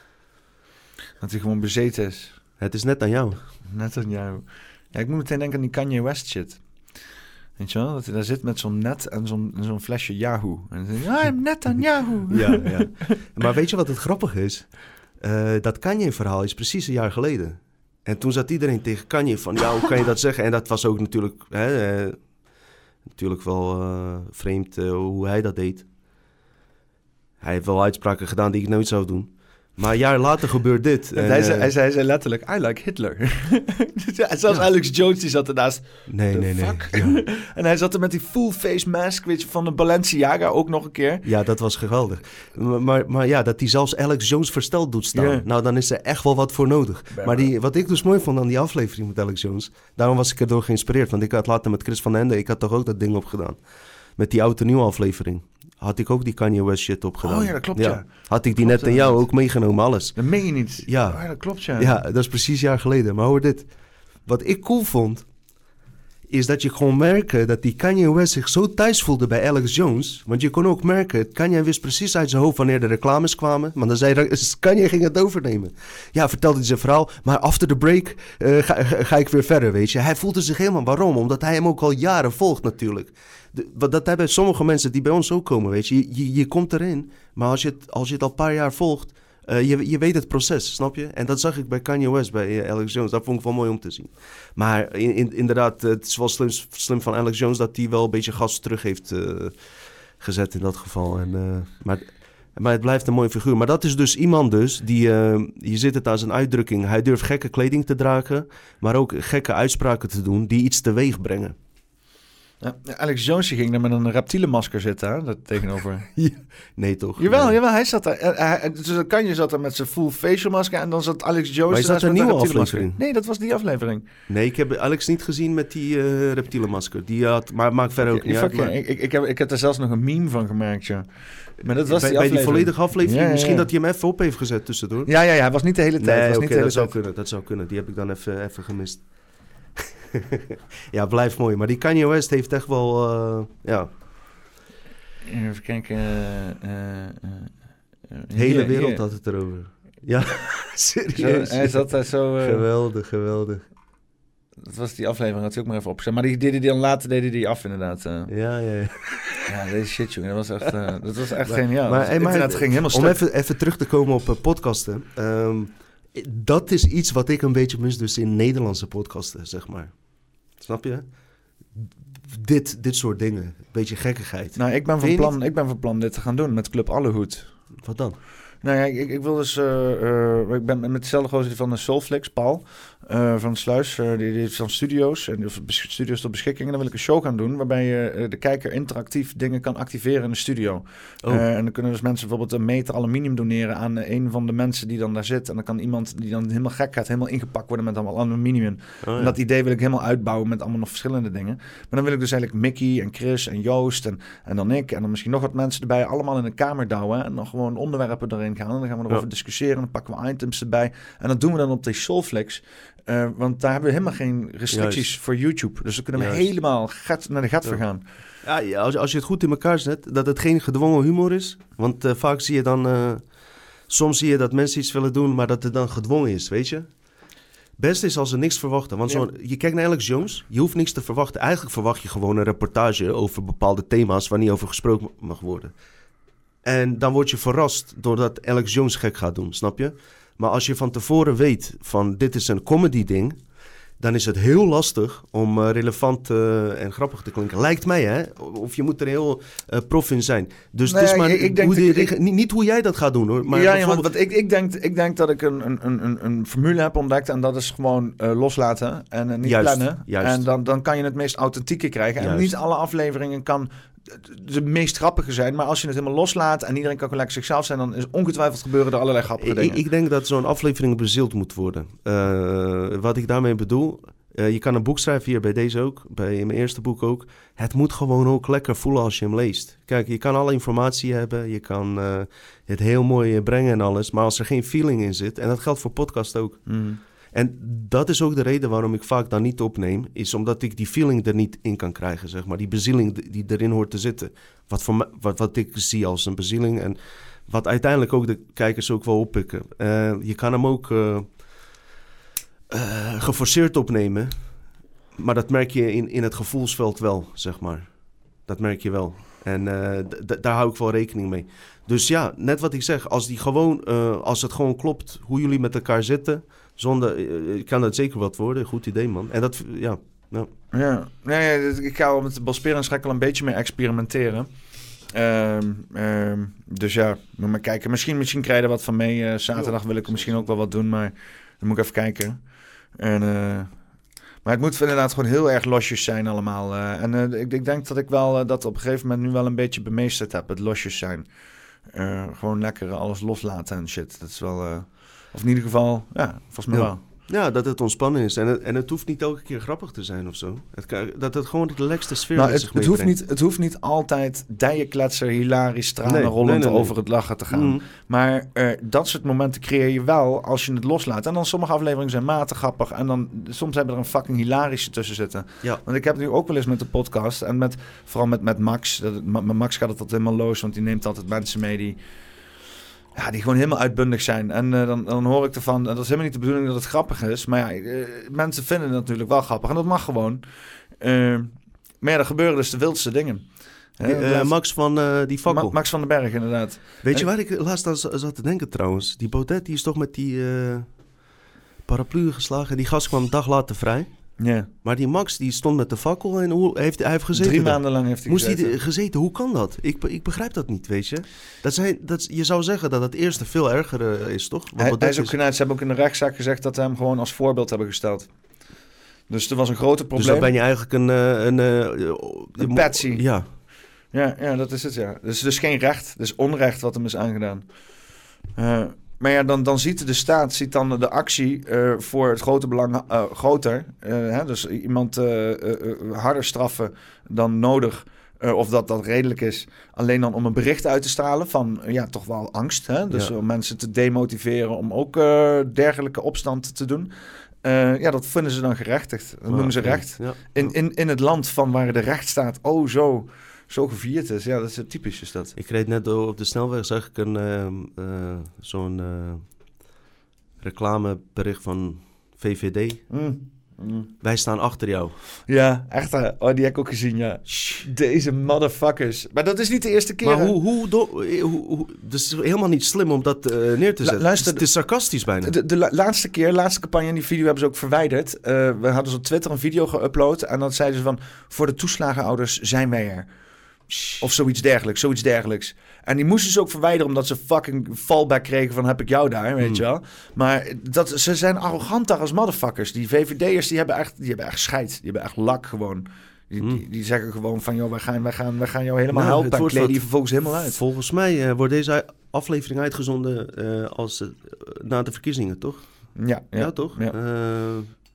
Dat hij gewoon bezeten is. Het is net aan jou. Net aan jou. Ja, ik moet meteen denken aan die Kanye West shit. Weet je wel? Dat hij daar zit met zo'n net en zo'n, zo'n flesje Yahoo. En dan zeg je, I'm net aan Yahoo. Ja, ja. Maar weet je wat het grappige is? Uh, dat Kanye-verhaal is precies een jaar geleden. En toen zat iedereen tegen Kanye van, ja, hoe kan je dat zeggen? En dat was ook natuurlijk, hè, uh, natuurlijk wel uh, vreemd uh, hoe hij dat deed. Hij heeft wel uitspraken gedaan die ik nooit zou doen. Maar een jaar later gebeurt dit. En en, hij, zei, uh, hij, zei, hij zei letterlijk, I like Hitler. Zelfs ja. Alex Jones die zat ernaast. Nee, nee, nee. Ja. En hij zat er met die full face mask, weet je, van de Balenciaga ook nog een keer. Ja, dat was geweldig. Maar, maar, maar ja, dat hij zelfs Alex Jones versteld doet staan. Yeah. Nou, dan is er echt wel wat voor nodig. Ben maar die, wat ik dus mooi vond aan die aflevering met Alex Jones, daarom was ik erdoor geïnspireerd. Want ik had later met Chris van den Ende, ik had toch ook dat ding opgedaan. Met die oude nieuwe aflevering. Had ik ook die Kanye West shit opgedaan. Oh ja, dat klopt, ja. ja. Had ik die klopt, net aan jou ook meegenomen, alles. Dat meen je niet. Ja. Oh, ja, dat klopt, ja. Ja, dat is precies een jaar geleden. Maar hoor dit. Wat ik cool vond, is dat je gewoon merken dat die Kanye West zich zo thuis voelde bij Alex Jones. Want je kon ook merken, Kanye wist precies uit zijn hoofd wanneer de reclames kwamen. Maar dan zei Kanye ging het overnemen. Ja, vertelde hij zijn verhaal. Maar after the break uh, ga, ga ik weer verder, weet je. Hij voelde zich helemaal, waarom? Omdat hij hem ook al jaren volgt natuurlijk. De, dat hebben sommige mensen die bij ons ook komen, weet je. Je, je, je komt erin, maar als je het, als je het al een paar jaar volgt, uh, je, je weet het proces, snap je? En dat zag ik bij Kanye West, bij uh, Alex Jones. Dat vond ik wel mooi om te zien. Maar in, in, inderdaad, het is wel slim, slim van Alex Jones dat hij wel een beetje gas terug heeft uh, gezet in dat geval. En, uh, maar, maar het blijft een mooie figuur. Maar dat is dus iemand dus, die, uh, je zit het aan zijn uitdrukking. Hij durft gekke kleding te dragen, maar ook gekke uitspraken te doen die iets teweeg brengen. Ja, Alex Jones ging daar met een reptielenmasker zitten, hè? Dat tegenover. Ja, nee, toch? Jawel, nee. jawel, hij zat daar. Hij, dus Kanye zat er met zijn full facial masker en dan zat Alex Jones. Maar is dat een nieuwe aflevering? Nee, dat was die aflevering. Nee, ik heb Alex niet gezien met die uh, reptielenmasker. Die had, maar maakt verder ook niet uit. Maar... Ik, ik, ik, heb, ik heb er zelfs nog een meme van gemaakt, ja. Maar dat was bij, die bij die volledige aflevering? Ja, ja, ja. Misschien dat hij hem even op heeft gezet tussendoor? Ja, ja, ja, hij was niet de hele tijd. Nee, was oké, niet de hele dat tijd. zou kunnen, dat zou kunnen. Die heb ik dan even, even gemist. Ja, blijft mooi. Maar die Kanye West heeft echt wel, uh, ja... Even kijken... Uh, uh, uh, de hele hier, wereld hier. had het erover. Ja, serieus. Zo, hij zat daar zo... Uh, geweldig, geweldig. Dat was die aflevering, had hij ook maar even opgezet. Maar die deden die dan later deden die af inderdaad. Uh. Ja, ja, ja. Ja, deze shit, jongen. Dat was echt, uh, dat was echt maar, geniaal. Maar, hey, maar het ging helemaal stuk. Om even, even terug te komen op uh, podcasten. Um, dat is iets wat ik een beetje mis dus in Nederlandse podcasten, zeg maar. Snap je? Dit, dit soort dingen. Een beetje gekkigheid. Nou, ik ben van plan, ik ben van plan dit te gaan doen met Club Allehoed. Wat dan? Nou ja, ik, ik wil dus... Uh, uh, ik ben met dezelfde gozer van de Soulflix, Paul, uh, van Sluis. Uh, die, die heeft dan studio's en die studio's tot beschikking. En dan wil ik een show gaan doen waarbij je uh, de kijker interactief dingen kan activeren in de studio. Oh. Uh, en dan kunnen dus mensen bijvoorbeeld een meter aluminium doneren aan uh, een van de mensen die dan daar zit. En dan kan iemand die dan helemaal gek gaat, helemaal ingepakt worden met allemaal aluminium. Oh, ja. En dat idee wil ik helemaal uitbouwen met allemaal nog verschillende dingen. Maar dan wil ik dus eigenlijk Mickey en Chris en Joost en, en dan ik en dan misschien nog wat mensen erbij allemaal in een kamer douwen en dan gewoon onderwerpen erin gaan. En dan gaan we erover ja. discussiëren. En dan pakken we items erbij. En dat doen we dan op de Soulflix. Uh, want daar hebben we helemaal geen restricties Juist. voor YouTube. Dus dan kunnen we Juist. helemaal gat, naar de gat ja. vergaan. Ja, ja als, als je het goed in elkaar zet, dat het geen gedwongen humor is. Want uh, vaak zie je dan... Uh, soms zie je dat mensen iets willen doen, maar dat het dan gedwongen is, weet je? Best is als ze niks verwachten. Want zo, ja. je kijkt naar Alex Jones, je hoeft niks te verwachten. Eigenlijk verwacht je gewoon een reportage over bepaalde thema's waar niet over gesproken mag worden. En dan word je verrast doordat Alex Jones gek gaat doen, snap je? Maar als je van tevoren weet van dit is een comedy ding, dan is het heel lastig om uh, relevant uh, en grappig te klinken. Lijkt mij, hè? Of je moet er heel uh, prof in zijn. Dus nee, het is maar ik, ik denk hoe dat, die, ik, niet, niet hoe jij dat gaat doen, hoor. Maar ja, bijvoorbeeld... ja, want ik, ik, denk, ik denk dat ik een, een, een, een formule heb ontdekt en dat is gewoon uh, loslaten en uh, niet juist, plannen. Juist. En dan, dan kan je het meest authentieke krijgen. Juist. En niet alle afleveringen kan de meest grappige zijn, maar als je het helemaal loslaat en iedereen kan gewoon lekker zichzelf zijn, dan is ongetwijfeld gebeuren er allerlei grappige dingen. Ik, ik denk dat zo'n aflevering bezield moet worden. Uh, wat ik daarmee bedoel, uh, je kan een boek schrijven hier bij deze ook, bij mijn eerste boek ook. Het moet gewoon ook lekker voelen als je hem leest. Kijk, je kan alle informatie hebben, je kan uh, het heel mooi brengen en alles, maar als er geen feeling in zit, en dat geldt voor podcast ook. Mm. En dat is ook de reden waarom ik vaak dan niet opneem, is omdat ik die feeling er niet in kan krijgen, zeg maar. Die bezieling die erin hoort te zitten. Wat, voor mij, wat, wat ik zie als een bezieling en wat uiteindelijk ook de kijkers ook wel oppikken. Uh, je kan hem ook uh, uh, geforceerd opnemen, Maar dat merk je in, in het gevoelsveld wel, zeg maar. Dat merk je wel. En uh, d- d- daar hou ik wel rekening mee. Dus ja, net wat ik zeg. Als, die gewoon, uh, als het gewoon klopt hoe jullie met elkaar zitten... Zonder, uh, kan dat zeker wat worden. Goed idee, man. En dat, ja... ja. Ja, nee, ik ga met de Balsperen al een beetje mee experimenteren. Um, um, dus ja, moet maar kijken. Misschien, misschien krijg je er wat van mee. Uh, zaterdag wil ik misschien ook wel wat doen, maar dan moet ik even kijken. En, uh, maar het moet inderdaad gewoon heel erg losjes zijn allemaal. Uh, en uh, ik, ik denk dat ik wel uh, dat op een gegeven moment nu wel een beetje bemeesterd heb. Het losjes zijn. Uh, gewoon lekker alles loslaten en shit. Dat is wel... Uh, of in ieder geval, ja, volgens mij ja. wel. Ja, dat het ontspannen is. En het, en het hoeft niet elke keer grappig te zijn of zo. Het kan, dat het gewoon de relaxte sfeer nou, met het, zich het, hoeft meebrengt. niet, het hoeft niet altijd dijenkletser, hilarisch, tranen Nee, rollend nee, nee, nee. over het lachen te gaan. Mm. Maar uh, dat soort momenten creëer je wel als je het loslaat. En dan sommige afleveringen zijn matig grappig. En dan soms hebben er een fucking hilarische tussen zitten. Ja. Want ik heb het nu ook wel eens met de podcast. En met, vooral met, met Max. Dat, met Max gaat het altijd helemaal los. Want die neemt altijd mensen mee die... Ja, die gewoon helemaal uitbundig zijn. En uh, dan, dan hoor ik ervan... En dat is helemaal niet de bedoeling dat het grappig is. Maar ja, uh, mensen vinden het natuurlijk wel grappig. En dat mag gewoon. Uh, maar ja, er gebeuren dus de wildste dingen. Die, uh, laatst, Max van uh, die fakkel. Ma- Max van den Berg, inderdaad. Weet en je waar ik laatst aan zat te denken trouwens? Die Baudet, die is toch met die uh, paraplu geslagen. Die gast kwam een dag later vrij. Ja. Maar die Max, die stond met de fakkel en hoe heeft hij heeft gezeten? Drie daar. maanden lang heeft hij Moest gezeten. hij gezeten? Hoe kan dat? Ik, ik begrijp dat niet, weet je. Dat zijn, dat, je zou zeggen dat het eerste veel erger uh, is, toch? Wat Hij, Baudet hij is ook is. genaaid. Ze hebben ook in de rechtszaak gezegd dat ze hem gewoon als voorbeeld hebben gesteld. Dus er was een groter probleem. Dus dan ben je eigenlijk een... Uh, een, uh, een patsy. Ja. Ja, ja, dat is het, ja. Dus, dus geen recht. Dus onrecht wat hem is aangedaan. Uh, maar ja, dan, dan ziet de staat ziet dan de actie uh, voor het grote belang uh, groter. Uh, hè? Dus iemand uh, uh, uh, harder straffen dan nodig. Uh, of dat dat redelijk is. Alleen dan om een bericht uit te stralen van uh, ja, toch wel angst. Hè? Dus Ja. om mensen te demotiveren om ook uh, dergelijke opstand te doen. Uh, ja, dat vinden ze dan gerechtigd. Dat Ja, noemen ze ja, recht. ja. In, in, in het land van waar de rechtsstaat oh zo, zo gevierd is. Ja, dat is typisch is dat. Ik reed net op de snelweg, zag ik een, uh, uh, zo'n uh, reclamebericht van V V D. Mm. Mm. Wij staan achter jou. Ja, echt. hè? Oh, die heb ik ook gezien, ja. Deze motherfuckers. Maar dat is niet de eerste keer. Maar hè? hoe, hoe, do, hoe, hoe... Het is helemaal niet slim om dat uh, neer te La- zetten. luister, het, is, het is sarcastisch bijna. De, de la- laatste keer, laatste campagne in die video hebben ze ook verwijderd. Uh, we hadden ze op Twitter een video geüpload. En dan zeiden ze van, voor de toeslagenouders zijn wij er. Of zoiets dergelijks, zoiets dergelijks. En die moesten ze ook verwijderen omdat ze fucking fallback kregen van heb ik jou daar, weet Mm. je wel. Maar dat, ze zijn arrogant daar als motherfuckers. Die V V D'ers die hebben echt, die hebben echt scheid. Die hebben echt lak gewoon. Die, Mm. die, die zeggen gewoon van, joh, wij gaan, wij gaan, wij gaan jou helemaal Nou, helpen. het En wordt kleden wat- die vervolgens helemaal uit. Volgens mij uh, wordt deze aflevering uitgezonden uh, als, uh, na de verkiezingen, toch? Ja, ja, Ja, toch? Ja, Uh,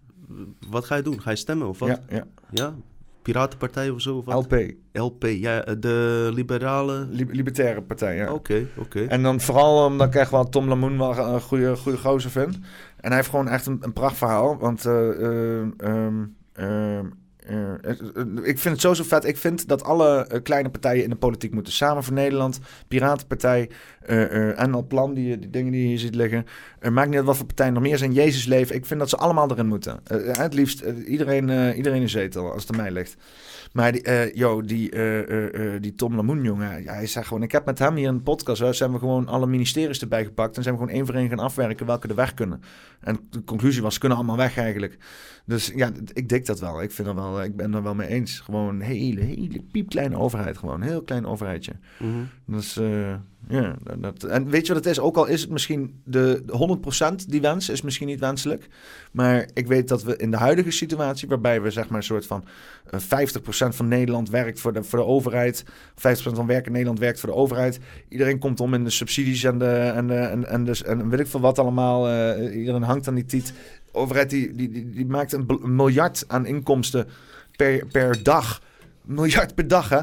wat ga je doen? Ga je stemmen of wat? ja, ja. Ja? Piratenpartij of zo? Of wat? L P, L P, ja, de liberale... Li- Libertaire Partij, ja. Oké, oké. En dan vooral omdat ik echt wel Tom Lamoen wel een goede, goede gozer vind. En hij heeft gewoon echt een, een prachtverhaal. Want uh, uh, um, um, uh, uh, ik vind het zo zo vet. Ik vind dat alle uh, kleine partijen in de politiek moeten. Samen voor Nederland, Piratenpartij, uh, uh, N L Plan, die, die dingen die je hier ziet liggen. Uh, maakt niet uit wat voor partijen nog meer zijn. Jezus leven. Ik vind dat ze allemaal erin moeten. Uh, het liefst uh, iedereen, uh, iedereen een zetel, als het aan mij ligt. Maar die, uh, yo, die, uh, uh, uh, die Tom Lamoen, jongen, ja, hij zegt gewoon... Ik heb met hem hier in de podcast, hè, zijn we gewoon alle ministeries erbij gepakt... en zijn we gewoon één voor één gaan afwerken welke er weg kunnen. En de conclusie was, ze kunnen allemaal weg eigenlijk. Dus ja, ik dik dat wel. Ik, vind dat wel, ik ben er wel mee eens. Gewoon een hele, hele piepkleine overheid. Gewoon een heel klein overheidje. Mm-hmm. Dus uh, ja, dat, en weet je wat het is? Ook al is het misschien de, de honderd procent die wens, is misschien niet wenselijk. Maar ik weet dat we in de huidige situatie, waarbij we zeg maar een soort van uh, vijftig procent van Nederland werkt voor de, voor de overheid, vijftig procent van werk in Nederland werkt voor de overheid. Iedereen komt om in de subsidies en de, en de, en, en, dus, en weet ik veel wat allemaal. Uh, iedereen hangt aan die tiet. De overheid die, die, die, die maakt een, een miljard aan inkomsten per, per dag. Een miljard per dag, hè?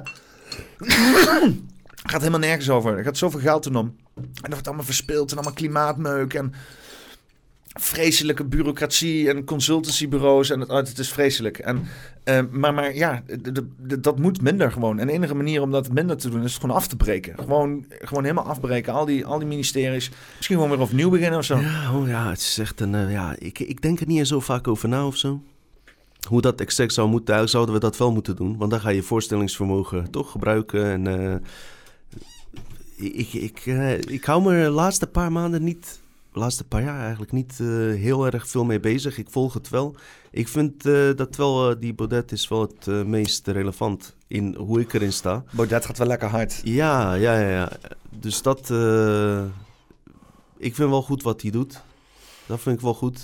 Gaat helemaal nergens over. Er gaat zoveel geld in om. En dat wordt allemaal verspild en allemaal klimaatmeuk en vreselijke bureaucratie en consultancybureaus. En het, het is vreselijk. En, uh, maar, maar ja, d- d- d- dat moet minder gewoon. En de enige manier om dat minder te doen is het gewoon af te breken. Gewoon, gewoon helemaal afbreken. Al die, al die ministeries. Misschien gewoon weer opnieuw beginnen of zo. Ja, oh ja, het is echt een... Uh, ja, ik, ik denk er niet eens zo vaak over na of zo. hoe dat exact zou moeten. Eigenlijk zouden we dat wel moeten doen. Want dan ga je voorstellingsvermogen toch gebruiken. En uh, ik, ik, uh, ik hou me de laatste paar maanden niet... De laatste paar jaar eigenlijk niet uh, heel erg veel mee bezig. Ik volg het wel. Ik vind uh, dat wel, uh, die Baudet is wel het uh, meest relevant in hoe ik erin sta. Baudet gaat wel lekker hard. Ja, ja, ja. ja. Dus dat... Uh, ik vind wel goed wat hij doet. Dat vind ik wel goed.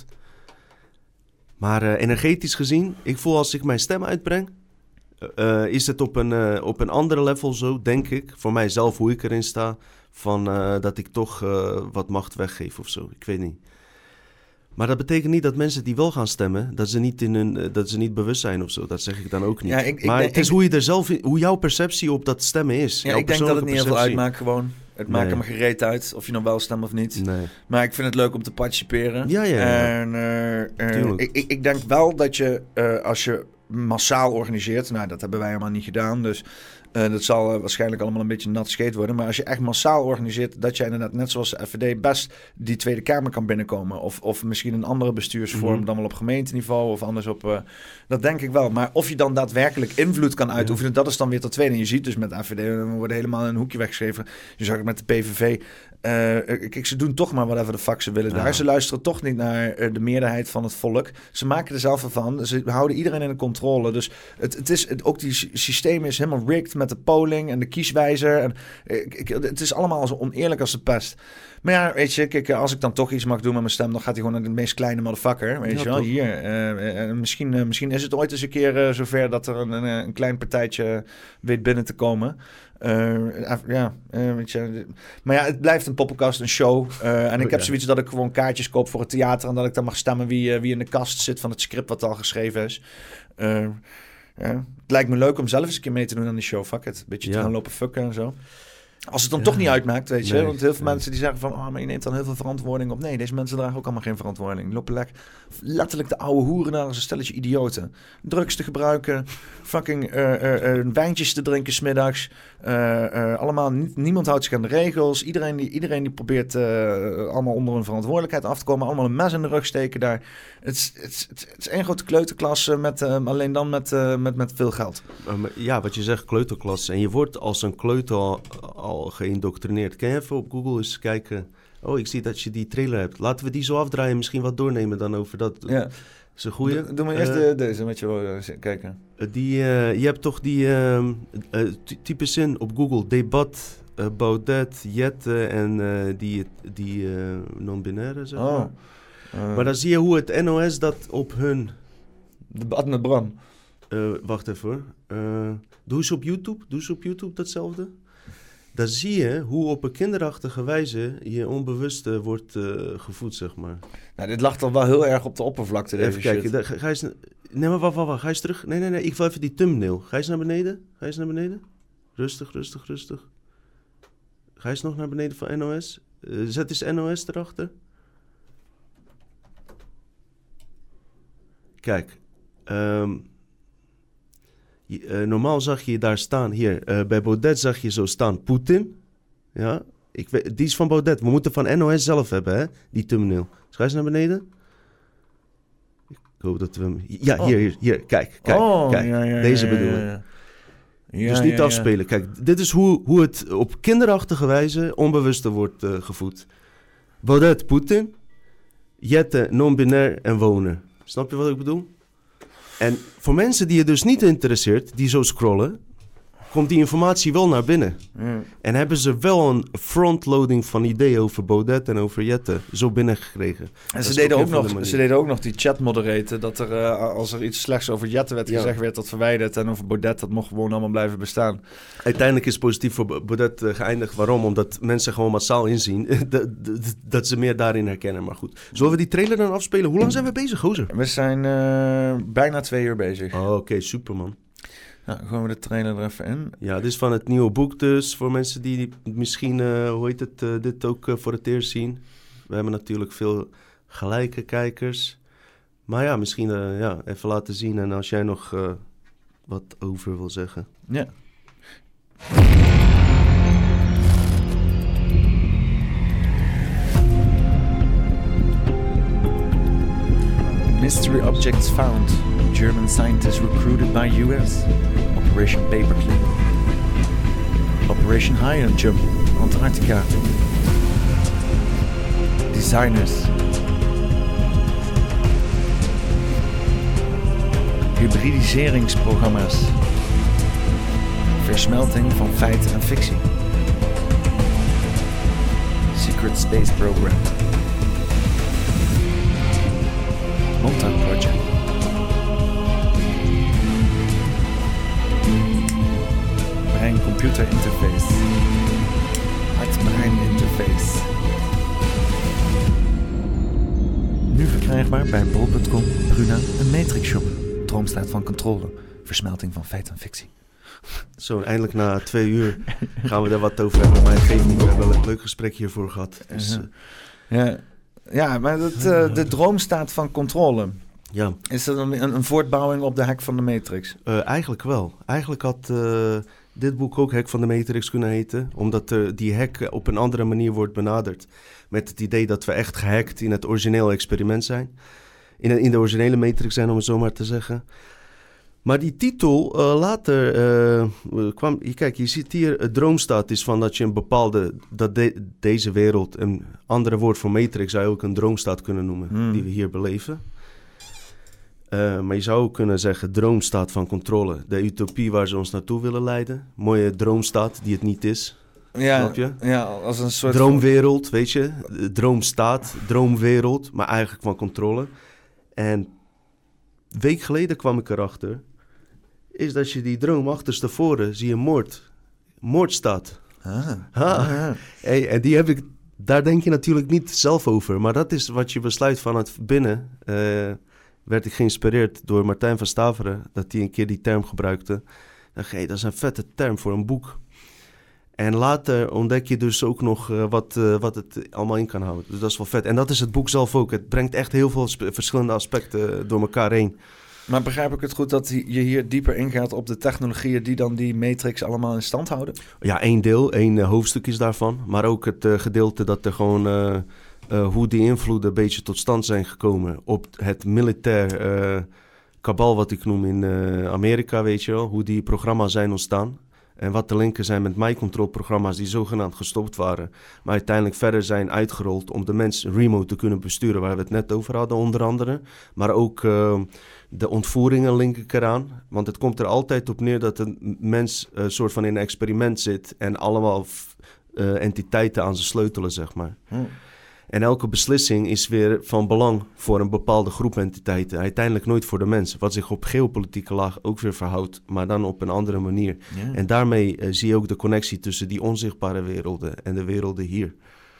Maar uh, energetisch gezien, ik voel als ik mijn stem uitbreng... Uh, is het op een, uh, op een andere level zo, denk ik. Voor mijzelf, hoe ik erin sta... Van uh, dat ik toch uh, wat macht weggeef of zo. Ik weet niet. Maar dat betekent niet dat mensen die wel gaan stemmen... dat ze niet, in hun, uh, dat ze niet bewust zijn of zo. Dat zeg ik dan ook niet. Ja, ik, ik maar denk, het is ik, hoe je er zelf in, hoe jouw perceptie op dat stemmen is. Ja, ik denk dat het niet heel veel uitmaakt gewoon. Het maakt nee. hem gereed uit of je nog wel stemt of niet. Nee. Maar ik vind het leuk om te participeren. Ja, ja, ja. En uh, uh, ik, ik denk wel dat je uh, als je massaal organiseert... Nou, dat hebben wij helemaal niet gedaan, dus... Uh, dat zal uh, waarschijnlijk allemaal een beetje nat scheet worden. Maar als je echt massaal organiseert... dat je inderdaad net zoals de F V D best die Tweede Kamer kan binnenkomen. Of, of misschien een andere bestuursvorm mm-hmm. dan wel op gemeenteniveau. Of anders op... Uh, dat denk ik wel. Maar of je dan daadwerkelijk invloed kan uitoefenen... Ja. dat is dan weer tot tweede. En je ziet dus met de F V D... we worden helemaal in een hoekje weggeschreven. Je zag het met de P V V... Uh, kijk, ze doen toch maar whatever de fuck ze willen ja. daar. Ze luisteren toch niet naar uh, de meerderheid van het volk. Ze maken er zelf van. Ze houden iedereen in de controle. Dus het, het is, het, ook die systeem is helemaal rigged met de polling en de kieswijzer. En, uh, ik, het is allemaal zo oneerlijk als de pest. Maar ja, weet je, kijk, als ik dan toch iets mag doen met mijn stem... dan gaat hij gewoon naar de meest kleine motherfucker. Weet ja, je wel, toch? Hier. Uh, uh, misschien, uh, misschien is het ooit eens een keer uh, zover... dat er een, een, een klein partijtje weet binnen te komen... Uh, ja, uh, weet je. Maar ja, het blijft een poppenkast, een show. Uh, en ik heb zoiets dat ik gewoon kaartjes koop voor het theater... en dat ik dan mag stemmen wie, uh, wie in de kast zit van het script wat al geschreven is. Uh, ja. Het lijkt me leuk om zelf eens een keer mee te doen aan die show. Fuck it. Een beetje ja. te gaan lopen fucken en zo. Als het dan ja. toch niet uitmaakt, weet je. Nee, want heel veel nee. mensen die zeggen van... oh, maar je neemt dan heel veel verantwoording op. Nee, deze mensen dragen ook allemaal geen verantwoording. Die lopen lekker, letterlijk de oude hoeren naar als een stelletje idioten. Drugs te gebruiken. Fucking uh, uh, uh, wijntjes te drinken 's middags. Uh, uh, allemaal, niet, niemand houdt zich aan de regels. Iedereen die, iedereen die probeert uh, allemaal onder hun verantwoordelijkheid af te komen. Allemaal een mes in de rug steken daar. Het is, het is, het is één grote kleuterklas met, uh, alleen dan met, uh, met, met veel geld. Um, ja, wat je zegt, kleuterklas. En je wordt als een kleuter al, al geïndoctrineerd. Kan je even op Google eens kijken... Oh, ik zie dat je die trailer hebt. Laten we die zo afdraaien, misschien wat doornemen dan over dat... Ja. Is een goeie. Doe, doe maar eerst uh, de, deze met je uh, kijken. Uh, die, uh, je hebt toch die uh, uh, type zin op Google. Debat, uh, Baudet, Jette en uh, die, die uh, non-binaire, zeg maar. Oh. Uh, maar dan zie je hoe het N O S dat op hun... Debat met Bram. Uh, wacht even hoor. Uh, doe eens op YouTube. Doe eens op YouTube datzelfde. Dan zie je hoe op een kinderachtige wijze je onbewust uh, wordt uh, gevoed, zeg maar. Nou, dit lag toch wel heel erg op de oppervlakte. Even kijken. Da, ga, ga eens, nee, maar wacht, wacht, wacht. Ga eens terug. Nee, nee, nee. Ik wil even die thumbnail. Ga eens naar beneden. Ga eens naar beneden. Rustig, rustig, rustig. Ga eens nog naar beneden van N O S. Uh, zet eens N O S erachter. Kijk. Um, Uh, normaal zag je daar staan, hier, uh, bij Baudet zag je zo staan, Poetin. Ja, ik weet, die is van Baudet. We moeten van N O S zelf hebben, hè, die thumbnail. Dus ga eens naar beneden. Ik hoop dat we hem... Ja, oh. hier, hier, hier, kijk, kijk, oh, kijk. Ja, ja, Deze ja, bedoel ik. ja, ja. Ja, dus niet ja, afspelen. Ja. Kijk, dit is hoe, hoe het op kinderachtige wijze onbewuster wordt uh, gevoed. Baudet, Poetin. Jette, non-binair en wonen. Snap je wat ik bedoel? En voor mensen die het dus niet interesseert, die zo scrollen, komt die informatie wel naar binnen. Mm. En hebben ze wel een frontloading van ideeën over Baudet en over Jette zo binnengekregen. En ze deden, ook nog, ze deden ook nog die chat moderaten, dat er uh, als er iets slechts over Jette werd gezegd, ja. werd dat verwijderd. En over Baudet, dat mocht gewoon allemaal blijven bestaan. Uiteindelijk is het positief voor Baudet uh, geëindigd. Waarom? Omdat mensen gewoon massaal inzien dat, dat, dat ze meer daarin herkennen. Maar goed, zullen we die trailer dan afspelen? Hoe lang zijn we bezig, gozer? We zijn uh, bijna twee uur bezig. Oh, oké, okay, super man. Nou, gaan we de trailer er even in. Ja, dit is van het nieuwe boek dus. Voor mensen die misschien, uh, hoe heet het, uh, dit ook uh, voor het eerst zien. We hebben natuurlijk veel gelijke kijkers. Maar ja, misschien uh, ja, even laten zien. En als jij nog uh, wat over wil zeggen. Ja. Mystery objects found. German scientists recruited by U S. Operation Paperclip. Operation High Jump. Antarctica. Designers. Hybridiseringsprogramma's. Versmelting van feit en fictie. Secret Space Program. Montauk Project. Brein-computer interface. Hart-brein interface. Nu verkrijgbaar bij bol punt com, Bruna, een Matrix Shop. Droomstaat van controle. Versmelting van feit en fictie. Zo, eindelijk na twee uur gaan we daar wat over hebben. Maar het geeft niet, we hebben wel een leuk gesprek hiervoor gehad. Dus, uh, ja. ja, maar dat, uh, de droomstaat van controle. Ja. Is dat een, een voortbouwing op de hack van de Matrix? Uh, eigenlijk wel. Eigenlijk had uh, dit boek ook Hack van de Matrix kunnen heten. Omdat uh, die hack op een andere manier wordt benaderd. Met het idee dat we echt gehackt in het originele experiment zijn. In, in de originele Matrix zijn, om het zo maar te zeggen. Maar die titel uh, later uh, kwam... Kijk, je ziet hier, het droomstaat is van dat je een bepaalde... Dat de, deze wereld, een andere woord voor Matrix zou je ook een droomstaat kunnen noemen. Hmm. Die we hier beleven. Uh, maar je zou ook kunnen zeggen droomstaat van controle. De utopie waar ze ons naartoe willen leiden. Mooie droomstaat die het niet is. Ja, snap je? Ja, als een soort... Droomwereld, weet je. Droomstaat, droomwereld, maar eigenlijk van controle. En een week geleden kwam ik erachter... is dat je die droom achterstevoren zie je moord. Moord staat. Ah, ah. ah. Hey, en die heb ik... Daar denk je natuurlijk niet zelf over. Maar dat is wat je besluit van het binnen... Uh, werd ik geïnspireerd door Martijn van Staveren... dat hij een keer die term gebruikte. Ik dacht, hey, dat is een vette term voor een boek. En later ontdek je dus ook nog uh, wat, uh, wat het allemaal in kan houden. Dus dat is wel vet. En dat is het boek zelf ook. Het brengt echt heel veel sp- verschillende aspecten door elkaar heen. Maar begrijp ik het goed dat je hier dieper ingaat op de technologieën... die dan die Matrix allemaal in stand houden? Ja, één deel, één uh, hoofdstuk is daarvan. Maar ook het uh, gedeelte dat er gewoon... Uh, Uh, hoe die invloeden een beetje tot stand zijn gekomen op het militair uh, kabal wat ik noem in uh, Amerika, weet je wel. Hoe die programma's zijn ontstaan. En wat de linken zijn met mind-control-programma's die zogenaamd gestopt waren. Maar uiteindelijk verder zijn uitgerold om de mens remote te kunnen besturen. Waar we het net over hadden onder andere. Maar ook uh, de ontvoeringen link ik eraan. Want het komt er altijd op neer dat een mens een uh, soort van in een experiment zit. En allemaal uh, entiteiten aan ze sleutelen, zeg maar. Hmm. En elke beslissing is weer van belang voor een bepaalde groep entiteiten. Uiteindelijk nooit voor de mens. Wat zich op geopolitieke laag ook weer verhoudt, maar dan op een andere manier. Ja. En daarmee uh, zie je ook de connectie tussen die onzichtbare werelden en de werelden hier.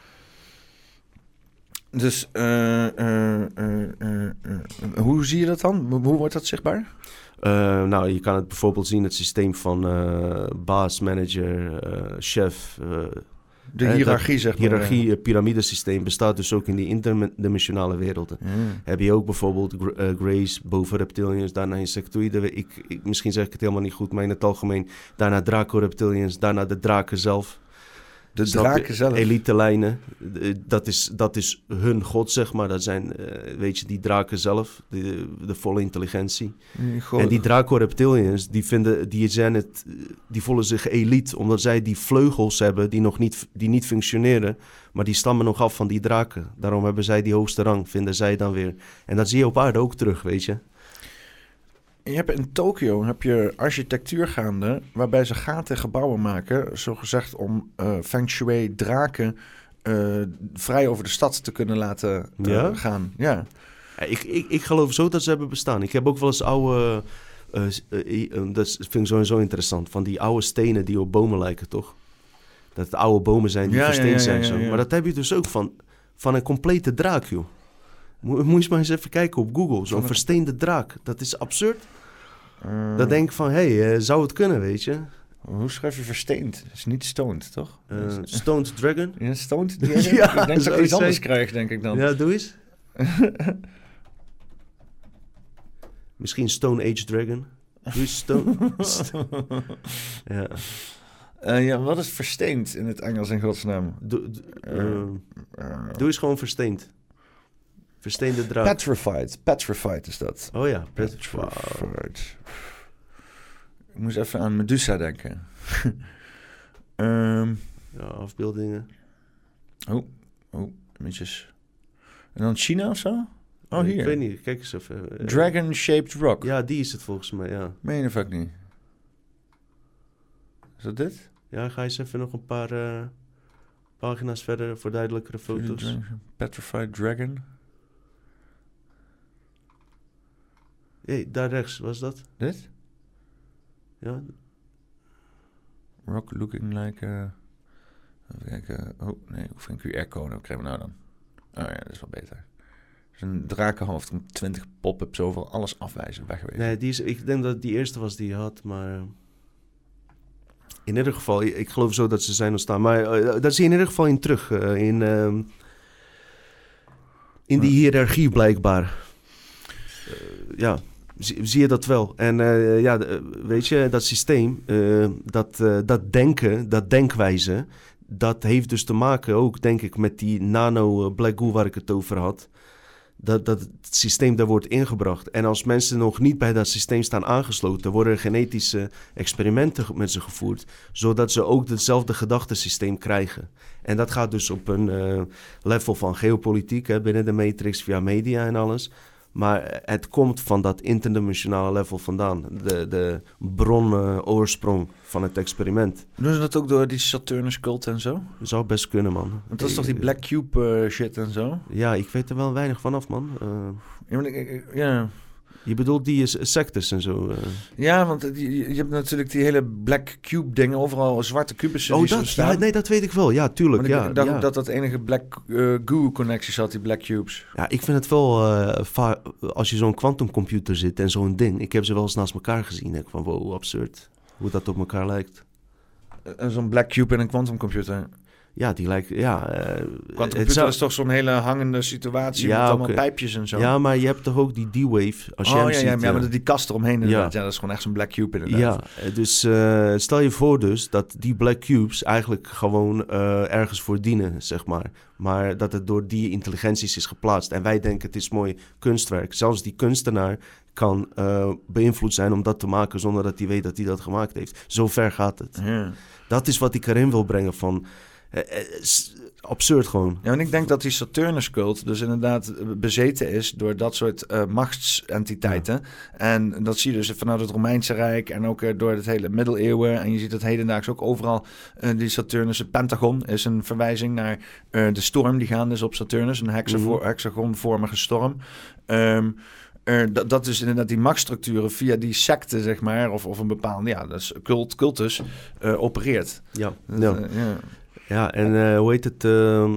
Dus uh, uh, uh, uh, uh, hoe zie je dat dan? Hoe wordt dat zichtbaar? Uh, nou, je kan het bijvoorbeeld zien, het systeem van uh, baas, manager, uh, chef... Uh, De hiërarchie, dat, zeg maar. hiërarchie, het piramidesysteem bestaat dus ook in die interdimensionale werelden. Mm. Heb je ook bijvoorbeeld uh, Grace boven reptilians, daarna insectoïden. Ik, ik, misschien zeg ik het helemaal niet goed, maar in het algemeen. Daarna Draco-reptilians, daarna de draken zelf. De draken zelf? Elite lijnen. Dat is, dat is hun god, zeg maar. Dat zijn, uh, weet je, die draken zelf. De, de volle intelligentie. God. En die Draco-reptilians, die, vinden, die, zijn het, die voelen zich elite. Omdat zij die vleugels hebben die nog niet, die niet functioneren. Maar die stammen nog af van die draken. Daarom hebben zij die hoogste rang, vinden zij dan weer. En dat zie je op aarde ook terug, weet je. Je hebt in Tokio heb je architectuur gaande waarbij ze gaten gebouwen maken, zogezegd om uh, feng shui draken uh, vrij over de stad te kunnen laten uh, ja? gaan. Ja. Ja, ik, ik, ik geloof zo dat ze hebben bestaan. Ik heb ook wel eens oude, uh, uh, uh, dat vind ik sowieso interessant, van die oude stenen die op bomen lijken, toch? Dat het oude bomen zijn die ja, versteend ja, ja, zijn. Ja, ja, ja, ja. Zo. Maar dat heb je dus ook van, van een complete draak, joh. Mo- moet je maar eens even kijken op Google. Zo'n versteende draak. Dat is absurd. Uh, Dan denk ik van, hé, hey, uh, zou het kunnen, weet je? Hoe schrijf je versteend? Dat is niet stoned, toch? Uh, stoned Dragon? Ja, Stoned Dragon? Ja, ik denk dat ik iets anders zijn. krijg, denk ik dan. Ja, doe eens. Misschien Stone Age Dragon. Doe eens Stone... ja. Uh, ja, wat is versteend in het Engels in godsnaam? Do, do, uh, uh, doe eens gewoon versteend. Versteende draak. Petrified. Petrified is dat. Oh ja, Petrified. Petrified. Ik moest even aan Medusa denken. um, ja, afbeeldingen. Oh, oh, images. En dan China of zo? Oh, nee, hier. Ik weet niet, kijk eens even. Dragon-shaped rock. Ja, die is het volgens mij, ja. Meen je fuck niet? Is dat dit? Ja, ga eens even nog een paar uh, pagina's verder voor duidelijkere foto's. Petrified Dragon. Hé, hey, daar rechts, was dat? Dit? Ja. Rock looking like... Uh, even kijken. Oh, nee, hoeveel een Q R-code Wat krijgen we nou dan? Oh ja, dat is wel beter. Dus een drakenhoofd met twintig pop-ups over alles afwijzen, wegwezen. Nee, die is, ik denk dat het die eerste was die je had, maar... In ieder geval, ik geloof zo dat ze zijn ontstaan. Maar uh, daar zie je in ieder geval in terug. Uh, in, uh, in die hiërarchie blijkbaar. Uh, ja, zie, zie je dat wel. En uh, ja, weet je, dat systeem, uh, dat, uh, dat denken, dat denkwijze... dat heeft dus te maken ook, denk ik, met die nano black goo waar ik het over had. Dat, dat het systeem daar wordt ingebracht. En als mensen nog niet bij dat systeem staan aangesloten... worden er genetische experimenten met ze gevoerd... zodat ze ook hetzelfde gedachtesysteem krijgen. En dat gaat dus op een uh, level van geopolitiek... Hè, binnen de matrix, via media en alles... Maar het komt van dat interdimensionale level vandaan. De, de bron, uh, oorsprong van het experiment. Doen ze dat ook door die Saturnus cult en zo? Dat zou best kunnen, man. Want dat is toch die Black Cube uh, shit en zo? Ja, ik weet er wel weinig vanaf, man. Uh, ja, ik, ik, ja. Je bedoelt die sectes en zo? Uh. Ja, want je, je hebt natuurlijk die hele Black Cube dingen. Overal zwarte kubussen oh, die dat, zo staan. Ja, nee, dat weet ik wel. Ja, tuurlijk. Maar ja, ik dacht ja. ook dat dat enige Black uh, Goo connecties had, die Black Cubes. Ja, ik vind het wel... Uh, va- als je zo'n quantumcomputer zit en zo'n ding... Ik heb ze wel eens naast elkaar gezien. Ik van, wow, absurd. Hoe dat op elkaar lijkt. Uh, zo'n Black Cube en een quantumcomputer. Ja, die lijkt... Ja, uh, quantumcomputer zou... is toch zo'n hele hangende situatie ja, met allemaal okay. pijpjes en zo. Ja, maar je hebt toch ook die D-Wave. Als je oh hem ja, ziet, ja, ja, ja, maar die kast eromheen inderdaad. Ja. Ja, dat is gewoon echt zo'n Black Cube inderdaad. Ja, dus uh, stel je voor dus dat die Black Cubes eigenlijk gewoon uh, ergens voor dienen, zeg maar. Maar dat het door die intelligenties is geplaatst. En wij denken het is mooi kunstwerk. Zelfs die kunstenaar kan uh, beïnvloed zijn om dat te maken zonder dat hij weet dat hij dat gemaakt heeft. Zo ver gaat het. Ja. Dat is wat ik erin wil brengen van... Uh, uh, absurd gewoon. Ja, en ik denk dat die Saturnus-cult dus inderdaad bezeten is door dat soort uh, machtsentiteiten. Ja. En dat zie je dus vanuit het Romeinse Rijk en ook uh, door het hele middeleeuwen. En je ziet het hedendaags ook overal. Uh, die Saturnus, het Pentagon is een verwijzing naar uh, de storm die gaande is op Saturnus. Een hexavo- mm-hmm. hexagonvormige storm. Um, Uh, dat, dat is inderdaad die machtsstructuren via die secte, zeg maar, of, of een bepaalde, ja, dat is cult, cultus, uh, opereert. Ja, dat, ja. Uh, ja. ja en uh, hoe heet het, uh,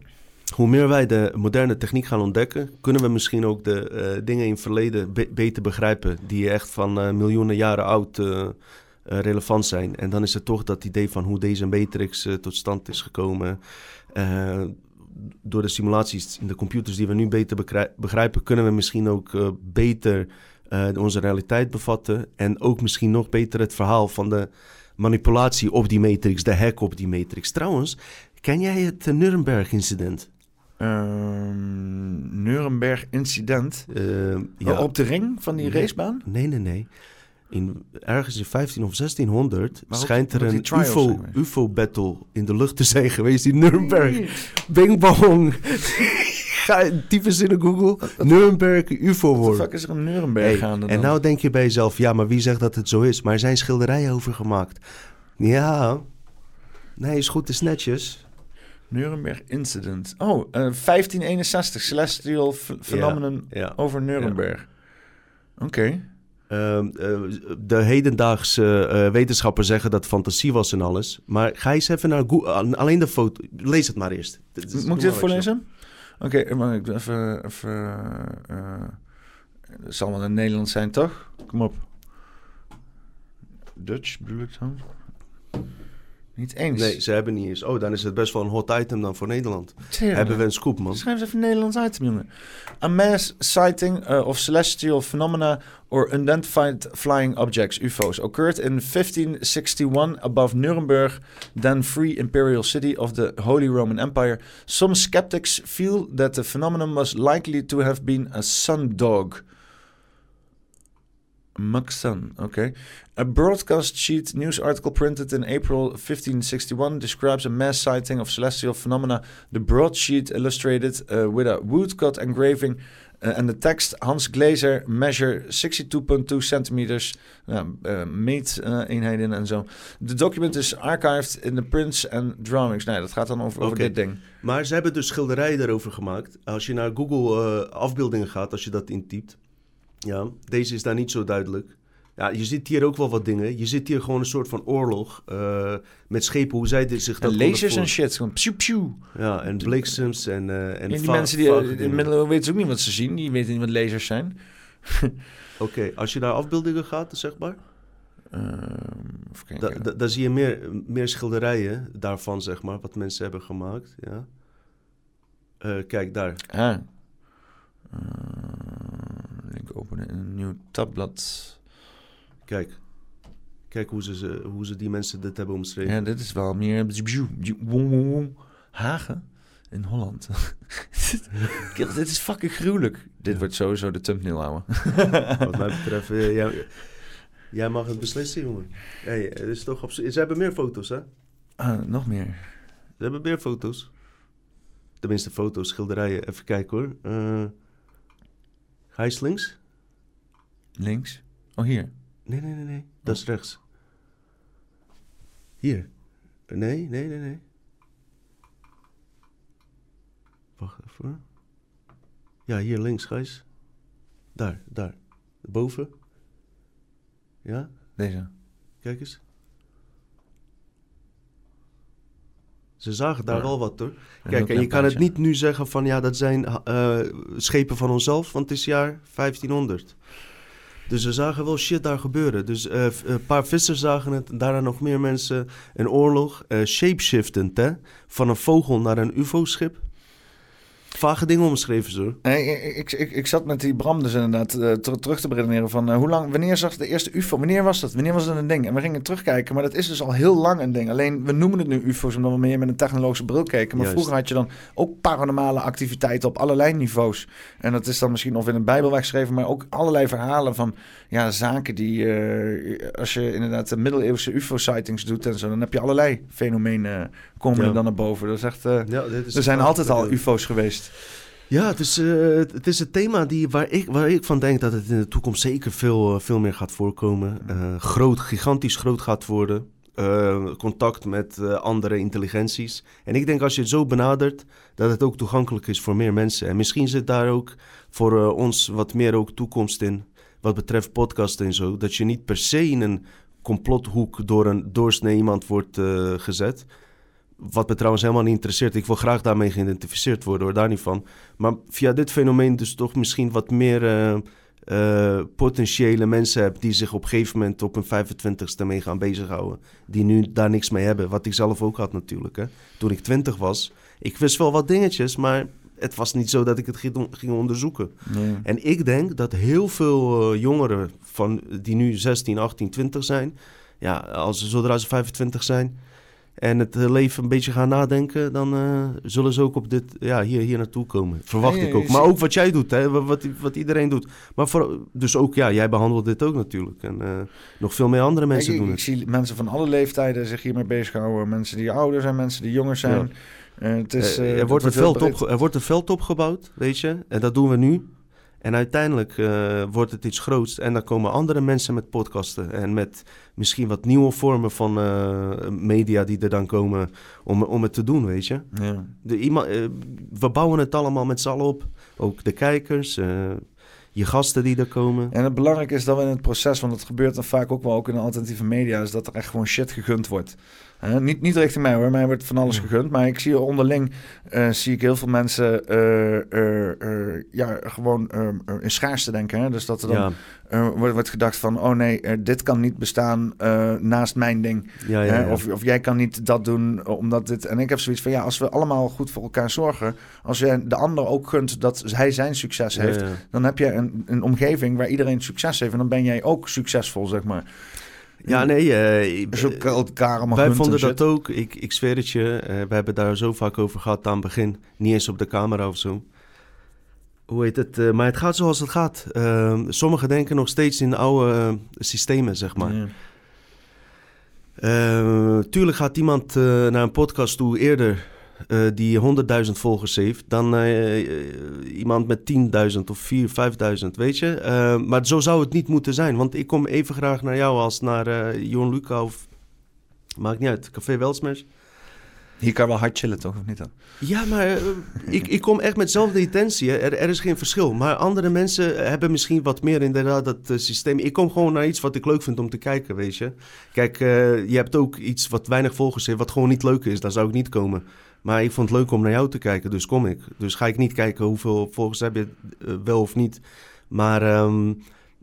hoe meer wij de moderne techniek gaan ontdekken, kunnen we misschien ook de uh, dingen in het verleden be- beter begrijpen, die echt van uh, miljoenen jaren oud uh, uh, relevant zijn. En dan is het toch dat idee van hoe deze matrix uh, tot stand is gekomen, uh, door de simulaties in de computers die we nu beter begrijp- begrijpen... kunnen we misschien ook uh, beter uh, onze realiteit bevatten... en ook misschien nog beter het verhaal van de manipulatie op die matrix... de hack op die matrix. Trouwens, ken jij het uh, Nuremberg-incident? Um, Nuremberg-incident? Uh, ja. Oh, op de ring van die nee, racebaan? Nee, nee, nee. In, ergens in vijftien of zestienhonderd maar schijnt ook, er een U F O, U F O-battle in de lucht te zijn geweest in Nuremberg. Nee. Bing bong. Ga type in Google. Dat, Nuremberg U F O war. Wat de fuck is er in Nuremberg hey, gaande dan? En nou denk je bij jezelf, ja, maar wie zegt dat het zo is? Maar er zijn schilderijen over gemaakt. Ja, nee, is goed, is netjes. Nuremberg Incident. Oh, uh, vijftien eenenzestig. Celestial Phenomenon ja, ja, over Nuremberg. Ja. Oké. Okay. Uh, uh, de hedendaagse uh, wetenschappers zeggen dat het fantasie was en alles. Maar ga eens even naar Google. Alleen de foto. Lees het maar eerst. Moet ik dit voorlezen? Oké, okay, maar ik doe even... even uh, het zal wel in Nederland zijn, toch? Kom op. Dutch bedoel ik dan. Niet eens? Nee, ze hebben niet eens. Oh, dan is het best wel een hot item dan voor Nederland. Tering. Hebben we een scoop, man. Schrijf eens even een Nederlands item, jongen. A mass sighting uh, of celestial phenomena or unidentified flying objects, U F O's, occurred in fifteen sixty-one above Nuremberg, then Free Imperial City of the Holy Roman Empire. Some skeptics feel that the phenomenon was likely to have been a sundog. Muksun, okay. A broadcast sheet news article printed in April fifteen sixty-one describes a mass sighting of celestial phenomena. The broadsheet illustrated uh, with a woodcut engraving uh, and the text Hans Glaser measure sixty-two point two centimeters, uh, uh, meeteenheden uh, en zo. The document is archived in the prints and drawings. Nee, dat gaat dan over, over okay. dit ding. Maar ze hebben dus schilderijen daarover gemaakt. Als je naar Google uh, afbeeldingen gaat, als je dat intypt. Ja, deze is daar niet zo duidelijk. Ja, je ziet hier ook wel wat dingen. Je ziet hier gewoon een soort van oorlog uh, met schepen, hoe zij dit zich dat en lasers en shit, gewoon psiu psiu. Ja, en bliksems en uh, en ja, die va- mensen die in de middeleeuwen weten ook niet wat ze zien. Die weten niet wat lasers zijn. Oké, okay, als je naar afbeeldingen gaat, zeg maar. Uh, da, da, daar zie je meer, meer schilderijen daarvan, zeg maar, wat mensen hebben gemaakt. Ja. Uh, kijk, daar. Ah. Uh, link openen in een nieuw tabblad. Kijk. Kijk hoe ze, hoe ze die mensen dit hebben omschreven. Ja, dit is wel meer... Hagen in Holland. Kerel, dit is fucking gruwelijk. Dit ja. wordt sowieso de thumbnail, ouwe. Wat mij betreft... Uh, jij, jij mag het beslissen, jongen. Hey, het is toch op, ze hebben meer foto's, hè? Ah, nog meer. Ze hebben meer foto's. Tenminste, foto's, schilderijen. Even kijken, hoor. Uh, ga je eens links? Links? Oh, hier. Nee, nee, nee, nee. Dat is rechts. Hier. Nee, nee, nee, nee. Wacht even. Ja, hier links, Gijs. Daar, daar. Boven. Ja? Deze. Kijk eens. Ze zagen daar ja. wel wat, hoor. Kijk, en je kan het niet nu zeggen van... ja, dat zijn uh, schepen van onszelf, want het is jaar vijftienhonderd. Dus ze zagen wel shit daar gebeuren. Dus uh, een paar vissers zagen het. Daarna nog meer mensen. Een oorlog. Uh, shapeshiftend, hè. Van een vogel naar een U F O-schip. Vage dingen omschreven, zo. Nee, ik, ik, ik, ik zat met die Bram dus inderdaad uh, ter, terug te redeneren van... Uh, hoe lang, wanneer zag de eerste U F O? Wanneer was dat? Wanneer was dat een ding? En we gingen terugkijken, maar dat is dus al heel lang een ding. Alleen, we noemen het nu U F O's omdat we meer met een technologische bril keken. Maar Juist. vroeger had je dan ook paranormale activiteiten op allerlei niveaus. En dat is dan misschien of in een bijbel weggeschreven, maar ook allerlei verhalen van ja, zaken die... Uh, als je inderdaad de middeleeuwse U F O-sightings doet en zo, dan heb je allerlei fenomenen komen ja. er dan naar boven. Dat is echt... Uh, ja, dit is er zijn altijd al U F O's geweest. Ja, het is, uh, het is een thema die, waar, ik, waar ik van denk dat het in de toekomst zeker veel, uh, veel meer gaat voorkomen. Uh, groot, gigantisch groot gaat worden. Uh, contact met uh, andere intelligenties. En ik denk als je het zo benadert, dat het ook toegankelijk is voor meer mensen. En misschien zit daar ook voor uh, ons wat meer ook toekomst in, wat betreft podcasten en zo. Dat je niet per se in een complothoek door een doorsnee iemand wordt uh, gezet. Wat me trouwens helemaal niet interesseert. Ik wil graag daarmee geïdentificeerd worden, hoor, daar niet van. Maar via dit fenomeen dus toch misschien wat meer uh, uh, potentiële mensen hebt... die zich op een gegeven moment op hun vijfentwintigste mee gaan bezighouden. Die nu daar niks mee hebben. Wat ik zelf ook had natuurlijk. Hè. Toen ik twintig was. Ik wist wel wat dingetjes, maar het was niet zo dat ik het ging onderzoeken. Nee. En ik denk dat heel veel uh, jongeren van, die nu zestien, achttien, twintig zijn... ja, als, zodra ze vijfentwintig zijn... en het leven een beetje gaan nadenken... dan uh, zullen ze ook op dit, ja, hier, hier naartoe komen. Verwacht nee, ik ook. Maar ook wat jij doet, hè, wat, wat iedereen doet. Maar voor, dus ook, ja, jij behandelt dit ook natuurlijk. En uh, nog veel meer andere mensen ik, doen ik, het. Ik zie mensen van alle leeftijden zich hiermee bezighouden. Mensen die ouder zijn, mensen die jonger zijn. Ja. Uh, het is, uh, er, wordt het veld op, er wordt een veld opgebouwd, weet je. En dat doen we nu. En uiteindelijk uh, wordt het iets groots. En dan komen andere mensen met podcasten. En met misschien wat nieuwe vormen van uh, media die er dan komen om, om het te doen, weet je. Ja. De, iemand, uh, we bouwen het allemaal met z'n allen op. Ook de kijkers, uh, je gasten die er komen. En het belangrijke is dat we in het proces, want het gebeurt dan vaak ook wel ook in de alternatieve media, is dat er echt gewoon shit gegund wordt. Uh, niet, niet richting mij hoor, mij wordt van alles gegund. Maar ik zie onderling uh, zie ik heel veel mensen uh, uh, uh, ja, gewoon uh, uh, in schaarste denken. Hè? Dus dat er dan ja. uh, wordt, wordt gedacht van... oh nee, uh, dit kan niet bestaan uh, naast mijn ding. Ja, ja, ja. Of, of jij kan niet dat doen omdat dit... En ik heb zoiets van ja, als we allemaal goed voor elkaar zorgen... als je de ander ook gunt dat hij zijn succes heeft... Ja, ja. dan heb je een, een omgeving waar iedereen succes heeft... en dan ben jij ook succesvol, zeg maar. Ja, nee, uh, dus ook elkaar wij vonden dat shit. ook. Ik, ik zweer het je, uh, we hebben daar zo vaak over gehad aan het begin. Niet eens op de camera of zo. Hoe heet het? Uh, maar het gaat zoals het gaat. Uh, sommigen denken nog steeds in de oude uh, systemen, zeg maar. Ja. Uh, tuurlijk gaat iemand uh, naar een podcast toe eerder... Uh, die honderdduizend volgers heeft... dan uh, uh, iemand met tienduizend of vier, vijfduizend, weet je. Uh, maar zo zou het niet moeten zijn. Want ik kom even graag naar jou als naar uh, Jon Luca of... Maakt niet uit, Café Welsmers. Hier kan wel hard chillen, toch? Of niet dan? Ja, maar uh, ik, ik kom echt met dezelfde intentie. Er, er is geen verschil. Maar andere mensen hebben misschien wat meer inderdaad dat uh, systeem. Ik kom gewoon naar iets wat ik leuk vind om te kijken, weet je. Kijk, uh, je hebt ook iets wat weinig volgers heeft... wat gewoon niet leuk is. Daar zou ik niet komen. Maar ik vond het leuk om naar jou te kijken, dus kom ik. Dus ga ik niet kijken hoeveel volgers heb je uh, wel of niet. Maar um,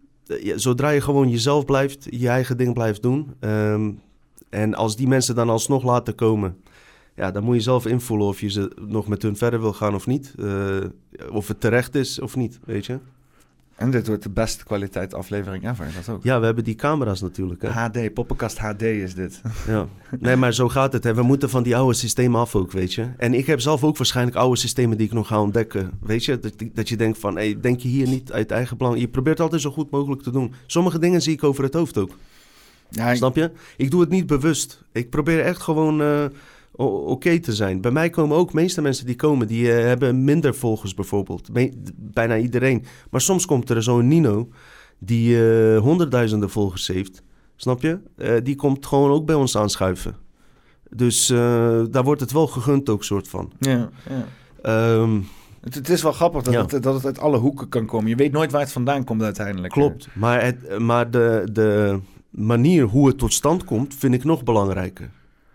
ja, zodra je gewoon jezelf blijft, je eigen ding blijft doen... Um, en als die mensen dan alsnog laten komen... ja, dan moet je zelf invoelen of je ze nog met hun verder wil gaan of niet. Uh, of het terecht is of niet, weet je. En dit wordt de beste kwaliteit aflevering ever, dat ook. Ja, we hebben die camera's natuurlijk. Hè? H D, Poppenkast H D is dit. Ja, nee, maar zo gaat het. Hè. We moeten van die oude systemen af ook, weet je. En ik heb zelf ook waarschijnlijk oude systemen die ik nog ga ontdekken. Weet je, dat, dat je denkt van, hey, denk je hier niet uit eigen belang? Je probeert altijd zo goed mogelijk te doen. Sommige dingen zie ik over het hoofd ook. Ja, ik... Snap je? Ik doe het niet bewust. Ik probeer echt gewoon... Uh, Oké okay te zijn. Bij mij komen ook meeste mensen die komen... die uh, hebben minder volgers bijvoorbeeld. Be- bijna iedereen. Maar soms komt er zo'n Nino... die uh, honderdduizenden volgers heeft. Snap je? Uh, die komt gewoon ook bij ons aanschuiven. Dus uh, daar wordt het wel gegund ook soort van. Ja, ja. Um, het, het is wel grappig dat, ja. het, dat het uit alle hoeken kan komen. Je weet nooit waar het vandaan komt uiteindelijk. Klopt. Maar, het, maar de, de manier hoe het tot stand komt... vind ik nog belangrijker.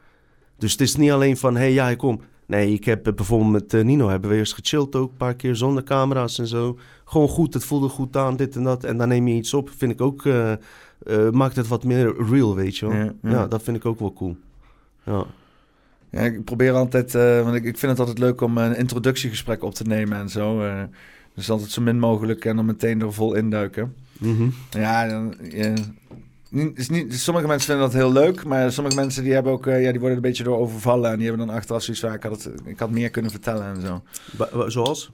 Dus het is niet alleen van, hé, hey, ja, ik kom. Nee, ik heb bijvoorbeeld met uh, Nino hebben we eerst gechilled ook. Een paar keer zonder camera's en zo. Gewoon goed, het voelde goed aan, dit en dat. En dan neem je iets op. Vind ik ook, uh, uh, maakt het wat meer real, weet je wel. Ja, ja. ja, dat vind ik ook wel cool. Ja. Ja, ik probeer altijd, uh, want ik, ik vind het altijd leuk om een introductiegesprek op te nemen en zo. Uh, dus altijd zo min mogelijk en dan meteen er vol induiken. Mm-hmm. Ja, dan... Yeah. Niet, is niet, sommige mensen vinden dat heel leuk, maar sommige mensen die hebben ook, uh, ja, die worden er een beetje door overvallen en die hebben dan achteraf zoiets van, ik had, het, ik had meer kunnen vertellen en zo. Ba- zoals?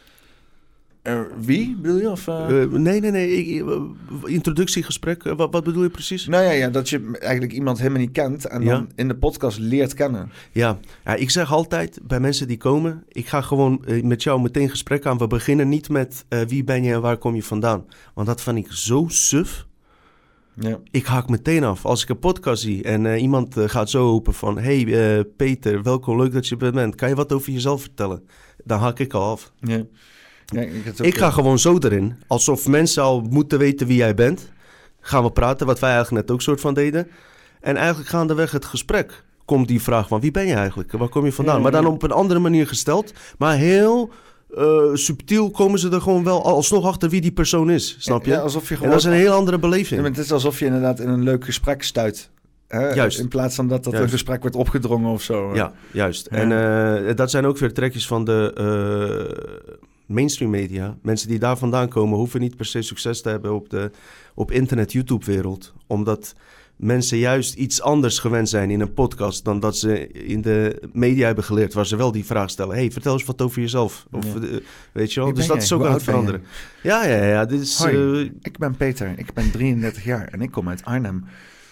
Uh, wie, bedoel je? Of, uh... Uh, nee, nee, nee. Ik, uh, introductiegesprek, uh, wat, wat bedoel je precies? Nou ja, ja, dat je eigenlijk iemand helemaal niet kent en ja. dan in de podcast leert kennen. Ja. ja, ik zeg altijd bij mensen die komen, ik ga gewoon uh, met jou meteen gesprek aan. We beginnen niet met uh, wie ben je en waar kom je vandaan. Want dat vind ik zo suf. Ja. Ik haak meteen af. Als ik een podcast zie en uh, iemand uh, gaat zo open van... hey, uh, Peter, welkom, leuk dat je er bent. Kan je wat over jezelf vertellen? Dan haak ik al af. Ja. Ja, ik ook, ik ga uh... gewoon zo erin. Alsof mensen al moeten weten wie jij bent. Gaan we praten, wat wij eigenlijk net ook soort van deden. En eigenlijk gaandeweg het gesprek komt die vraag van... wie ben je eigenlijk? Waar kom je vandaan? Ja, ja, ja. Maar dan op een andere manier gesteld. Maar heel... Uh, subtiel komen ze er gewoon wel alsnog achter wie die persoon is, snap je? Ja, alsof je gewoon... En dat is een heel andere beleving. Ja, maar het is alsof je inderdaad in een leuk gesprek stuit. Hè? Juist. In plaats van dat dat juist. een gesprek wordt opgedrongen of zo. Ja, juist. Ja. En uh, dat zijn ook weer trekjes van de uh, mainstream media. Mensen die daar vandaan komen hoeven niet per se succes te hebben op de op internet YouTube-wereld. Omdat... mensen juist iets anders gewend zijn in een podcast... dan dat ze in de media hebben geleerd... waar ze wel die vraag stellen... hey, vertel eens wat over jezelf. Of, ja. uh, weet je wel? Dus dat jij? is ook Hoe aan het veranderen. Ja, ja, ja. Dit is, Hoi, uh, ik ben Peter. Ik ben drieëndertig jaar en ik kom uit Arnhem.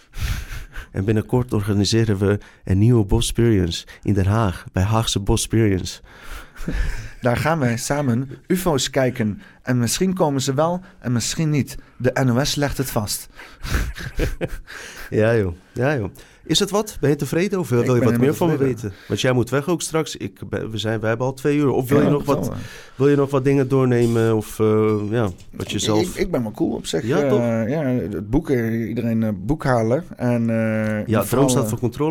En binnenkort organiseren we een nieuwe Bosperience in Den Haag... bij Haagse Bosperience. Daar gaan wij samen U F O's kijken. En misschien komen ze wel en misschien niet. De N O S legt het vast. Ja joh, ja joh. Is het wat? Ben je tevreden of wil, wil je wat meer van me weten? Want jij moet weg ook straks. Ik ben, we, zijn, we hebben al twee uur. Of wil, ja, je, nog wat, wil je nog wat dingen doornemen? Of uh, ja, wat je zelf... Ik, ik ben wel cool op zich. Ja, uh, toch? Ja, het boeken, iedereen uh, boek halen. En, uh, ja, Droom staat voor controle.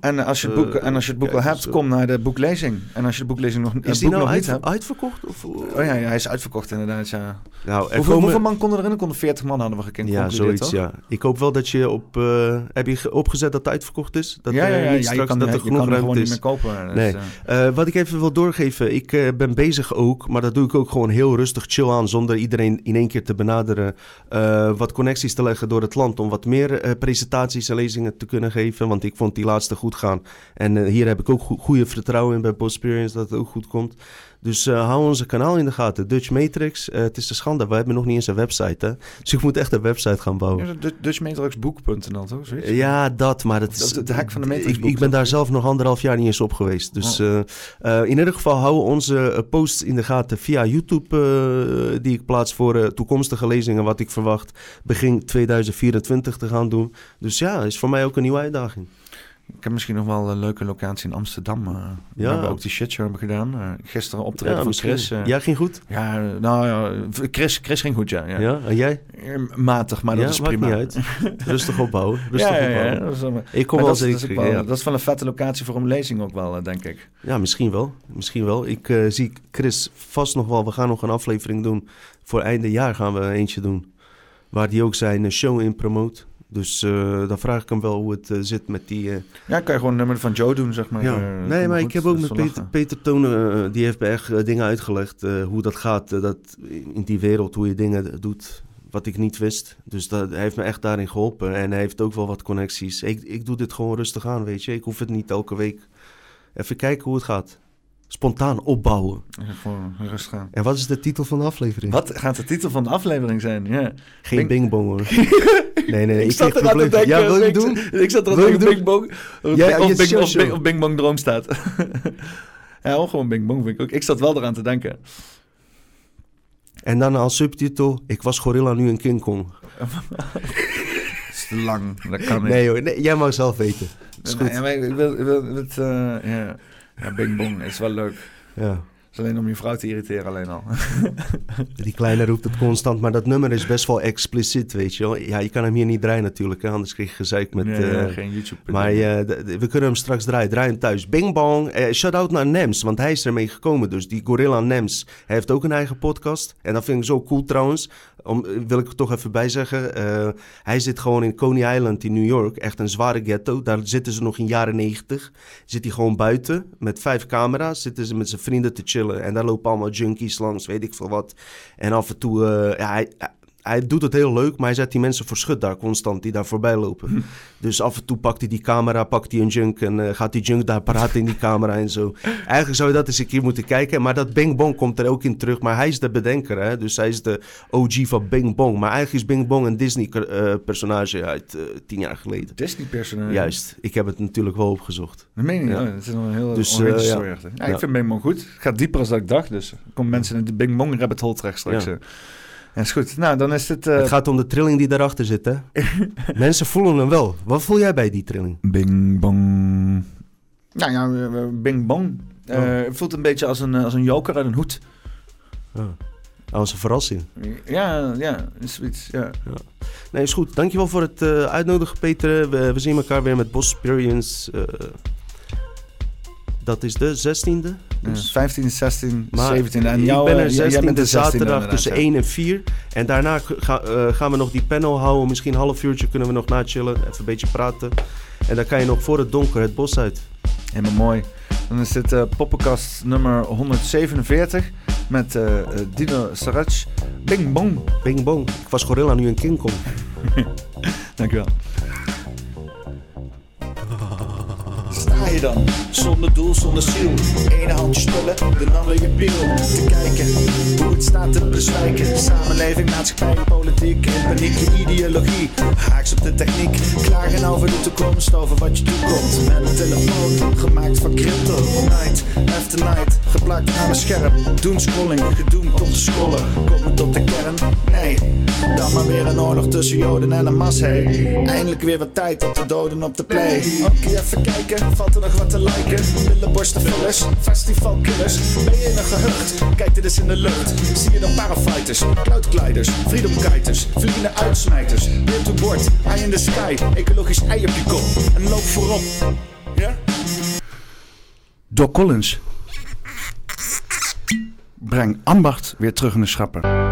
En als je het boek, uh, en als je het boek wel hebt, zo. kom naar de boeklezing. En als je de boeklezing nog, is die nou nog uit, niet hebt... uitverkocht? Of? Oh ja, ja, hij is uitverkocht inderdaad, ja. Nou, hoeveel, komen... hoeveel man konden erin? Er konden veertig man hadden we gekend. Ja, zoiets, toch? Ja. Ik hoop wel dat je op... Uh, heb je opgezet dat het uitverkocht is? Dat ja, ja, ja, uh, niet ja straks, je kan, dat er je genoeg kan er ruimte gewoon is. niet meer kopen. Dus, nee. Uh, uh, wat ik even wil doorgeven. Ik uh, ben bezig ook, maar dat doe ik ook gewoon heel rustig chill aan, zonder iedereen in één keer te benaderen. Uh, wat connecties te leggen door het land, om wat meer uh, presentaties en lezingen te kunnen geven. Want ik vond die laatste goed gaan. En uh, hier heb ik ook go- goede vertrouwen in bij Bosperience dat het ook goed komt. Dus uh, hou onze kanaal in de gaten. Dutch Matrix, uh, het is de schande. We hebben nog niet eens een website, hè. Dus ik moet echt een website gaan bouwen. Ja, Dutch Matrix boek punt n l, toch? Zoiets? Ja, dat, maar dat is... Dat, de hek van de Matrix ik, ik ben daar zelf nog anderhalf jaar niet eens op geweest. Dus oh. uh, uh, in ieder geval houden onze uh, posts in de gaten via YouTube, uh, die ik plaats voor uh, toekomstige lezingen, wat ik verwacht begin tweeduizend vierentwintig te gaan doen. Dus ja, is voor mij ook een nieuwe uitdaging. Ik heb misschien nog wel een leuke locatie in Amsterdam. Uh, ja. Waar we ook die shitshow hebben gedaan. Uh, gisteren optreden ja, van Chris. Uh, ja, ging goed? Ja, nou ja, Chris, Chris ging goed, ja. Ja, ja en jij? Matig, maar dat ja, is prima. Maakt niet uit. Rustig opbouwen. Rustig ja, ja, opbouwen. Ja, dat is, uh, ik kom wel dat, zeker. Dat is, wel, ja. dat is wel een vette locatie voor een lezing ook wel, uh, denk ik. Ja, misschien wel. Misschien wel. Ik uh, zie Chris vast nog wel. We gaan nog een aflevering doen. Voor einde jaar gaan we eentje doen. Waar die ook zijn show in promoot. Dus uh, dan vraag ik hem wel hoe het uh, zit met die... Uh... Ja, kan je gewoon een nummer van Joe doen, zeg maar. Ja. Uh, nee, maar goed, ik heb ook met Peter, Peter Tonen, uh, die heeft me echt uh, dingen uitgelegd. Uh, hoe dat gaat, uh, dat in die wereld, hoe je dingen doet, wat ik niet wist. Dus dat, hij heeft me echt daarin geholpen. En hij heeft ook wel wat connecties. Ik, ik doe dit gewoon rustig aan, weet je. Ik hoef het niet elke week. Even kijken hoe het gaat. Spontaan opbouwen. Ja, gewoon rustig aan. En wat is de titel van de aflevering? Wat gaat de titel van de aflevering zijn? Ja. Geen Bing... bingbong hoor. Nee, nee, nee. Ik, ik zat eraan te denken. Ja, wil je ik doen? Z- ik zat er aan te denken. Bingbong. Of, ja, of, of, bing, show, of, bing, show. of Bingbong Droom staat. Ja, of gewoon Bingbong vind ik ook. Ik zat wel eraan te denken. En dan als subtitel, ik was gorilla, nu een King Kong. Dat is te lang. Dat kan niet. Nee hoor, nee, jij mag zelf weten. Is goed. Ja, maar ik wil, ik wil het, uh, ja. ja, Bingbong is wel leuk. Ja. Het is alleen om je vrouw te irriteren alleen al. Die kleine roept het constant, maar dat nummer is best wel expliciet, weet je wel. Ja, je kan hem hier niet draaien natuurlijk, hè? Anders krijg je gezeik met... Nee, uh, ja, uh, geen YouTube. Maar uh, d- d- we kunnen hem straks draaien. Draai hem thuis. Bing bong. Uh, shout-out naar Nems, want hij is ermee gekomen. Dus die Gorilla Nems, hij heeft ook een eigen podcast. En dat vind ik zo cool trouwens. Om, wil ik er toch even bij zeggen. Uh, hij zit gewoon in Coney Island in New York. Echt een zware ghetto. Daar zitten ze nog in jaren negentig. Zit hij gewoon buiten met vijf camera's. Zitten ze met zijn vrienden te chillen. En daar lopen allemaal junkies langs, weet ik veel wat. En af en toe... Uh, ja, hij, hij doet het heel leuk, maar hij zet die mensen voor schut daar constant. Die daar voorbij lopen. Hm. Dus af en toe pakt hij die camera, pakt hij een junk. En uh, gaat die junk daar praten in die camera en zo. Eigenlijk zou je dat eens een keer moeten kijken. Maar dat Bing Bong komt er ook in terug. Maar hij is de bedenker, hè. Dus hij is de O G van Bing Bong. Maar eigenlijk is Bing Bong een Disney-personage uh, uit uh, tien jaar geleden. Disney-personage? Juist. Ik heb het natuurlijk wel opgezocht. Dat meen je? Ja. Oh, dat is nog een heel dus, uh, ja. ja. Ja, ik vind Bing Bong goed. Het gaat dieper dan ik dacht. Dus er komen mensen in de Bing Bong rabbit hole terecht straks. Ja. Ja, is goed. Nou, dan is het... Uh... Het gaat om de trilling die daarachter zit, hè? Mensen voelen hem wel. Wat voel jij bij die trilling? Bing bong. Nou ja, uh, bing bong. Uh, oh. Het voelt een beetje als een, als een joker uit een hoed. Oh. Als een verrassing. Ja, ja, is zoiets, ja. ja. Nee, is goed. Dankjewel voor het uh, uitnodigen, Peter. We, we zien elkaar weer met Bosperience. Uh, dat is de zestiende. Dus vijftien, zestien, zeventien. En ik jou, ben er zestiende, zestiende zaterdag tussen ja. één en vier. En daarna ga, uh, gaan we nog die panel houden. Misschien een half uurtje kunnen we nog nachillen. Even een beetje praten. En dan kan je nog voor het donker het bos uit. Helemaal mooi. Dan is dit uh, Poppenkast nummer honderdzevenenveertig. Met uh, Dino Sarac. Bing bong. Bing bong. Ik was gorilla, nu een King Kong. Dankjewel. Sta je dan, zonder doel, zonder ziel. Ene handje spullen, de ander je piel. Te kijken hoe het staat te bezwijken. Samenleving, maatschappij, politiek. In paniek, je ideologie. Haaks op de techniek. Klagen over de toekomst, over wat je toekomt. Met een telefoon, gemaakt van crypto. Night after night, geplakt aan een scherm. Doen scrolling, gedoemd tot te scrollen. Komen tot de kern? Nee. Dan maar weer een oorlog tussen Joden en een mas, hey. Eindelijk weer wat tijd op de doden op de play. Oké, even kijken, valt er nog wat te liken? Billenborstenvullers, festivalkillers. Ben je in een gehucht? Kijk dit eens in de lucht. Zie je dan parafighters, cloudgliders, freedomkiters, vliegende uitsmijters. Beer to board, eye in the sky, ecologisch ei op je kop. En loop voorop. Ja? Doc Collins. Breng Ambart weer terug in de schappen.